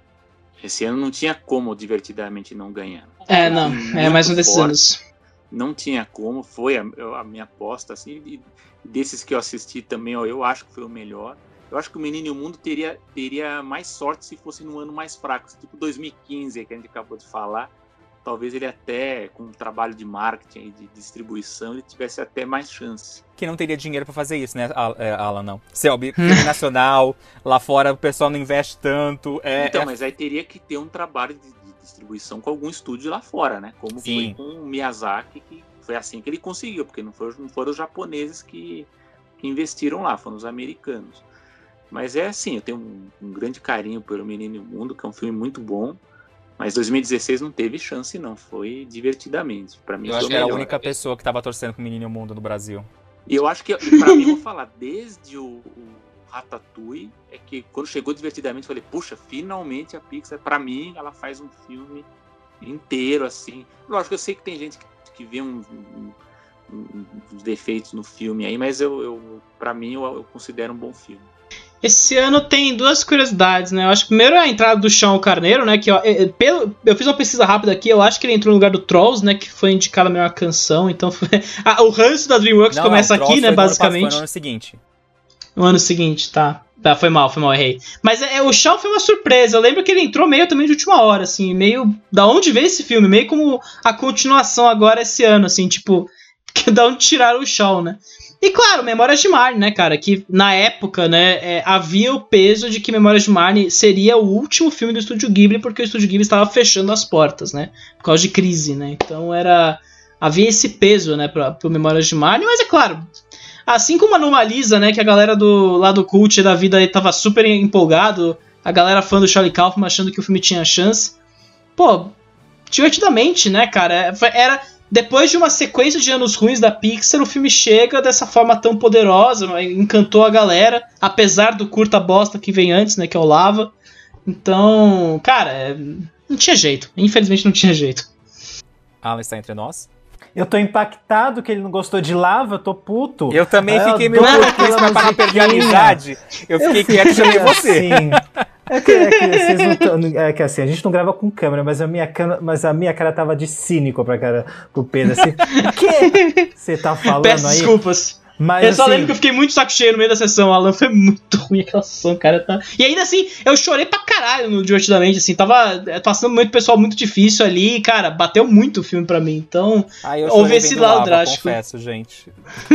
Esse ano não tinha como Divertidamente não ganhar. Não. É mais um desses anos. Não tinha como, foi a minha aposta, assim, e desses que eu assisti também, eu acho que foi o melhor. Eu acho que o Menino e o Mundo teria mais sorte se fosse num ano mais fraco, tipo 2015, que a gente acabou de falar. Talvez ele até, com um trabalho de marketing e de distribuição, ele tivesse até mais chance. Que não teria dinheiro pra fazer isso, né, Alan, não. Selby, filme nacional, lá fora o pessoal não investe tanto. Mas aí teria que ter um trabalho de distribuição com algum estúdio lá fora, né? Como Sim. Foi com o Miyazaki, que foi assim que ele conseguiu, porque não foram os japoneses que investiram lá, foram os americanos. Mas é assim, eu tenho um grande carinho pelo Menino e o Mundo, que é um filme muito bom. Mas 2016 não teve chance, não. Foi divertidamente. Pra mim, eu acho que era a única pessoa que tava torcendo com o Menino e o Mundo no Brasil. E eu acho que, pra mim, vou falar, desde o Ratatouille, é que quando chegou divertidamente, eu falei, puxa, finalmente a Pixar, pra mim, ela faz um filme inteiro, assim. Lógico que eu sei que tem gente que vê uns defeitos no filme aí, mas pra mim, eu considero um bom filme. Esse ano tem duas curiosidades, né? Eu acho que primeiro é a entrada do Sean Carneiro, né? Que eu fiz uma pesquisa rápida aqui, eu acho que ele entrou no lugar do Trolls, né? Que foi indicado a melhor canção, então foi... o ranço da DreamWorks começa aqui, né? Basicamente. Foi no ano seguinte. No ano seguinte, tá. Tá, foi mal, errei. Mas o Sean foi uma surpresa. Eu lembro que ele entrou meio também de última hora, assim, meio... Da onde veio esse filme? Meio como a continuação agora esse ano, assim, tipo... Da onde tiraram o Sean, né? E claro, Memórias de Marnie, né, cara? Que na época, né, havia o peso de que Memórias de Marnie seria o último filme do Estúdio Ghibli, porque o Estúdio Ghibli estava fechando as portas, né? Por causa de crise, né? Então havia esse peso, né, pro Memórias de Marnie, mas é claro, assim como Anomalisa, né, que a galera lá do cult da vida aí tava super empolgado, a galera fã do Charlie Kaufman achando que o filme tinha chance. Pô, divertidamente, né, cara? Era... Depois de uma sequência de anos ruins da Pixar, o filme chega dessa forma tão poderosa, encantou a galera, apesar do curta bosta que vem antes, né, que é o Lava. Então, cara, não tinha jeito. Infelizmente não tinha jeito. Alan está entre nós? Eu tô impactado que ele não gostou de Lava, eu tô puto. Eu também fiquei meio puto com isso, mas pra não perder a amizade, eu fiquei quieto e chamei você. É que assim, a gente não grava com câmera, mas a minha cara tava de cínico pro Pedro, assim, o que você tá falando Peço aí? Desculpas. Mas, eu só lembro que eu fiquei muito saco cheio no meio da sessão, Alan, foi muito ruim aquela sessão, cara, tá... E ainda assim, eu chorei pra caralho no Divertidamente, assim, tava passando muito pessoal muito difícil ali, e, cara, bateu muito o filme pra mim, então houve esse lado drástico. Confesso, gente.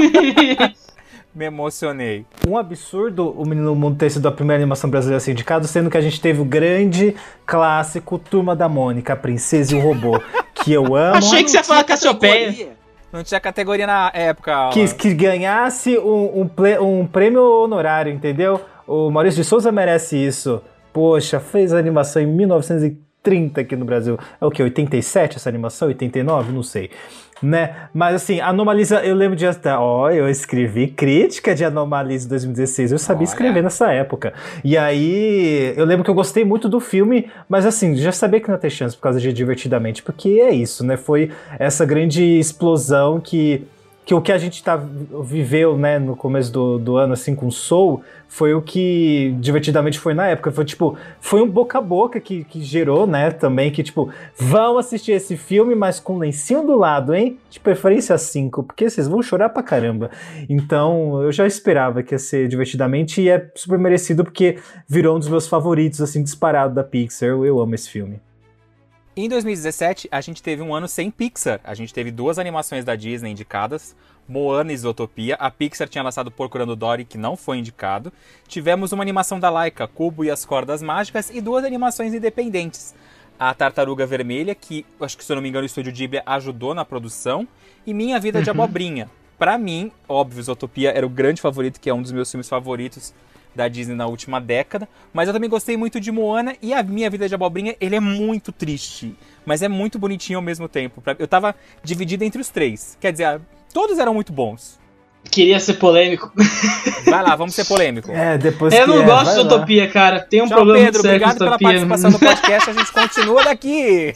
Me emocionei. Um absurdo o Menino do Mundo ter sido a primeira animação brasileira sindicada, sendo que a gente teve o grande clássico Turma da Mônica, a Princesa e o Robô, que eu amo. Achei que você ia falar Cassiopeia. Não tinha categoria na época. Que ganhasse um prêmio honorário, entendeu? O Maurício de Souza merece isso. Poxa, fez a animação em 1930 aqui no Brasil. É o quê? 87 essa animação? 89? Não sei. Né? Mas assim, Anomalisa, eu lembro de até... eu escrevi crítica de Anomalisa 2016. Eu sabia escrever nessa época. E aí, eu lembro que eu gostei muito do filme, mas assim, já sabia que não ia ter chance por causa de Divertidamente, porque é isso, né? Foi essa grande explosão que o que a gente viveu, né, no começo do ano, assim, com Soul, foi o que Divertidamente foi na época. Foi, tipo, foi um boca a boca que gerou, né, também, que, tipo, vão assistir esse filme, mas com lencinho do lado, hein? De preferência 5, porque vocês vão chorar pra caramba. Então, eu já esperava que ia ser Divertidamente, e é super merecido, porque virou um dos meus favoritos, assim, disparado da Pixar. Eu amo esse filme. Em 2017, a gente teve um ano sem Pixar. A gente teve 2 animações da Disney indicadas, Moana e Zootopia. A Pixar tinha lançado Procurando Dory, que não foi indicado. Tivemos uma animação da Laika, Kubo e as Cordas Mágicas, e 2 animações independentes. A Tartaruga Vermelha, que, acho que se eu não me engano, o Estúdio Ghibli ajudou na produção, e Minha Vida de Abobrinha. Pra mim, óbvio, Zootopia era o grande favorito, que é um dos meus filmes favoritos da Disney na última década, mas eu também gostei muito de Moana, e A Minha Vida de Abobrinha, ele é muito triste, mas é muito bonitinho ao mesmo tempo. Eu tava dividido entre os 3, quer dizer, todos eram muito bons. Queria ser polêmico. Vai lá, vamos ser polêmico. Depois eu não gosto de Utopia, cara. Tem um problema Pedro, obrigado pela participação no podcast, a gente continua daqui.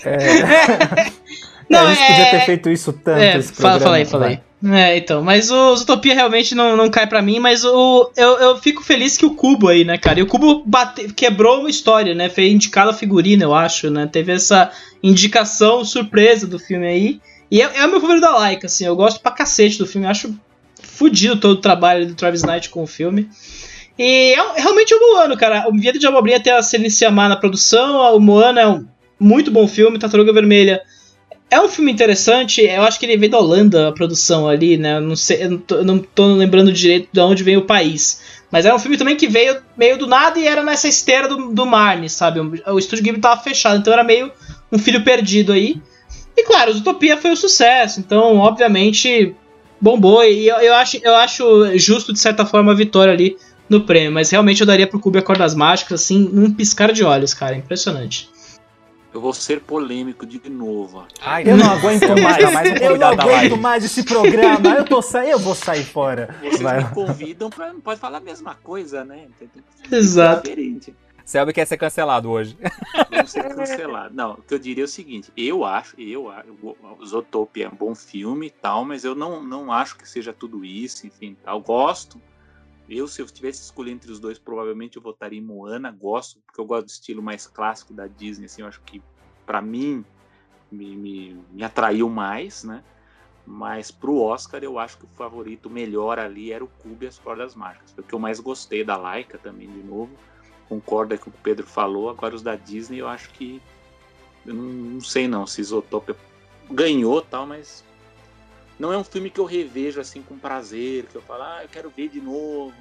Não, a gente podia ter feito isso tanto, esse programa. Falei. Então, mas o Zootopia realmente não cai pra mim, mas eu fico feliz que o Kubo aí, né, cara? E o Kubo quebrou uma história, né? Foi indicado a figurina, eu acho, né? Teve essa indicação surpresa do filme aí. E é o meu favorito da Laika, assim. Eu gosto pra cacete do filme. Eu acho fudido todo o trabalho do Travis Knight com o filme. E realmente é um bom ano, cara. O Vida de Abobrinha tem a Celice Amar na produção. O Moana é um muito bom filme. Tartaruga Vermelha é um filme interessante. Eu acho que ele veio da Holanda, a produção ali, né? Eu não sei, eu não tô lembrando direito de onde veio o país. Mas era um filme também que veio meio do nada e era nessa esteira do Marnie, sabe? O Estúdio Ghibli tava fechado, então era meio um filho perdido aí. E claro, Zootopia foi um sucesso, então obviamente bombou. E eu acho justo, de certa forma, a vitória ali no prêmio. Mas realmente eu daria pro Kubo e a Cordas Mágicas, assim, num piscar de olhos, cara. Impressionante. Eu vou ser polêmico de novo. Ai, eu não aguento mais. Eu não aguento mais esse programa. Eu vou sair fora. Vocês me convidam pra... Não pode falar a mesma coisa, né? Exato. Diferente. Selby quer ser cancelado hoje. Vamos ser cancelado. Não, o que eu diria é o seguinte. Eu acho Zootopia é um bom filme e tal, mas eu não acho que seja tudo isso, enfim, tal. Gosto. Se eu tivesse escolhido entre os dois, provavelmente eu votaria em Moana. Gosto, porque eu gosto do estilo mais clássico da Disney, assim, eu acho que, pra mim, me atraiu mais, né? Mas pro Oscar, eu acho que o favorito melhor ali era o Cubo e as Cordas Mágicas. Foi o que eu mais gostei da Laika também, de novo. Concordo com o que o Pedro falou. Agora os da Disney, eu acho que... Eu não sei não se Zootopia ganhou e tal, mas... Não é um filme que eu revejo assim com prazer, que eu falo, eu quero ver de novo.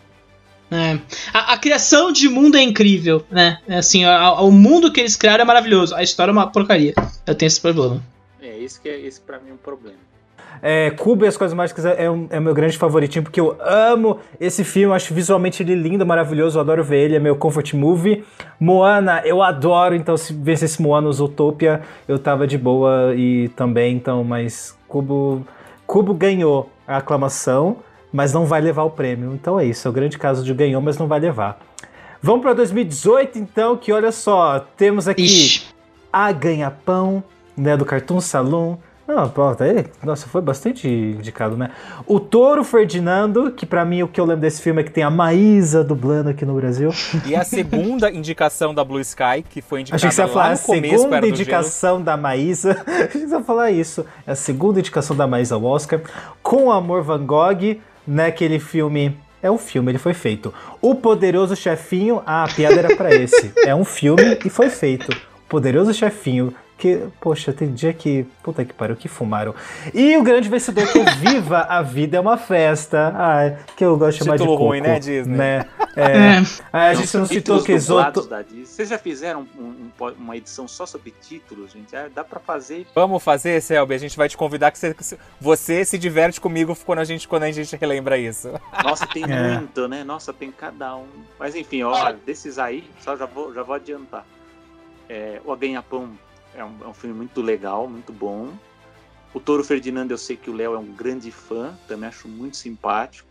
A criação de mundo é incrível, né? Assim, o mundo que eles criaram é maravilhoso. A história é uma porcaria. Eu tenho esse problema. Esse pra mim é um problema. Cubo e as Coisas Mágicas é o meu grande favoritinho, porque eu amo esse filme, acho visualmente ele lindo, maravilhoso, eu adoro ver ele, é meu comfort movie. Moana, eu adoro, então se vencesse Moana ou Zootopia, eu tava de boa e também, então, mas Cubo ganhou a aclamação, mas não vai levar o prêmio, então é isso, é o grande caso de ganhou, mas não vai levar. Vamos pra 2018, então, que olha só, temos aqui A Ganha-Pão, né, do Cartoon Saloon. Nossa, foi bastante indicado, né? O Touro Ferdinando, que pra mim o que eu lembro desse filme é que tem a Maísa dublando aqui no Brasil. E a segunda indicação da Blue Sky, que foi indicada Achei que você ia falar lá no começo, a segunda indicação da Maísa. Achei que você ia falar isso. É a segunda indicação da Maísa ao Oscar. Com Amor Van Gogh, né? Aquele filme... É um filme, ele foi feito. O Poderoso Chefinho... a piada era pra esse. É um filme e foi feito. O Poderoso Chefinho... Que, poxa, tem dia que... Puta que pariu, que fumaram. E o grande vencedor que é Viva a Vida é uma Festa. Que eu gosto de chamar de Coco. Ruim, né, Disney? Né? A gente não citou que Vocês já fizeram uma edição só sobre títulos, gente? Dá pra fazer. Vamos fazer, Selby. A gente vai te convidar que você se diverte comigo quando a gente relembra isso. Nossa, tem muito, né? Nossa, tem cada um. Mas enfim, ó, desses aí, só já vou adiantar. O A Ganha-Pão é um filme muito legal, muito bom. O Touro Ferdinando, eu sei que o Léo é um grande fã, também acho muito simpático.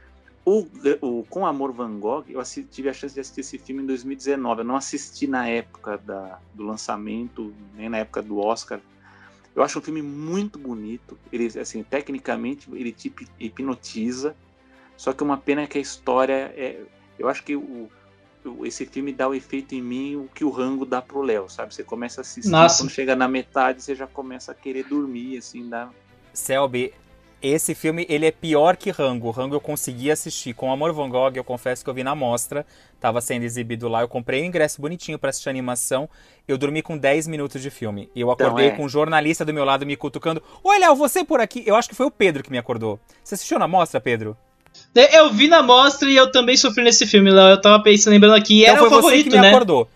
O Com Amor Van Gogh, eu tive a chance de assistir esse filme em 2019. Eu não assisti na época do lançamento, nem na época do Oscar. Eu acho um filme muito bonito. Ele, assim, tecnicamente, ele te hipnotiza. Só que uma pena é que a história eu acho que esse filme dá o efeito em mim o que o Rango dá pro Léo, sabe? Você começa a assistir, quando chega na metade, você já começa a querer dormir, assim, Selby, esse filme, ele é pior que Rango. Rango eu consegui assistir. Com Amor Van Gogh, eu confesso que eu vi na mostra, tava sendo exibido lá, eu comprei o ingresso bonitinho pra assistir a animação, eu dormi com 10 minutos de filme. E eu acordei com um jornalista do meu lado me cutucando. Oi, Léo, você por aqui? Eu acho que foi o Pedro que me acordou. Você assistiu na mostra, Pedro? Eu vi na mostra e eu também sofri nesse filme, Léo. Eu tava pensando, lembrando aqui, então era o favorito, né? Foi você que me acordou.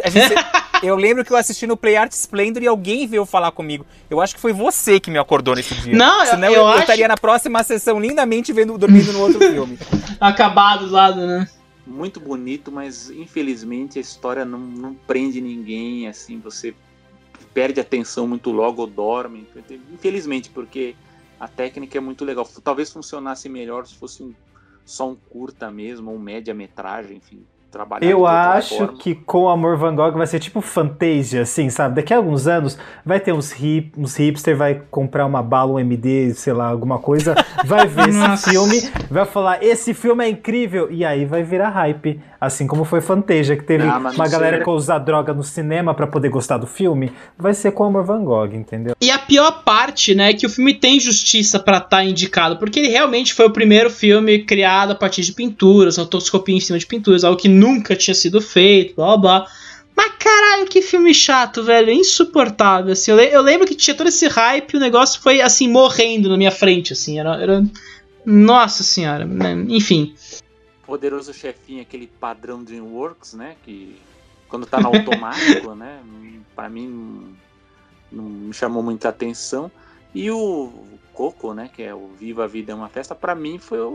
Eu lembro que eu assisti no Play Art Splendor e alguém veio falar comigo. Eu acho que foi você que me acordou nesse dia. Não, senão eu estaria na próxima sessão lindamente dormindo no outro filme. Acabado do lado, né? Muito bonito, mas infelizmente a história não prende ninguém, assim, você perde a atenção muito logo ou dorme. Infelizmente, porque a técnica é muito legal. Talvez funcionasse melhor se fosse só um curta mesmo, ou média-metragem, enfim, trabalhar. Eu acho que Com Amor Van Gogh vai ser tipo Fantasia, assim, sabe? Daqui a alguns anos vai ter uns hipster, vai comprar uma bala, um MD, sei lá, alguma coisa, vai ver esse filme, vai falar, esse filme é incrível, e aí vai virar hype. Assim como foi Fantasia, que teve uma galera que usar droga no cinema pra poder gostar do filme, vai ser Com Amor Van Gogh, entendeu? E a pior parte, né, é que o filme tem justiça pra estar indicado, porque ele realmente foi o primeiro filme criado a partir de pinturas, rotoscopia em cima de pinturas, algo que nunca tinha sido feito, blá blá. Mas caralho, que filme chato, velho, insuportável, assim. Eu lembro que tinha todo esse hype e o negócio foi, assim, morrendo na minha frente, assim, era... Nossa senhora, enfim... Poderoso Chefinho, aquele padrão DreamWorks, né? Que quando tá no automático, né? Pra mim não me chamou muita atenção. E o Coco, né? Que é o Viva a Vida é uma Festa. Pra mim foi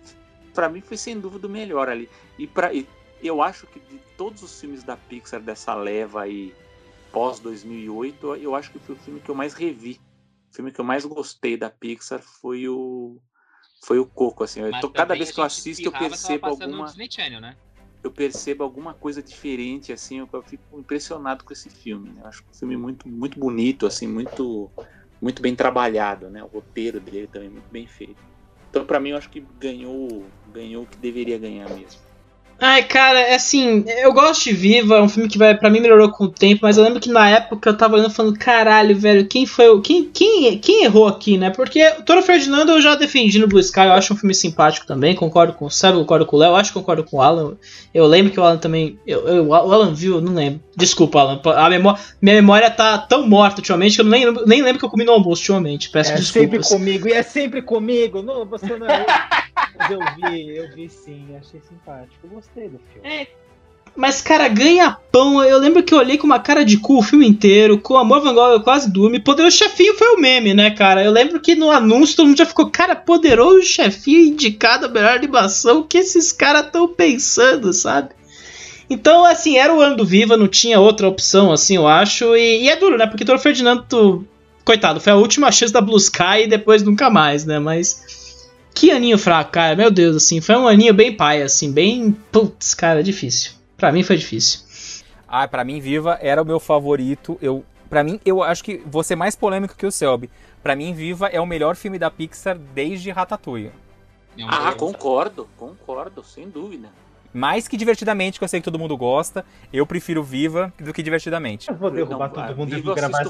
sem dúvida o melhor ali. E eu acho que de todos os filmes da Pixar dessa leva aí pós 2008, eu acho que foi o filme que eu mais revi. O filme que eu mais gostei da Pixar foi o Coco, assim. Cada vez que eu assisto eu percebo eu percebo alguma coisa diferente, assim, eu fico impressionado com esse filme, né? Eu acho um filme muito, muito bonito, assim, muito, muito bem trabalhado, né? O roteiro dele também é muito bem feito. Então, pra mim, eu acho que ganhou o que deveria ganhar mesmo. Ai, cara, assim, eu gosto de Viva, é um filme que pra mim melhorou com o tempo, mas eu lembro que na época eu tava olhando falando, caralho, velho, quem errou aqui, né? Porque o Toro Ferdinando eu já defendi no Blue Sky, eu acho um filme simpático também, concordo com o Léo, acho que concordo com o Alan. Eu lembro que o Alan também, o Alan viu, não lembro. Desculpa, Alan, minha memória tá tão morta ultimamente que eu nem lembro que eu comi no almoço ultimamente, peço desculpas. É sempre comigo, não, você não é... Mas eu vi sim, achei simpático, eu gostei do filme. Mas, cara, ganha pão. Eu lembro que eu olhei com uma cara de cu o filme inteiro. Com Amor Van Gogh eu quase dormi. Poderoso Chefinho foi o meme, né, cara? Eu lembro que no anúncio todo mundo já ficou, cara, Poderoso Chefinho indicado a melhor animação. O que esses caras estão pensando, sabe? Então, assim, era o ano do Viva, não tinha outra opção, assim, eu acho. E é duro, né? Porque Toro Ferdinando, coitado, foi a última chance da Blue Sky e depois nunca mais, né? Mas que aninho fraco, cara. Meu Deus, assim, foi um aninho bem pai, assim, bem... Putz, cara, difícil. Pra mim foi difícil. Pra mim Viva era o meu favorito. Eu acho que vou ser mais polêmico que o Selby. Pra mim Viva é o melhor filme da Pixar desde Ratatouille. Concordo, sem dúvida. Mais que Divertidamente, que eu sei que todo mundo gosta, eu prefiro Viva do que Divertidamente. Eu vou derrubar todo mundo e vou gravar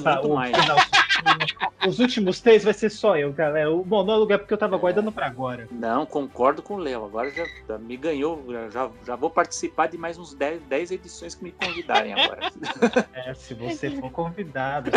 os últimos 3 vai ser só eu, galera. O monólogo é porque eu tava guardando pra agora. Não, concordo com o Léo. Agora já me ganhou. Já vou participar de mais uns 10 edições que me convidarem agora. Se você for convidado.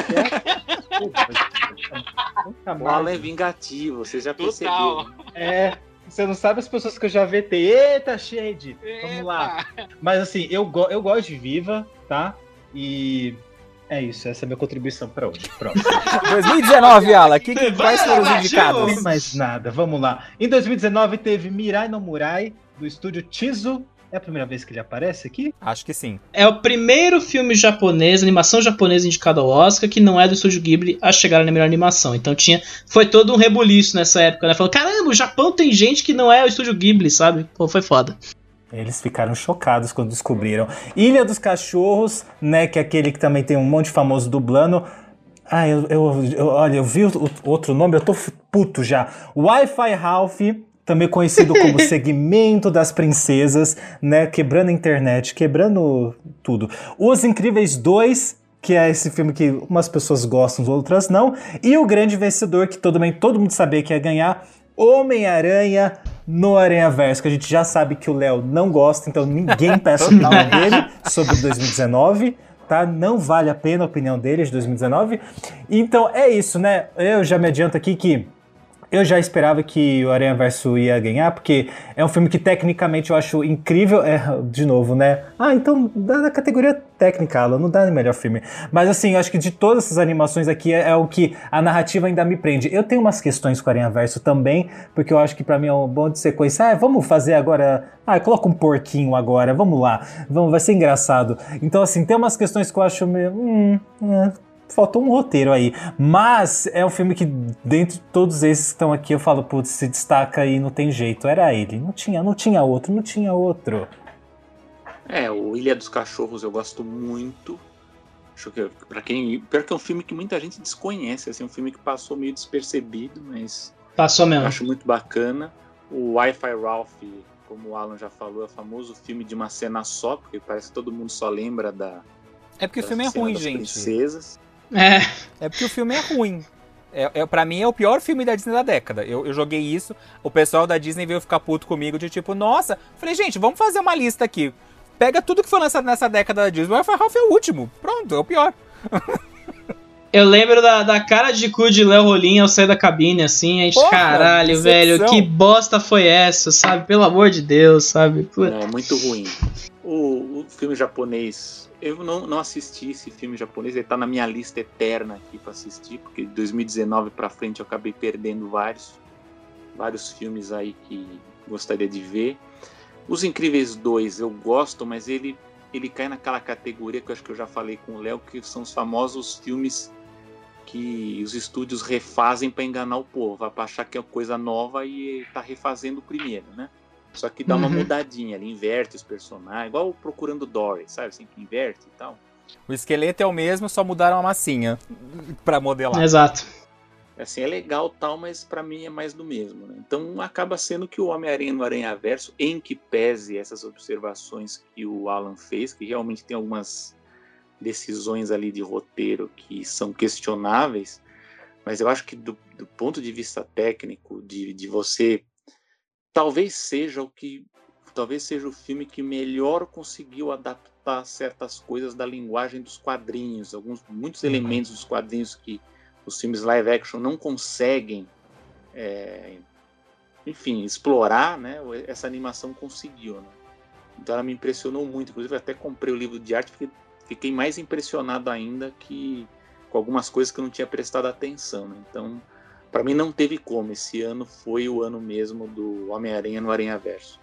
O Alan é vingativo, você já percebeu. Você não sabe as pessoas que eu já vetei. Eita, Shade! Vamos lá. Mas assim, eu gosto de Viva, tá? E é isso, essa é a minha contribuição pra hoje. Próximo. 2019, Alan, quais foram os indicados? Não tem mais nada, vamos lá. Em 2019 teve Mirai no Murai, do estúdio Chizu. É a primeira vez que ele aparece aqui? Acho que sim. É o primeiro filme japonês, animação japonesa indicado ao Oscar, que não é do estúdio Ghibli a chegar na melhor animação. Então foi todo um rebuliço nessa época, né? Falando, caramba, o Japão tem gente que não é o estúdio Ghibli, sabe? Pô, foi foda. Eles ficaram chocados quando descobriram. Ilha dos Cachorros, né? Que é aquele que também tem um monte de famoso dublando. Olha, eu vi o outro nome, eu tô puto já. Wi-Fi Ralph, também conhecido como Segmento das Princesas, né? Quebrando a internet, quebrando tudo. Os Incríveis 2, que é esse filme que umas pessoas gostam, outras não. E o grande vencedor, que todo mundo sabia que ia ganhar, Homem-Aranha no Aranhaverso, que a gente já sabe que o Léo não gosta, então ninguém peça a opinião dele sobre 2019. Tá? Não vale a pena a opinião dele de 2019. Então é isso, né? Eu já me adianto aqui que eu já esperava que o Aranhaverso ia ganhar, porque é um filme que tecnicamente eu acho incrível. De novo, né? Então dá na categoria técnica, Alan, não dá no melhor filme. Mas assim, eu acho que de todas essas animações aqui é o que a narrativa ainda me prende. Eu tenho umas questões com o Aranhaverso também, porque eu acho que pra mim é um bom de sequência. Vamos fazer agora... coloca um porquinho agora, vamos lá. Vai ser engraçado. Então assim, tem umas questões que eu acho meio... faltou um roteiro aí, mas é um filme que, dentre todos esses que estão aqui, eu falo, putz, se destaca e não tem jeito, era ele, não tinha outro. O Ilha dos Cachorros eu gosto muito, acho que pior que é um filme que muita gente desconhece, assim, um filme que passou meio despercebido, mas passou mesmo. Eu acho muito bacana. O Wi-Fi Ralph, como o Alan já falou, é o famoso filme de uma cena só, porque parece que todo mundo só lembra da... É porque o filme é ruim, gente. Princesas. É porque o filme é ruim. Pra mim é o pior filme da Disney da década. Eu joguei isso, o pessoal da Disney veio ficar puto comigo, de tipo, nossa, falei, gente, vamos fazer uma lista aqui. Pega tudo que foi lançado nessa década da Disney, o Wi-Fi Ralph é o último. Pronto, é o pior. Eu lembro da cara de cu de Léo Rolim ao sair da cabine, assim, a gente, caralho, velho, que bosta foi essa, sabe? Pelo amor de Deus, sabe? É muito ruim. O filme japonês... Eu não assisti esse filme japonês, ele tá na minha lista eterna aqui pra assistir, porque de 2019 pra frente eu acabei perdendo vários filmes aí que gostaria de ver. Os Incríveis 2 eu gosto, mas ele ele cai naquela categoria que eu acho que eu já falei com o Léo, que são os famosos filmes que os estúdios refazem para enganar o povo, para achar que é coisa nova e tá refazendo o primeiro, né? Só que dá uma mudadinha, ele inverte os personagens, igual o Procurando Dory, sabe? Assim, que inverte e tal. O esqueleto é o mesmo, só mudaram a massinha pra modelar. Exato. Assim, é legal tal, mas pra mim é mais do mesmo, né? Então acaba sendo que o Homem-Aranha no Aranhaverso, em que pese essas observações que o Alan fez, que realmente tem algumas decisões ali de roteiro que são questionáveis, mas eu acho que do ponto de vista técnico, de você, talvez seja o filme que melhor conseguiu adaptar certas coisas da linguagem dos quadrinhos, muitos elementos dos quadrinhos que os filmes live action não conseguem, explorar, né? Essa animação conseguiu, né? Então ela me impressionou muito, inclusive eu até comprei o livro de arte porque fiquei mais impressionado ainda com algumas coisas que eu não tinha prestado atenção, né? Então, para mim não teve como, esse ano foi o ano mesmo do Homem-Aranha no Aranhaverso.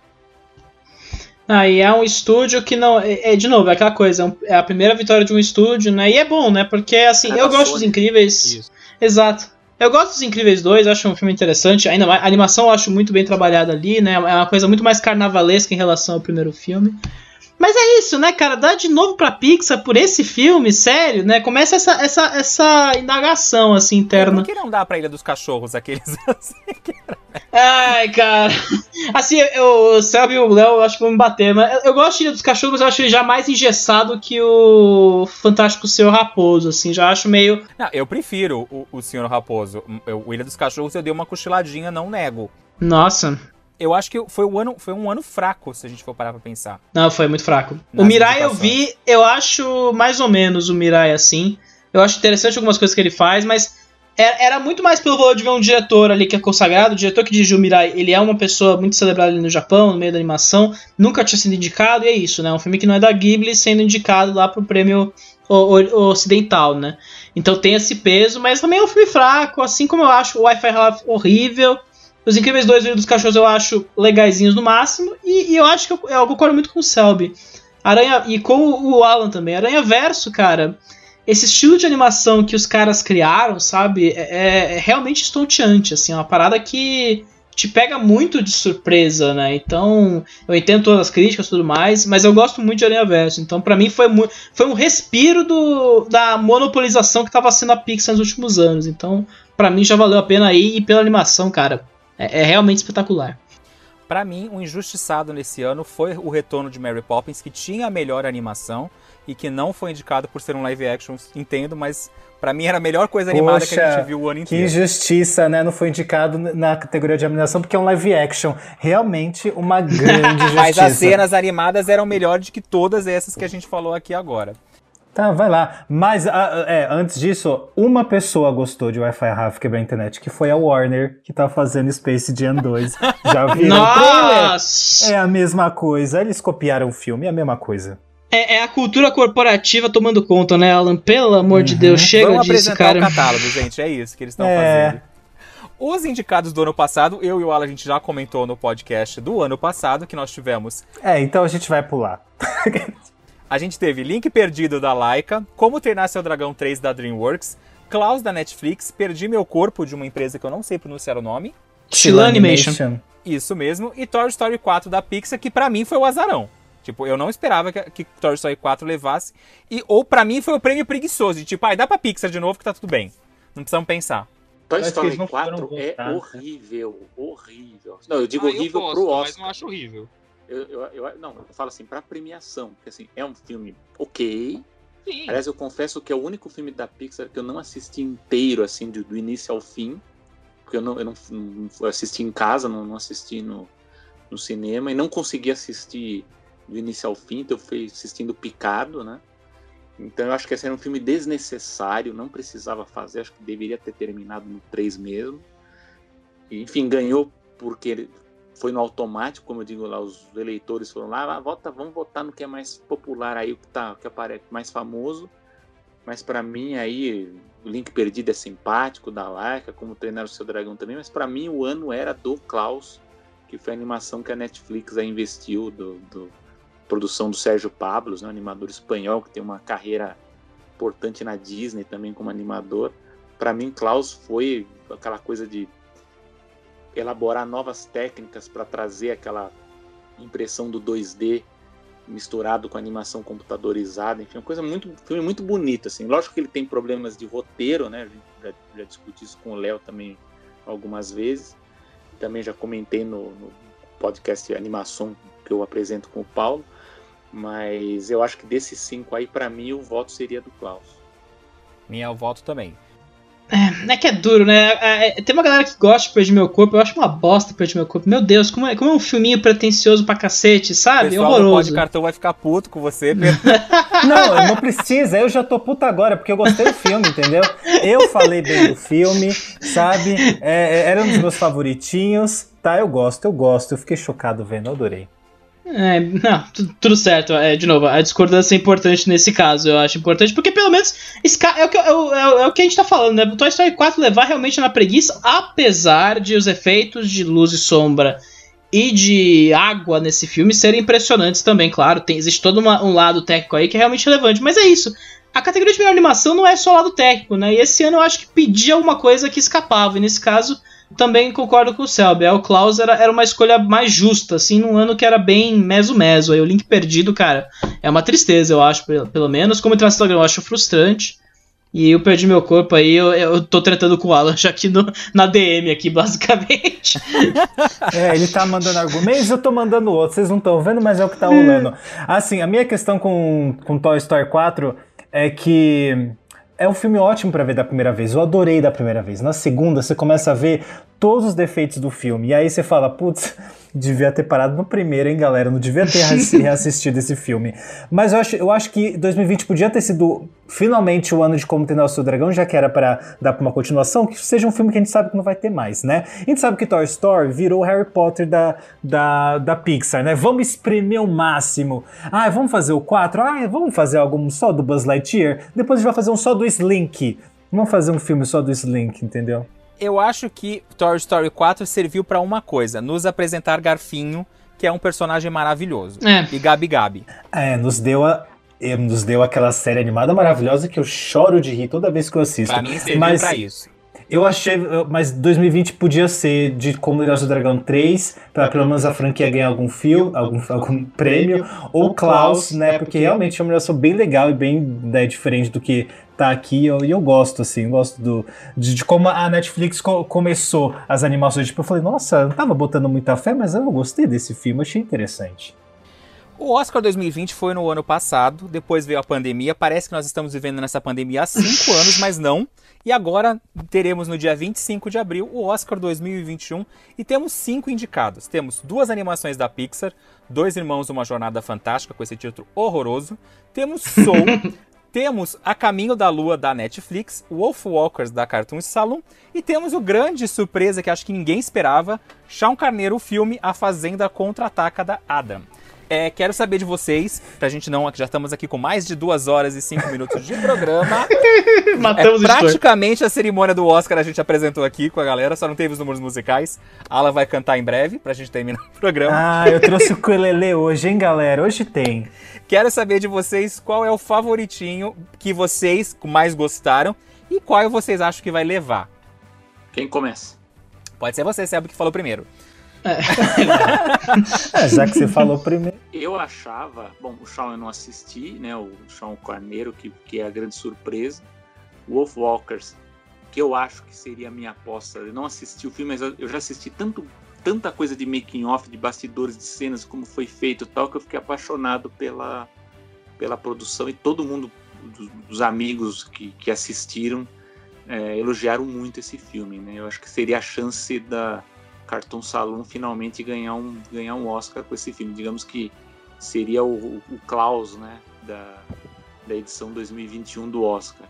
E é um estúdio que não... de novo, é aquela coisa, é a primeira vitória de um estúdio, né? E é bom, né? Porque, assim, eu gosto dos Incríveis... Isso. Exato. Eu gosto dos Incríveis 2, acho um filme interessante, ainda mais, a animação eu acho muito bem trabalhada ali, né? É uma coisa muito mais carnavalesca em relação ao primeiro filme. Mas é isso, né, cara? Dá de novo pra Pixar por esse filme, sério, né? Começa essa indagação, assim, interna. Por que não dá pra Ilha dos Cachorros, aqueles assim? Ai, cara. Assim, o Selby e o Léo, eu acho que vão me bater, mas eu gosto de Ilha dos Cachorros, mas eu acho ele já mais engessado que o Fantástico Senhor Raposo, assim, já acho meio... Não, eu prefiro o Senhor Raposo. O Ilha dos Cachorros eu dei uma cochiladinha, não nego. Nossa... Eu acho que foi um ano fraco, se a gente for parar pra pensar. Não, foi muito fraco. O Mirai eu vi, eu acho mais ou menos o Mirai assim. Eu acho interessante algumas coisas que ele faz, mas era muito mais pelo valor de ver um diretor ali que é consagrado. O diretor que dirigiu o Mirai, ele é uma pessoa muito celebrada ali no Japão, no meio da animação. Nunca tinha sido indicado, e é isso, né? Um filme que não é da Ghibli sendo indicado lá pro prêmio ocidental, né? Então tem esse peso, mas também é um filme fraco, assim como eu acho o Wi-Fi Love horrível. Os Incríveis 2 e dos Cachorros eu acho legaisinhos no máximo. E eu acho que eu concordo muito com o Selby. E com o Alan também. Aranhaverso, cara, esse estilo de animação que os caras criaram, sabe? É realmente estonteante, assim. É uma parada que te pega muito de surpresa, né? Então, eu entendo todas as críticas e tudo mais, mas eu gosto muito de Aranhaverso. Então, pra mim, foi um respiro da monopolização que tava sendo a Pixar nos últimos anos. Então, pra mim, já valeu a pena aí. E pela animação, cara... É realmente espetacular. Pra mim, o injustiçado nesse ano foi o retorno de Mary Poppins, que tinha a melhor animação e que não foi indicado por ser um live action, entendo, mas pra mim era a melhor coisa animada que a gente viu o ano inteiro. Que injustiça, né? Não foi indicado na categoria de animação porque é um live action. Realmente uma grande injustiça. Mas as cenas animadas eram melhores do que todas essas que a gente falou aqui agora. Tá, vai lá. Mas, antes disso, uma pessoa gostou de Wi-Fi Rafa quebrar a internet, que foi a Warner, que tá fazendo Space Jam 2. Já viram o trailer? É a mesma coisa. Eles copiaram o filme, é a mesma coisa. É a cultura corporativa tomando conta, né, Alan? Pelo amor de Deus, chega disso, cara. Vamos apresentar o catálogo, gente, é isso que eles estão fazendo. Os indicados do ano passado, eu e o Alan, a gente já comentou no podcast do ano passado, que nós tivemos... então a gente vai pular. A gente teve Link Perdido da Laika, Como Treinar Seu Dragão 3 da DreamWorks, Klaus da Netflix, Perdi Meu Corpo de uma empresa que eu não sei pronunciar o nome. Sheila Animation. Isso mesmo. E Toy Story 4 da Pixar, que pra mim foi o azarão. Tipo, eu não esperava que Toy Story 4 levasse. Ou pra mim foi o prêmio preguiçoso. De tipo, dá pra Pixar de novo que tá tudo bem. Não precisamos pensar. Toy Story 4 é horrível. Não, eu digo horrível pro Oscar. Mas não acho horrível. Eu falo assim, pra premiação, porque assim, é um filme ok. Sim. Aliás, eu confesso que é o único filme da Pixar que eu não assisti inteiro, assim, do início ao fim, porque eu não assisti em casa, não assisti no cinema, e não consegui assistir do início ao fim, então eu fui assistindo picado, né? Então eu acho que esse era um filme desnecessário, não precisava fazer, acho que deveria ter terminado no 3 mesmo. E, enfim, ganhou porque foi no automático, como eu digo lá, os eleitores foram lá, vamos votar no que é mais popular aí, o que aparece mais famoso. Mas pra mim aí, o Link Perdido é simpático, da Laika, Como Treinar o Seu Dragão também, mas pra mim o ano era do Klaus, que foi a animação que a Netflix aí investiu produção do Sérgio Pablos, né, um animador espanhol que tem uma carreira importante na Disney também como animador. Para mim, Klaus foi aquela coisa de elaborar novas técnicas para trazer aquela impressão do 2D misturado com animação computadorizada, enfim, filme muito bonito, assim. Lógico que ele tem problemas de roteiro, né? A gente já discuti isso com o Léo também algumas vezes. Também já comentei no podcast Animação que eu apresento com o Paulo. Mas eu acho que desses 5 aí, para mim, o voto seria do Klaus. Minha, o voto também. É que é duro, né? Tem uma galera que gosta de Perdi Meu Corpo. Eu acho uma bosta Perdi Meu Corpo. Meu Deus, como é um filminho pretencioso pra cacete, sabe? O pessoal horroroso. do Pode Cartão vai ficar puto com você. Não precisa. Eu já tô puto agora, porque eu gostei do filme, entendeu? Eu falei bem do filme, sabe? Era um dos meus favoritinhos. Tá, eu gosto. Eu fiquei chocado vendo, eu adorei. Não, tudo certo. De novo, a discordância é importante nesse caso, eu acho importante, porque pelo menos é o que a gente tá falando, né? O Toy Story 4 levar realmente na preguiça, apesar de os efeitos de luz e sombra e de água nesse filme serem impressionantes também, claro. Existe todo um lado técnico aí que é realmente relevante, mas é isso. A categoria de melhor animação não é só o lado técnico, né? E esse ano eu acho que pedia alguma coisa que escapava, e nesse caso também concordo com o Selby. O Klaus era uma escolha mais justa, assim, num ano que era bem meso-meso. Aí o Link Perdido, cara, é uma tristeza, eu acho, pelo menos. Como Transfiguração eu acho frustrante. E eu Perdi Meu Corpo aí, eu tô tratando com o Alan já aqui na DM aqui, basicamente. Ele tá mandando argumentos, eu tô mandando outros. Vocês não estão vendo, mas é o que tá rolando. Assim, a minha questão com Toy Story 4 é que é um filme ótimo pra ver da primeira vez. Eu adorei da primeira vez. Na segunda, você começa a ver todos os defeitos do filme. E aí você fala, putz, devia ter parado no primeiro, hein, galera? Não devia ter reassistido esse filme. Mas eu acho que 2020 podia ter sido finalmente o ano de Como Treinar o Seu Dragão, já que era pra dar pra uma continuação, que seja um filme que a gente sabe que não vai ter mais, né? A gente sabe que Toy Story virou Harry Potter da Pixar, né? Vamos espremer o máximo. Vamos fazer o 4? Vamos fazer algum só do Buzz Lightyear? Depois a gente vai fazer um só do Slink. Vamos fazer um filme só do Slink, entendeu? Eu acho que Toy Story 4 serviu pra uma coisa, nos apresentar Garfinho, que é um personagem maravilhoso. E Gabi Gabi. Nos deu aquela série animada maravilhosa que eu choro de rir toda vez que eu assisto. Pra mim serviu pra isso. Eu achei, mas 2020 podia ser de Como Treinar o Seu Dragão 3, pra pelo menos a franquia ganhar algum prêmio, ou Klaus, né, porque realmente é uma animação bem legal e bem diferente do que tá aqui, e eu gosto, assim, gosto de como a Netflix começou as animações, tipo, eu falei, nossa, não tava botando muita fé, mas eu gostei desse filme, achei interessante. O Oscar 2020 foi no ano passado, depois veio a pandemia, parece que nós estamos vivendo nessa pandemia há 5 anos, mas não. E agora teremos no dia 25 de abril o Oscar 2021 e temos 5 indicados. Temos 2 animações da Pixar, 2 Irmãos Uma Jornada Fantástica, com esse título horroroso. Temos Soul, temos A Caminho da Lua da Netflix, Wolf Walkers da Cartoon Saloon e temos o grande surpresa que acho que ninguém esperava, Chão Carneiro, o filme A Fazenda Contra-Ataca da Adam. Quero saber de vocês, pra gente não, já estamos aqui com mais de 2 horas e 5 minutos de programa. Matamos praticamente a cerimônia do Oscar a gente apresentou aqui com a galera, só não teve os números musicais. A Alan vai cantar em breve, pra gente terminar o programa. Eu trouxe o ukulele hoje, hein, galera? Hoje tem. Quero saber de vocês qual é o favoritinho que vocês mais gostaram e qual vocês acham que vai levar. Quem começa? Pode ser você, Sebo, que falou primeiro. Já que você falou primeiro. Eu achava, o Shaun eu não assisti, né? O Chão Carneiro, que é a grande surpresa. Wolf Walkers, que eu acho que seria a minha aposta. Eu não assisti o filme, mas eu já assisti tanta coisa de making off, de bastidores de cenas, como foi feito e tal, que eu fiquei apaixonado pela produção, e todo mundo, dos amigos que assistiram, elogiaram muito esse filme, né? Eu acho que seria a chance da Cartoon Saloon finalmente ganhar um Oscar com esse filme. Digamos que seria o Klaus, né, da edição 2021 do Oscar.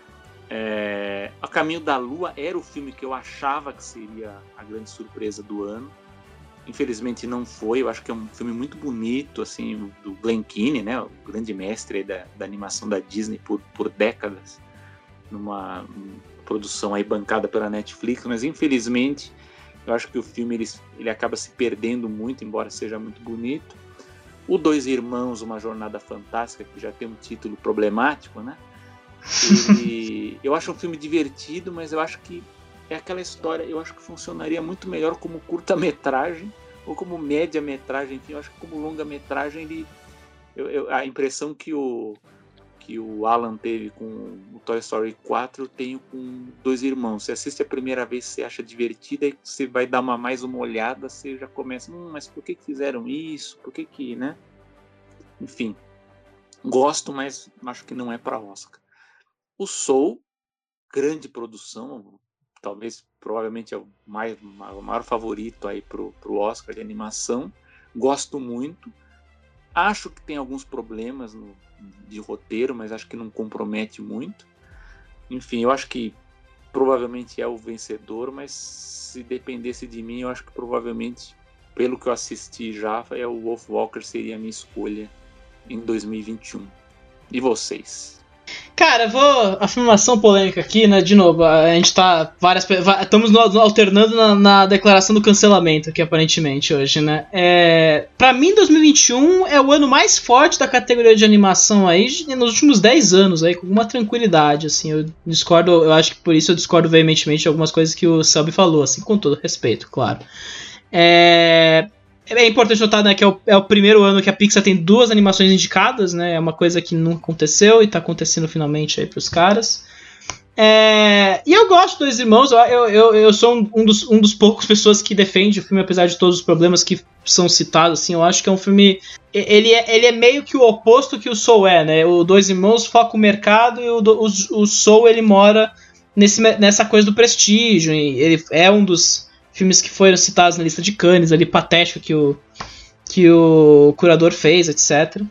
A Caminho da Lua era o filme que eu achava que seria a grande surpresa do ano. Infelizmente não foi. Eu acho que é um filme muito bonito, assim, do Glen Keane, né, o grande mestre aí da animação da Disney por décadas, numa produção aí bancada pela Netflix, mas infelizmente eu acho que o filme ele acaba se perdendo muito, embora seja muito bonito. O Dois Irmãos, Uma Jornada Fantástica, que já tem um título problemático, né? Eu acho um filme divertido, mas eu acho que é aquela história, eu acho que funcionaria muito melhor como curta-metragem ou como média-metragem, enfim, eu acho que como longa-metragem a impressão que o Alan teve com o Toy Story 4 eu tenho com Dois Irmãos. Você assiste a primeira vez, você acha divertida, e você vai dar mais uma olhada, você já começa, mas por que fizeram isso? Por que, né? Enfim, gosto, mas acho que não é para Oscar. O Soul, grande produção, provavelmente é o maior favorito aí pro Oscar de animação. Gosto muito. Acho que tem alguns problemas de roteiro, mas acho que não compromete muito. Enfim, eu acho que provavelmente é o vencedor, mas se dependesse de mim, eu acho que provavelmente, pelo que eu assisti já, o Wolfwalker seria a minha escolha em 2021. E vocês? Cara, afirmação polêmica aqui, né? De novo, a gente tá estamos alternando na declaração do cancelamento aqui, aparentemente, hoje, né? Pra mim, 2021 é o ano mais forte da categoria de animação aí nos últimos 10 anos, aí, com uma tranquilidade, assim. Eu acho que por isso eu discordo veementemente de algumas coisas que o Selby falou, assim, com todo respeito, claro. É importante notar, né, que é o primeiro ano que a Pixar tem 2 animações indicadas, né? É uma coisa que nunca aconteceu e tá acontecendo finalmente aí pros caras. E eu gosto dos Dois Irmãos. Eu sou um dos poucos pessoas que defende o filme, apesar de todos os problemas que são citados. Assim, eu acho que é um filme... Ele é meio que o oposto que o Soul é, né? O Dois Irmãos foca o mercado e o Soul, ele mora nessa coisa do prestígio. E ele é um dos filmes que foram citados na lista de Cannes, ali, patético que o curador fez, etc.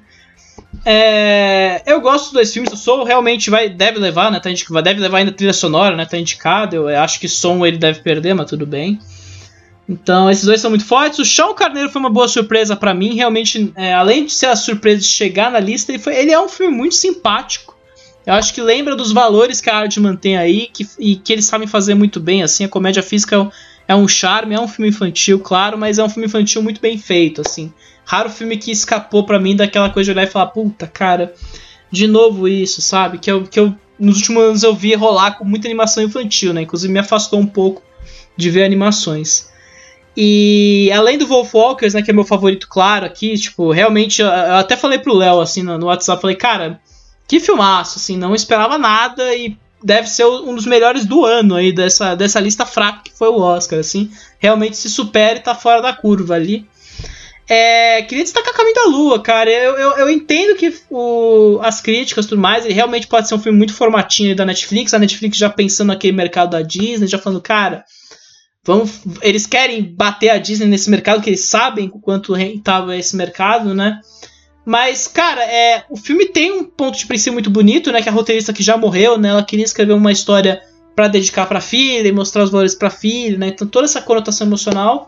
Eu gosto dos 2 filmes. O Soul realmente deve levar, né? Deve levar ainda trilha sonora, né? Tá indicado. Eu acho que som ele deve perder, mas tudo bem. Então, esses 2 são muito fortes. O Chão Carneiro foi uma boa surpresa pra mim. Realmente, além de ser a surpresa de chegar na lista, ele é um filme muito simpático. Eu acho que lembra dos valores que a Aardman tem aí e que eles sabem fazer muito bem. Assim, a comédia física é um charme, é um filme infantil, claro, mas é um filme infantil muito bem feito, assim. Raro filme que escapou pra mim daquela coisa de olhar e falar, puta, cara, de novo isso, sabe? Que eu nos últimos anos eu vi rolar com muita animação infantil, né? Inclusive me afastou um pouco de ver animações. E além do Wolfwalkers, né, que é meu favorito, claro, aqui, tipo, realmente, eu até falei pro Léo, assim, no WhatsApp, falei, cara, que filmaço, assim, não esperava nada e deve ser um dos melhores do ano aí, dessa lista fraca que foi o Oscar, assim. Realmente se supera e tá fora da curva ali. Queria destacar Caminho da Lua, cara. Eu entendo que as críticas e tudo mais, ele realmente pode ser um filme muito formatinho da Netflix. A Netflix já pensando naquele mercado da Disney, já falando, cara, eles querem bater a Disney nesse mercado, que eles sabem o quanto rentável é esse mercado, né? Mas, cara, o filme tem um ponto de princípio muito bonito, né? Que a roteirista que já morreu, né? Ela queria escrever uma história pra dedicar pra filha e mostrar os valores pra filha, né? Então toda essa conotação emocional.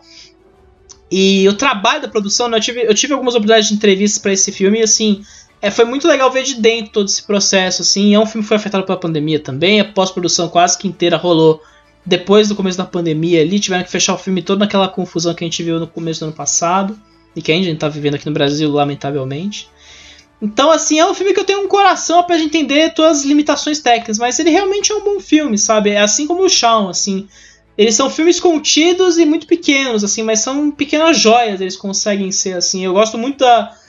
E o trabalho da produção, né? Eu tive algumas oportunidades de entrevistas pra esse filme e, assim, foi muito legal ver de dentro todo esse processo, assim. É um filme que foi afetado pela pandemia também. A pós-produção quase que inteira rolou depois do começo da pandemia ali. Tiveram que fechar o filme todo naquela confusão que a gente viu no começo do ano passado. E que a gente tá vivendo aqui no Brasil, lamentavelmente. Então, assim, é um filme que eu tenho um coração pra gente entender todas as limitações técnicas, mas ele realmente é um bom filme, sabe? É assim como o Shaun, assim. Eles são filmes contidos e muito pequenos, assim, mas são pequenas joias, eles conseguem ser, assim. Eu gosto muito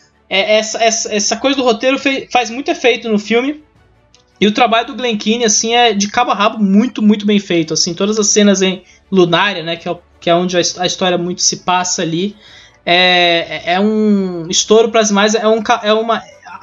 essa coisa do roteiro faz muito efeito no filme. E o trabalho do Glen Keane, assim, é de cabo a rabo muito, muito bem feito, assim. Todas as cenas em Lunária, né, que é onde a história muito se passa ali, é um estouro para as imagens, é uma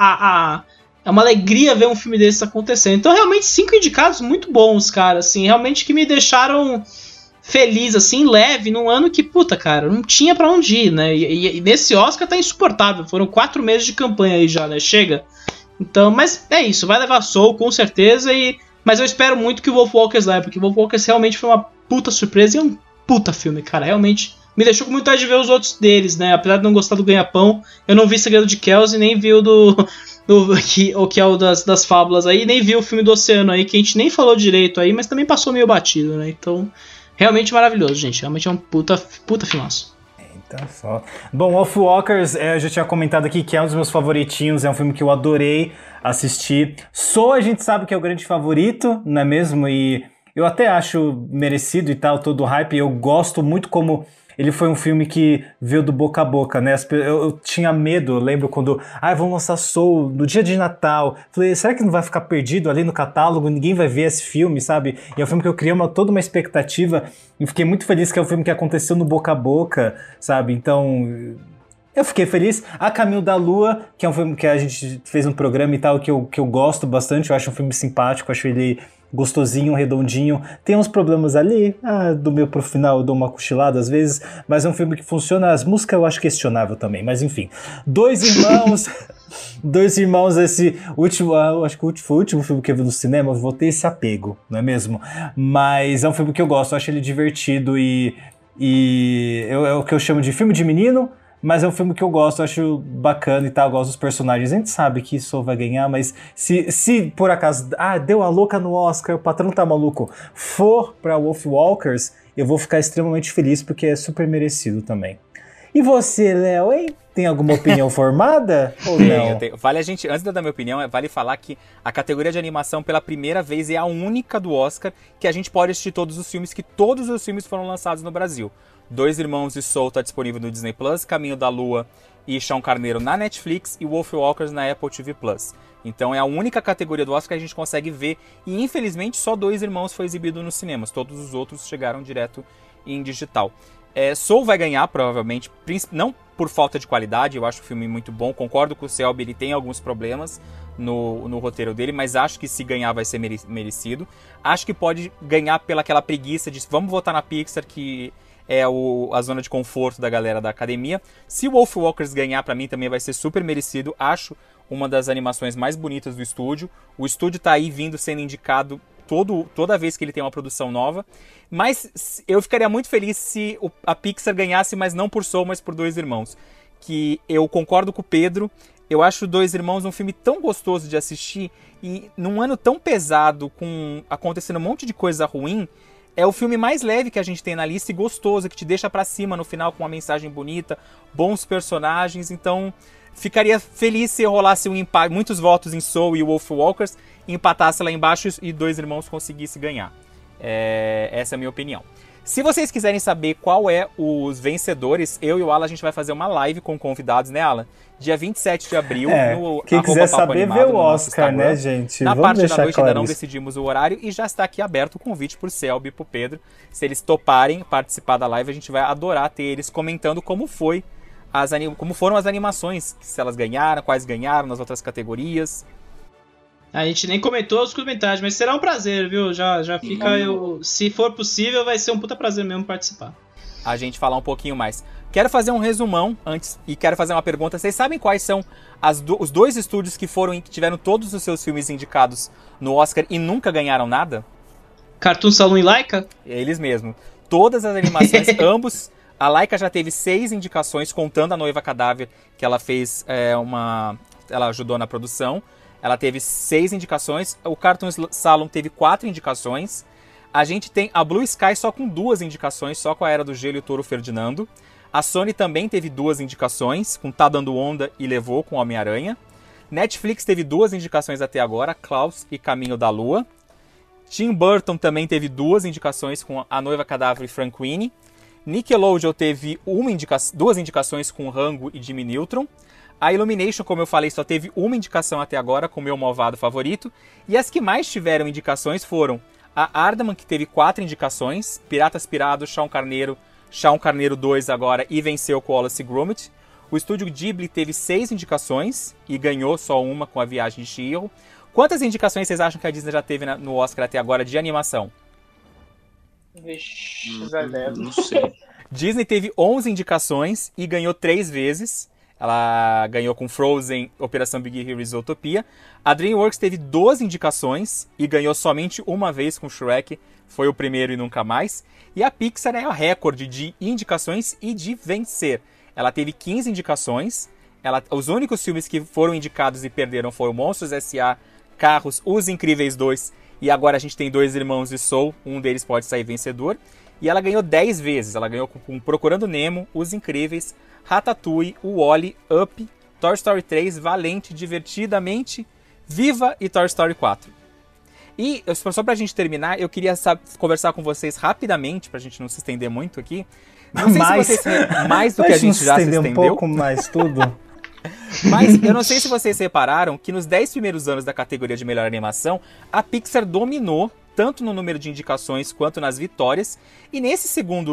alegria ver um filme desse acontecendo. Então, realmente, 5 indicados muito bons, cara, assim, realmente que me deixaram feliz, assim, leve, num ano que, puta, cara, não tinha pra onde ir, né? E nesse Oscar tá insuportável, foram 4 meses de campanha aí já, né? Chega. Então, mas é isso, vai levar Soul, com certeza, mas eu espero muito que o Wolfwalkers leve, porque o Wolfwalkers realmente foi uma puta surpresa e é um puta filme, cara, realmente me deixou com vontade de ver os outros deles, né? Apesar de não gostar do Ganha-Pão, eu não vi Segredo de Kells e nem vi o que é o das fábulas aí, nem vi o filme do Oceano aí, que a gente nem falou direito aí, mas também passou meio batido, né? Então, realmente maravilhoso, gente. Realmente é um puta filmaço. Tá só. Bom, Wolfwalkers, eu já tinha comentado aqui que é um dos meus favoritinhos, é um filme que eu adorei assistir. Soul, a gente sabe que é o grande favorito, não é mesmo? E eu até acho merecido e tal, todo o hype. Eu gosto muito como ele foi um filme que veio do boca a boca, né? Eu tinha medo, eu lembro quando... vão lançar Soul no dia de Natal. Falei, será que não vai ficar perdido ali no catálogo? Ninguém vai ver esse filme, sabe? E é um filme que eu criei toda uma expectativa. E fiquei muito feliz que é um filme que aconteceu no boca a boca, sabe? Então... eu fiquei feliz. A Caminho da Lua, que é um filme que a gente fez um programa e tal, que eu gosto bastante. Eu acho um filme simpático, acho ele gostosinho, redondinho. Tem uns problemas ali, do meio pro final eu dou uma cochilada às vezes, mas é um filme que funciona. As músicas eu acho questionável também, mas enfim. Dois Irmãos, esse último, acho que foi o último filme que eu vi no cinema, eu vou ter esse apego, não é mesmo? Mas é um filme que eu gosto, eu acho ele divertido e é o que eu chamo de filme de menino, mas é um filme que eu gosto, eu acho bacana e tal, eu gosto dos personagens. A gente sabe que isso vai ganhar, mas se por acaso, deu a louca no Oscar, o patrão tá maluco, for pra Wolfwalkers, eu vou ficar extremamente feliz, porque é super merecido também. E você, Léo, hein? Tem alguma opinião formada? Ou não? Vale a gente, antes de eu dar minha opinião, vale falar que a categoria de animação, pela primeira vez, é a única do Oscar que a gente pode assistir todos os filmes, que todos os filmes foram lançados no Brasil. Dois Irmãos e Soul tá disponível no Disney Plus, Caminho da Lua e Chão Carneiro na Netflix e Wolfwalkers na Apple TV Plus. Então é a única categoria do Oscar que a gente consegue ver e infelizmente só Dois Irmãos foi exibido nos cinemas, todos os outros chegaram direto em digital. Soul vai ganhar provavelmente, não por falta de qualidade, eu acho o filme muito bom, concordo com o Selby, ele tem alguns problemas no roteiro dele, mas acho que se ganhar vai ser merecido. Acho que pode ganhar pelaquela preguiça de vamos votar na Pixar, que é a zona de conforto da galera da academia. Se o Wolfwalkers ganhar, pra mim também vai ser super merecido. Acho uma das animações mais bonitas do estúdio. O estúdio tá aí vindo sendo indicado toda vez que ele tem uma produção nova. Mas eu ficaria muito feliz se a Pixar ganhasse, mas não por Soul, mas por Dois Irmãos. Que eu concordo com o Pedro. Eu acho Dois Irmãos um filme tão gostoso de assistir. E num ano tão pesado, com acontecendo um monte de coisa ruim, é o filme mais leve que a gente tem na lista e gostoso, que te deixa pra cima no final com uma mensagem bonita, bons personagens. Então, ficaria feliz se rolasse um empate, muitos votos em Soul e Wolfwalkers, empatasse lá embaixo e Dois Irmãos conseguisse ganhar. Essa é a minha opinião. Se vocês quiserem saber qual é os vencedores, eu e o Alan, a gente vai fazer uma live com convidados, né, Alan? Dia 27 de abril, no quem quiser saber, vê o Oscar, né, gente? Na parte da noite ainda não decidimos o horário e já está aqui aberto o convite por Selby e pro Pedro. Se eles toparem participar da live, a gente vai adorar ter eles comentando como foram as animações, se elas ganharam, quais ganharam nas outras categorias. A gente nem comentou os comentários, mas será um prazer, viu? Já fica. Se for possível, vai ser um puta prazer mesmo participar. A gente falar um pouquinho mais. Quero fazer um resumão antes e quero fazer uma pergunta. Vocês sabem quais são os dois estúdios que tiveram todos os seus filmes indicados no Oscar e nunca ganharam nada? Cartoon Saloon e Laika? Eles mesmo. Todas as animações, ambos. A Laika já teve 6 indicações, contando a Noiva Cadáver, que ela fez ela ajudou na produção. Ela teve 6 indicações. O Cartoon Saloon teve 4 indicações. A gente tem a Blue Sky só com 2 indicações, só com a Era do Gelo e o Touro Ferdinando. A Sony também teve 2 indicações, com Tá Dando Onda e Levou, com Homem-Aranha. Netflix teve 2 indicações até agora, Klaus e Caminho da Lua. Tim Burton também teve 2 indicações, com A Noiva Cadáver e Frankenweenie. Nickelodeon teve 2 indicações, com Rango e Jimmy Neutron. A Illumination, como eu falei, só teve 1 indicação até agora, com Meu Malvado Favorito. E as que mais tiveram indicações foram a Aardman, que teve 4 indicações, Piratas Pirados, Chão Carneiro 2 agora e venceu com Wallace e Gromit. O estúdio Ghibli teve 6 indicações e ganhou só uma com A Viagem de Chihiro. Quantas indicações vocês acham que a Disney já teve no Oscar até agora de animação? Vixe, não sei. Disney teve 11 indicações e ganhou 3 vezes. Ela ganhou com Frozen, Operação Big Hero e Zootopia. A DreamWorks teve 12 indicações e ganhou somente uma vez com Shrek. Foi o primeiro e nunca mais. E a Pixar é o recorde de indicações e de vencer. Ela teve 15 indicações. Os únicos filmes que foram indicados e perderam foram Monstros S.A., Carros, Os Incríveis 2. E agora a gente tem Dois Irmãos e Soul. Um deles pode sair vencedor. E ela ganhou 10 vezes. Ela ganhou com Procurando Nemo, Os Incríveis, Ratatouille, o Wall-E, Up, Toy Story 3, Valente, Divertidamente, Viva e Toy Story 4. E, só pra gente terminar, eu queria conversar com vocês rapidamente, pra gente não se estender muito aqui. Não sei se vocês... Mais do que a gente já se estendeu. Um pouco mais tudo. Mas eu não sei se vocês repararam que nos 10 primeiros anos da categoria de melhor animação, a Pixar dominou tanto no número de indicações quanto nas vitórias. E nessa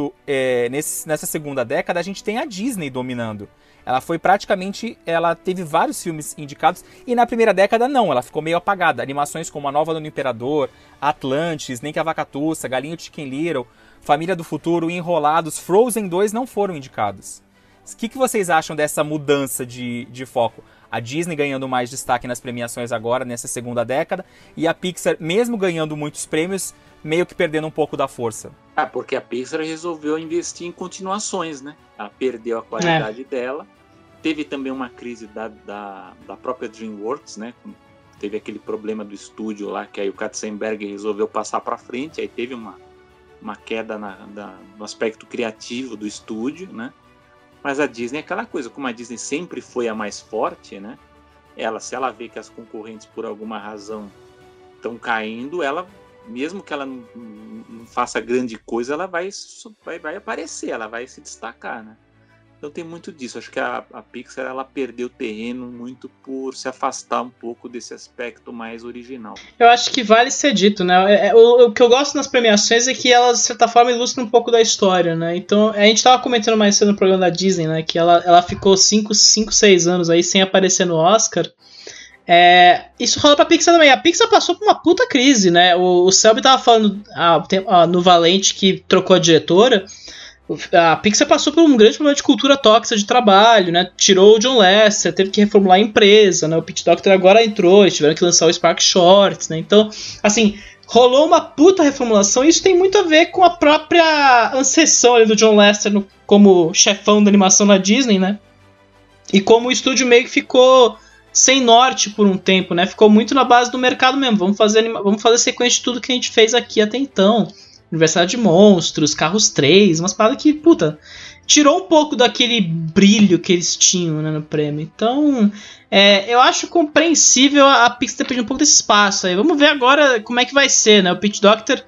segunda década, a gente tem a Disney dominando. Ela foi praticamente... Ela teve vários filmes indicados. E na primeira década, não. Ela ficou meio apagada. Animações como A Nova Onda do Imperador, Atlantis, Nem que a Vaca Tussa, Galinha e Chicken Little, Família do Futuro, Enrolados, Frozen 2 não foram indicados. O que vocês acham dessa mudança de foco? A Disney ganhando mais destaque nas premiações agora, nessa segunda década. E a Pixar, mesmo ganhando muitos prêmios, meio que perdendo um pouco da força. Porque a Pixar resolveu investir em continuações, né? Ela perdeu a qualidade dela. Teve também uma crise da própria DreamWorks, né? Teve aquele problema do estúdio lá, que aí o Katzenberg resolveu passar para frente, aí teve uma queda no aspecto criativo do estúdio, né? Mas a Disney é aquela coisa, como a Disney sempre foi a mais forte, né? Se ela vê que as concorrentes por alguma razão estão caindo, ela, mesmo que ela não faça grande coisa, ela vai aparecer, ela vai se destacar, né? Então tem muito disso. Acho que a Pixar ela perdeu terreno muito por se afastar um pouco desse aspecto mais original. Eu acho que vale ser dito, né? O que eu gosto nas premiações é que elas, de certa forma, ilustram um pouco da história, né? Então, a gente tava comentando mais cedo no programa da Disney, né? Que ela ficou 5, 6 anos aí sem aparecer no Oscar. Isso rola pra Pixar também. A Pixar passou por uma puta crise, né? O Selby tava falando no Valente que trocou a diretora. A Pixar passou por um grande problema de cultura tóxica de trabalho, né? Tirou o John Lasseter, teve que reformular a empresa, né? O Pete Docter agora entrou, eles tiveram que lançar o Spark Shorts, né? Então, assim, rolou uma puta reformulação e isso tem muito a ver com a própria ascensão ali do John Lasseter como chefão da animação na Disney, né? E como o estúdio meio que ficou sem norte por um tempo, né? Ficou muito na base do mercado mesmo. Vamos fazer sequência de tudo que a gente fez aqui até então. Universidade de Monstros, Carros 3, umas paradas que, puta, tirou um pouco daquele brilho que eles tinham, né, no prêmio. Então, eu acho compreensível a Pixar ter perdido um pouco desse espaço aí. Vamos ver agora como é que vai ser, né? O Pete Docter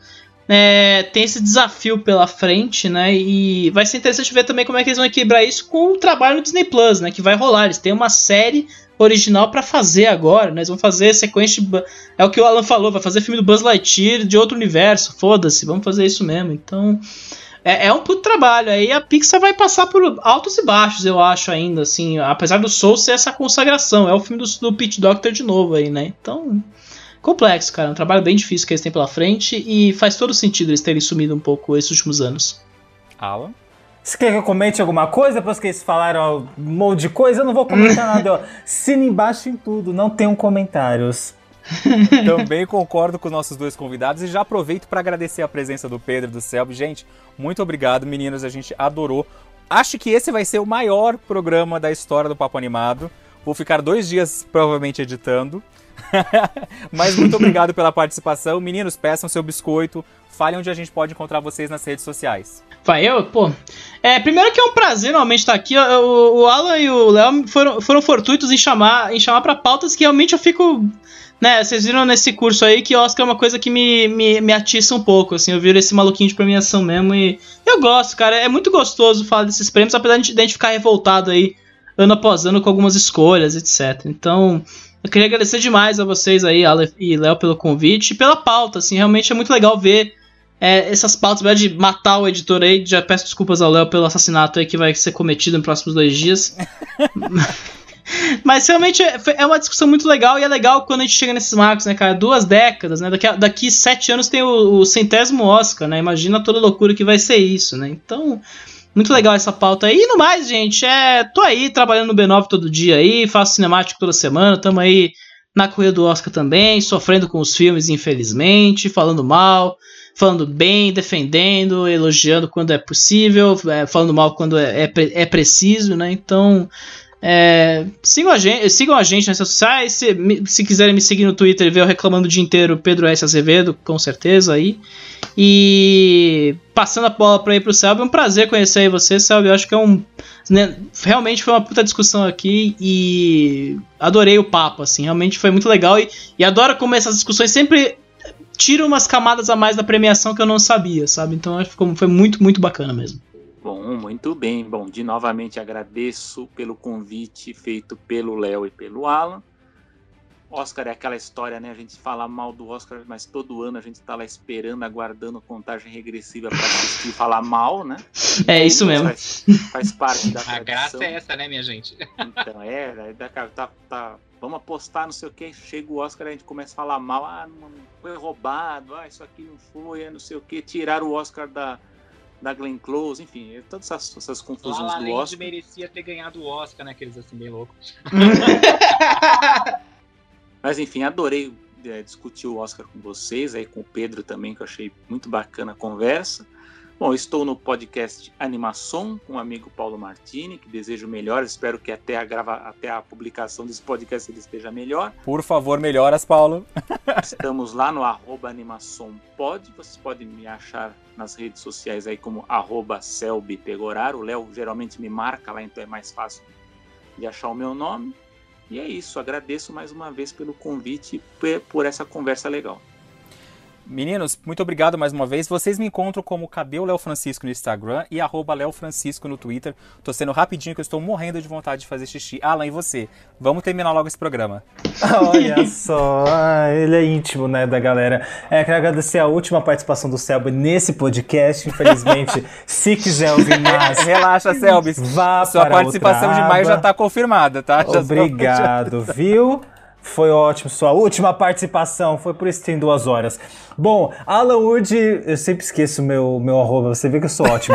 tem esse desafio pela frente, né? E vai ser interessante ver também como é que eles vão equilibrar isso com o trabalho no Disney Plus, né? Que vai rolar. Eles têm uma série original pra fazer agora, né? Eles vão fazer sequência é o que o Alan falou, vai fazer filme do Buzz Lightyear de outro universo, foda-se, vamos fazer isso mesmo. Então, é um puto trabalho. Aí a Pixar vai passar por altos e baixos, eu acho ainda, assim, apesar do Soul ser essa consagração, é o filme do Pete Docter de novo aí, né? Então, complexo, cara, é um trabalho bem difícil que eles têm pela frente e faz todo sentido eles terem sumido um pouco esses últimos anos. Alan? Você quer que eu comente alguma coisa? Depois que eles falaram um monte de coisa, eu não vou comentar nada. Ó. Assina embaixo em tudo, não tenham comentários. Também concordo com os nossos dois convidados e já aproveito para agradecer a presença do Pedro e do Selby. Gente, muito obrigado, meninos, a gente adorou. Acho que esse vai ser o maior programa da história do Papo Animado. Vou ficar 2 dias provavelmente editando. Mas muito obrigado pela participação. Meninos, peçam seu biscoito. Falem onde a gente pode encontrar vocês nas redes sociais. Primeiro que é um prazer normalmente estar aqui. O Alan e o Léo foram fortuitos em chamar pra pautas que realmente eu fico... Né, vocês viram nesse curso aí que Oscar é uma coisa que me atiça um pouco, assim, eu viro esse maluquinho de premiação mesmo e eu gosto, cara, é muito gostoso falar desses prêmios, apesar de a gente ficar revoltado aí, ano após ano, com algumas escolhas, etc. Então, eu queria agradecer demais a vocês aí, Alan e Léo, pelo convite e pela pauta, assim, realmente é muito legal ver essas pautas, ao invés de matar o editor aí, já peço desculpas ao Léo pelo assassinato aí que vai ser cometido nos próximos 2 dias. Mas realmente é uma discussão muito legal e é legal quando a gente chega nesses marcos, né, cara? 2 décadas, né? Daqui 7 anos tem o 100º Oscar, né? Imagina toda a loucura que vai ser isso, né? Então, muito legal essa pauta aí. E no mais, gente, tô aí trabalhando no B9 todo dia aí, faço cinemático toda semana, tamo aí na corrida do Oscar também, sofrendo com os filmes, infelizmente, falando mal, falando bem, defendendo, elogiando quando é possível, falando mal quando é preciso, né? Então... Sigam a gente nas redes sociais. Se quiserem me seguir no Twitter e ver eu reclamando o dia inteiro, Pedro S. Azevedo, com certeza aí. E passando a bola para ir pro Selby, é um prazer conhecer aí você, Selby. Eu acho que realmente foi uma puta discussão aqui e adorei o papo, assim, realmente foi muito legal e adoro como essas discussões sempre tiram umas camadas a mais da premiação que eu não sabia, sabe? Então acho que foi muito, muito bacana mesmo. Bom, muito bem. Bom, novamente agradeço pelo convite feito pelo Léo e pelo Alan. Oscar é aquela história, né? A gente fala mal do Oscar, mas todo ano a gente tá lá esperando, aguardando a contagem regressiva para assistir e falar mal, né? É isso mesmo. Faz parte da tradição. A graça é essa, né, minha gente? Então, vamos apostar, não sei o que, chega o Oscar e a gente começa a falar mal, não foi roubado, isso aqui não foi, não sei o que, tiraram o Oscar da Glenn Close, enfim, todas essas confusões do Oscar. Merecia ter ganhado o Oscar, né, aqueles assim, bem loucos. Mas enfim, adorei discutir o Oscar com vocês, aí com o Pedro também, que eu achei muito bacana a conversa. Bom, eu estou no podcast Animação com o amigo Paulo Martini, que desejo melhoras, espero que até a publicação desse podcast ele esteja melhor. Por favor, melhoras, Paulo. Estamos lá no @animaçãopod, vocês podem me achar nas redes sociais aí como @selbpegoraro. O Léo geralmente me marca lá, então é mais fácil de achar o meu nome. E é isso, agradeço mais uma vez pelo convite e por essa conversa legal. Meninos, muito obrigado mais uma vez. Vocês me encontram como Cadê o Léo Francisco no Instagram e @LéoFrancisco no Twitter. Tô sendo rapidinho que eu estou morrendo de vontade de fazer xixi. Alan, e você? Vamos terminar logo esse programa. Olha só, ele é íntimo, né, da galera. Quero agradecer a última participação do Selby nesse podcast. Infelizmente, se quiser ouvir mais... Relaxa, Selby. Sua participação de maio já tá confirmada, tá? Obrigado, viu? Foi ótimo, sua última participação, foi por isso que tem 2 horas. Bom, Alan Wood, eu sempre esqueço meu arroba, você vê que eu sou ótimo.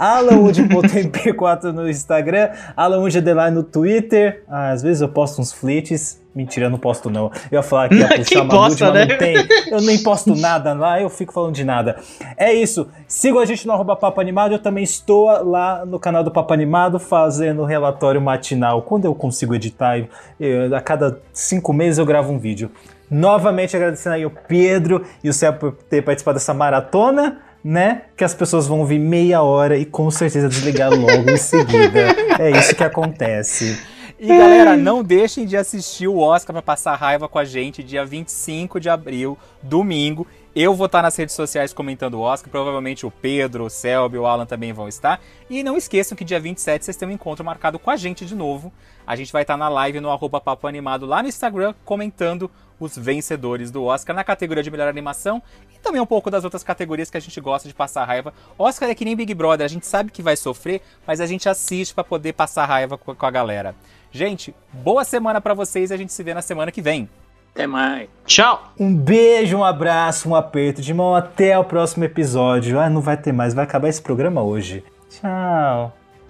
alanwood.mp4 no Instagram, alanwood no Twitter, às vezes eu posto uns flits, mentira, eu não posto não. Eu ia falar que ia puxar uma posta, mas né? não tem, eu nem posto nada lá, eu fico falando de nada. É isso, sigam a gente no @Papo Animado, eu também estou lá no canal do Papo Animado fazendo relatório matinal, quando eu consigo editar, a cada 5 meses eu gravo um vídeo. Novamente agradecendo aí o Pedro e o Céu por ter participado dessa maratona, né? Que as pessoas vão ouvir meia hora e com certeza desligar logo em seguida. É isso que acontece. E galera, não deixem de assistir o Oscar pra passar raiva com a gente dia 25 de abril, domingo. Eu vou estar nas redes sociais comentando o Oscar, provavelmente o Pedro, o Selby, o Alan também vão estar. E não esqueçam que dia 27 vocês têm um encontro marcado com a gente de novo. A gente vai estar na live no @Papo Animado lá no Instagram, comentando os vencedores do Oscar na categoria de melhor animação e também um pouco das outras categorias que a gente gosta de passar raiva. Oscar é que nem Big Brother, a gente sabe que vai sofrer, mas a gente assiste para poder passar raiva com a galera. Gente, boa semana para vocês e a gente se vê na semana que vem. Até mais. Tchau. Um beijo, um abraço, um aperto de mão. Até o próximo episódio. Não vai ter mais. Vai acabar esse programa hoje. Tchau.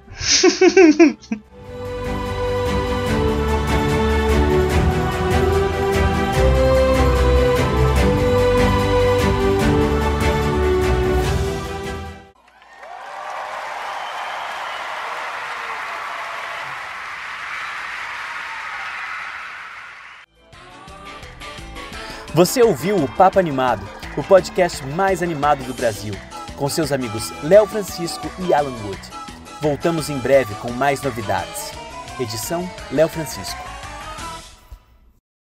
Você ouviu o Papo Animado, o podcast mais animado do Brasil, com seus amigos Léo Francisco e Alan Wood. Voltamos em breve com mais novidades. Edição Léo Francisco.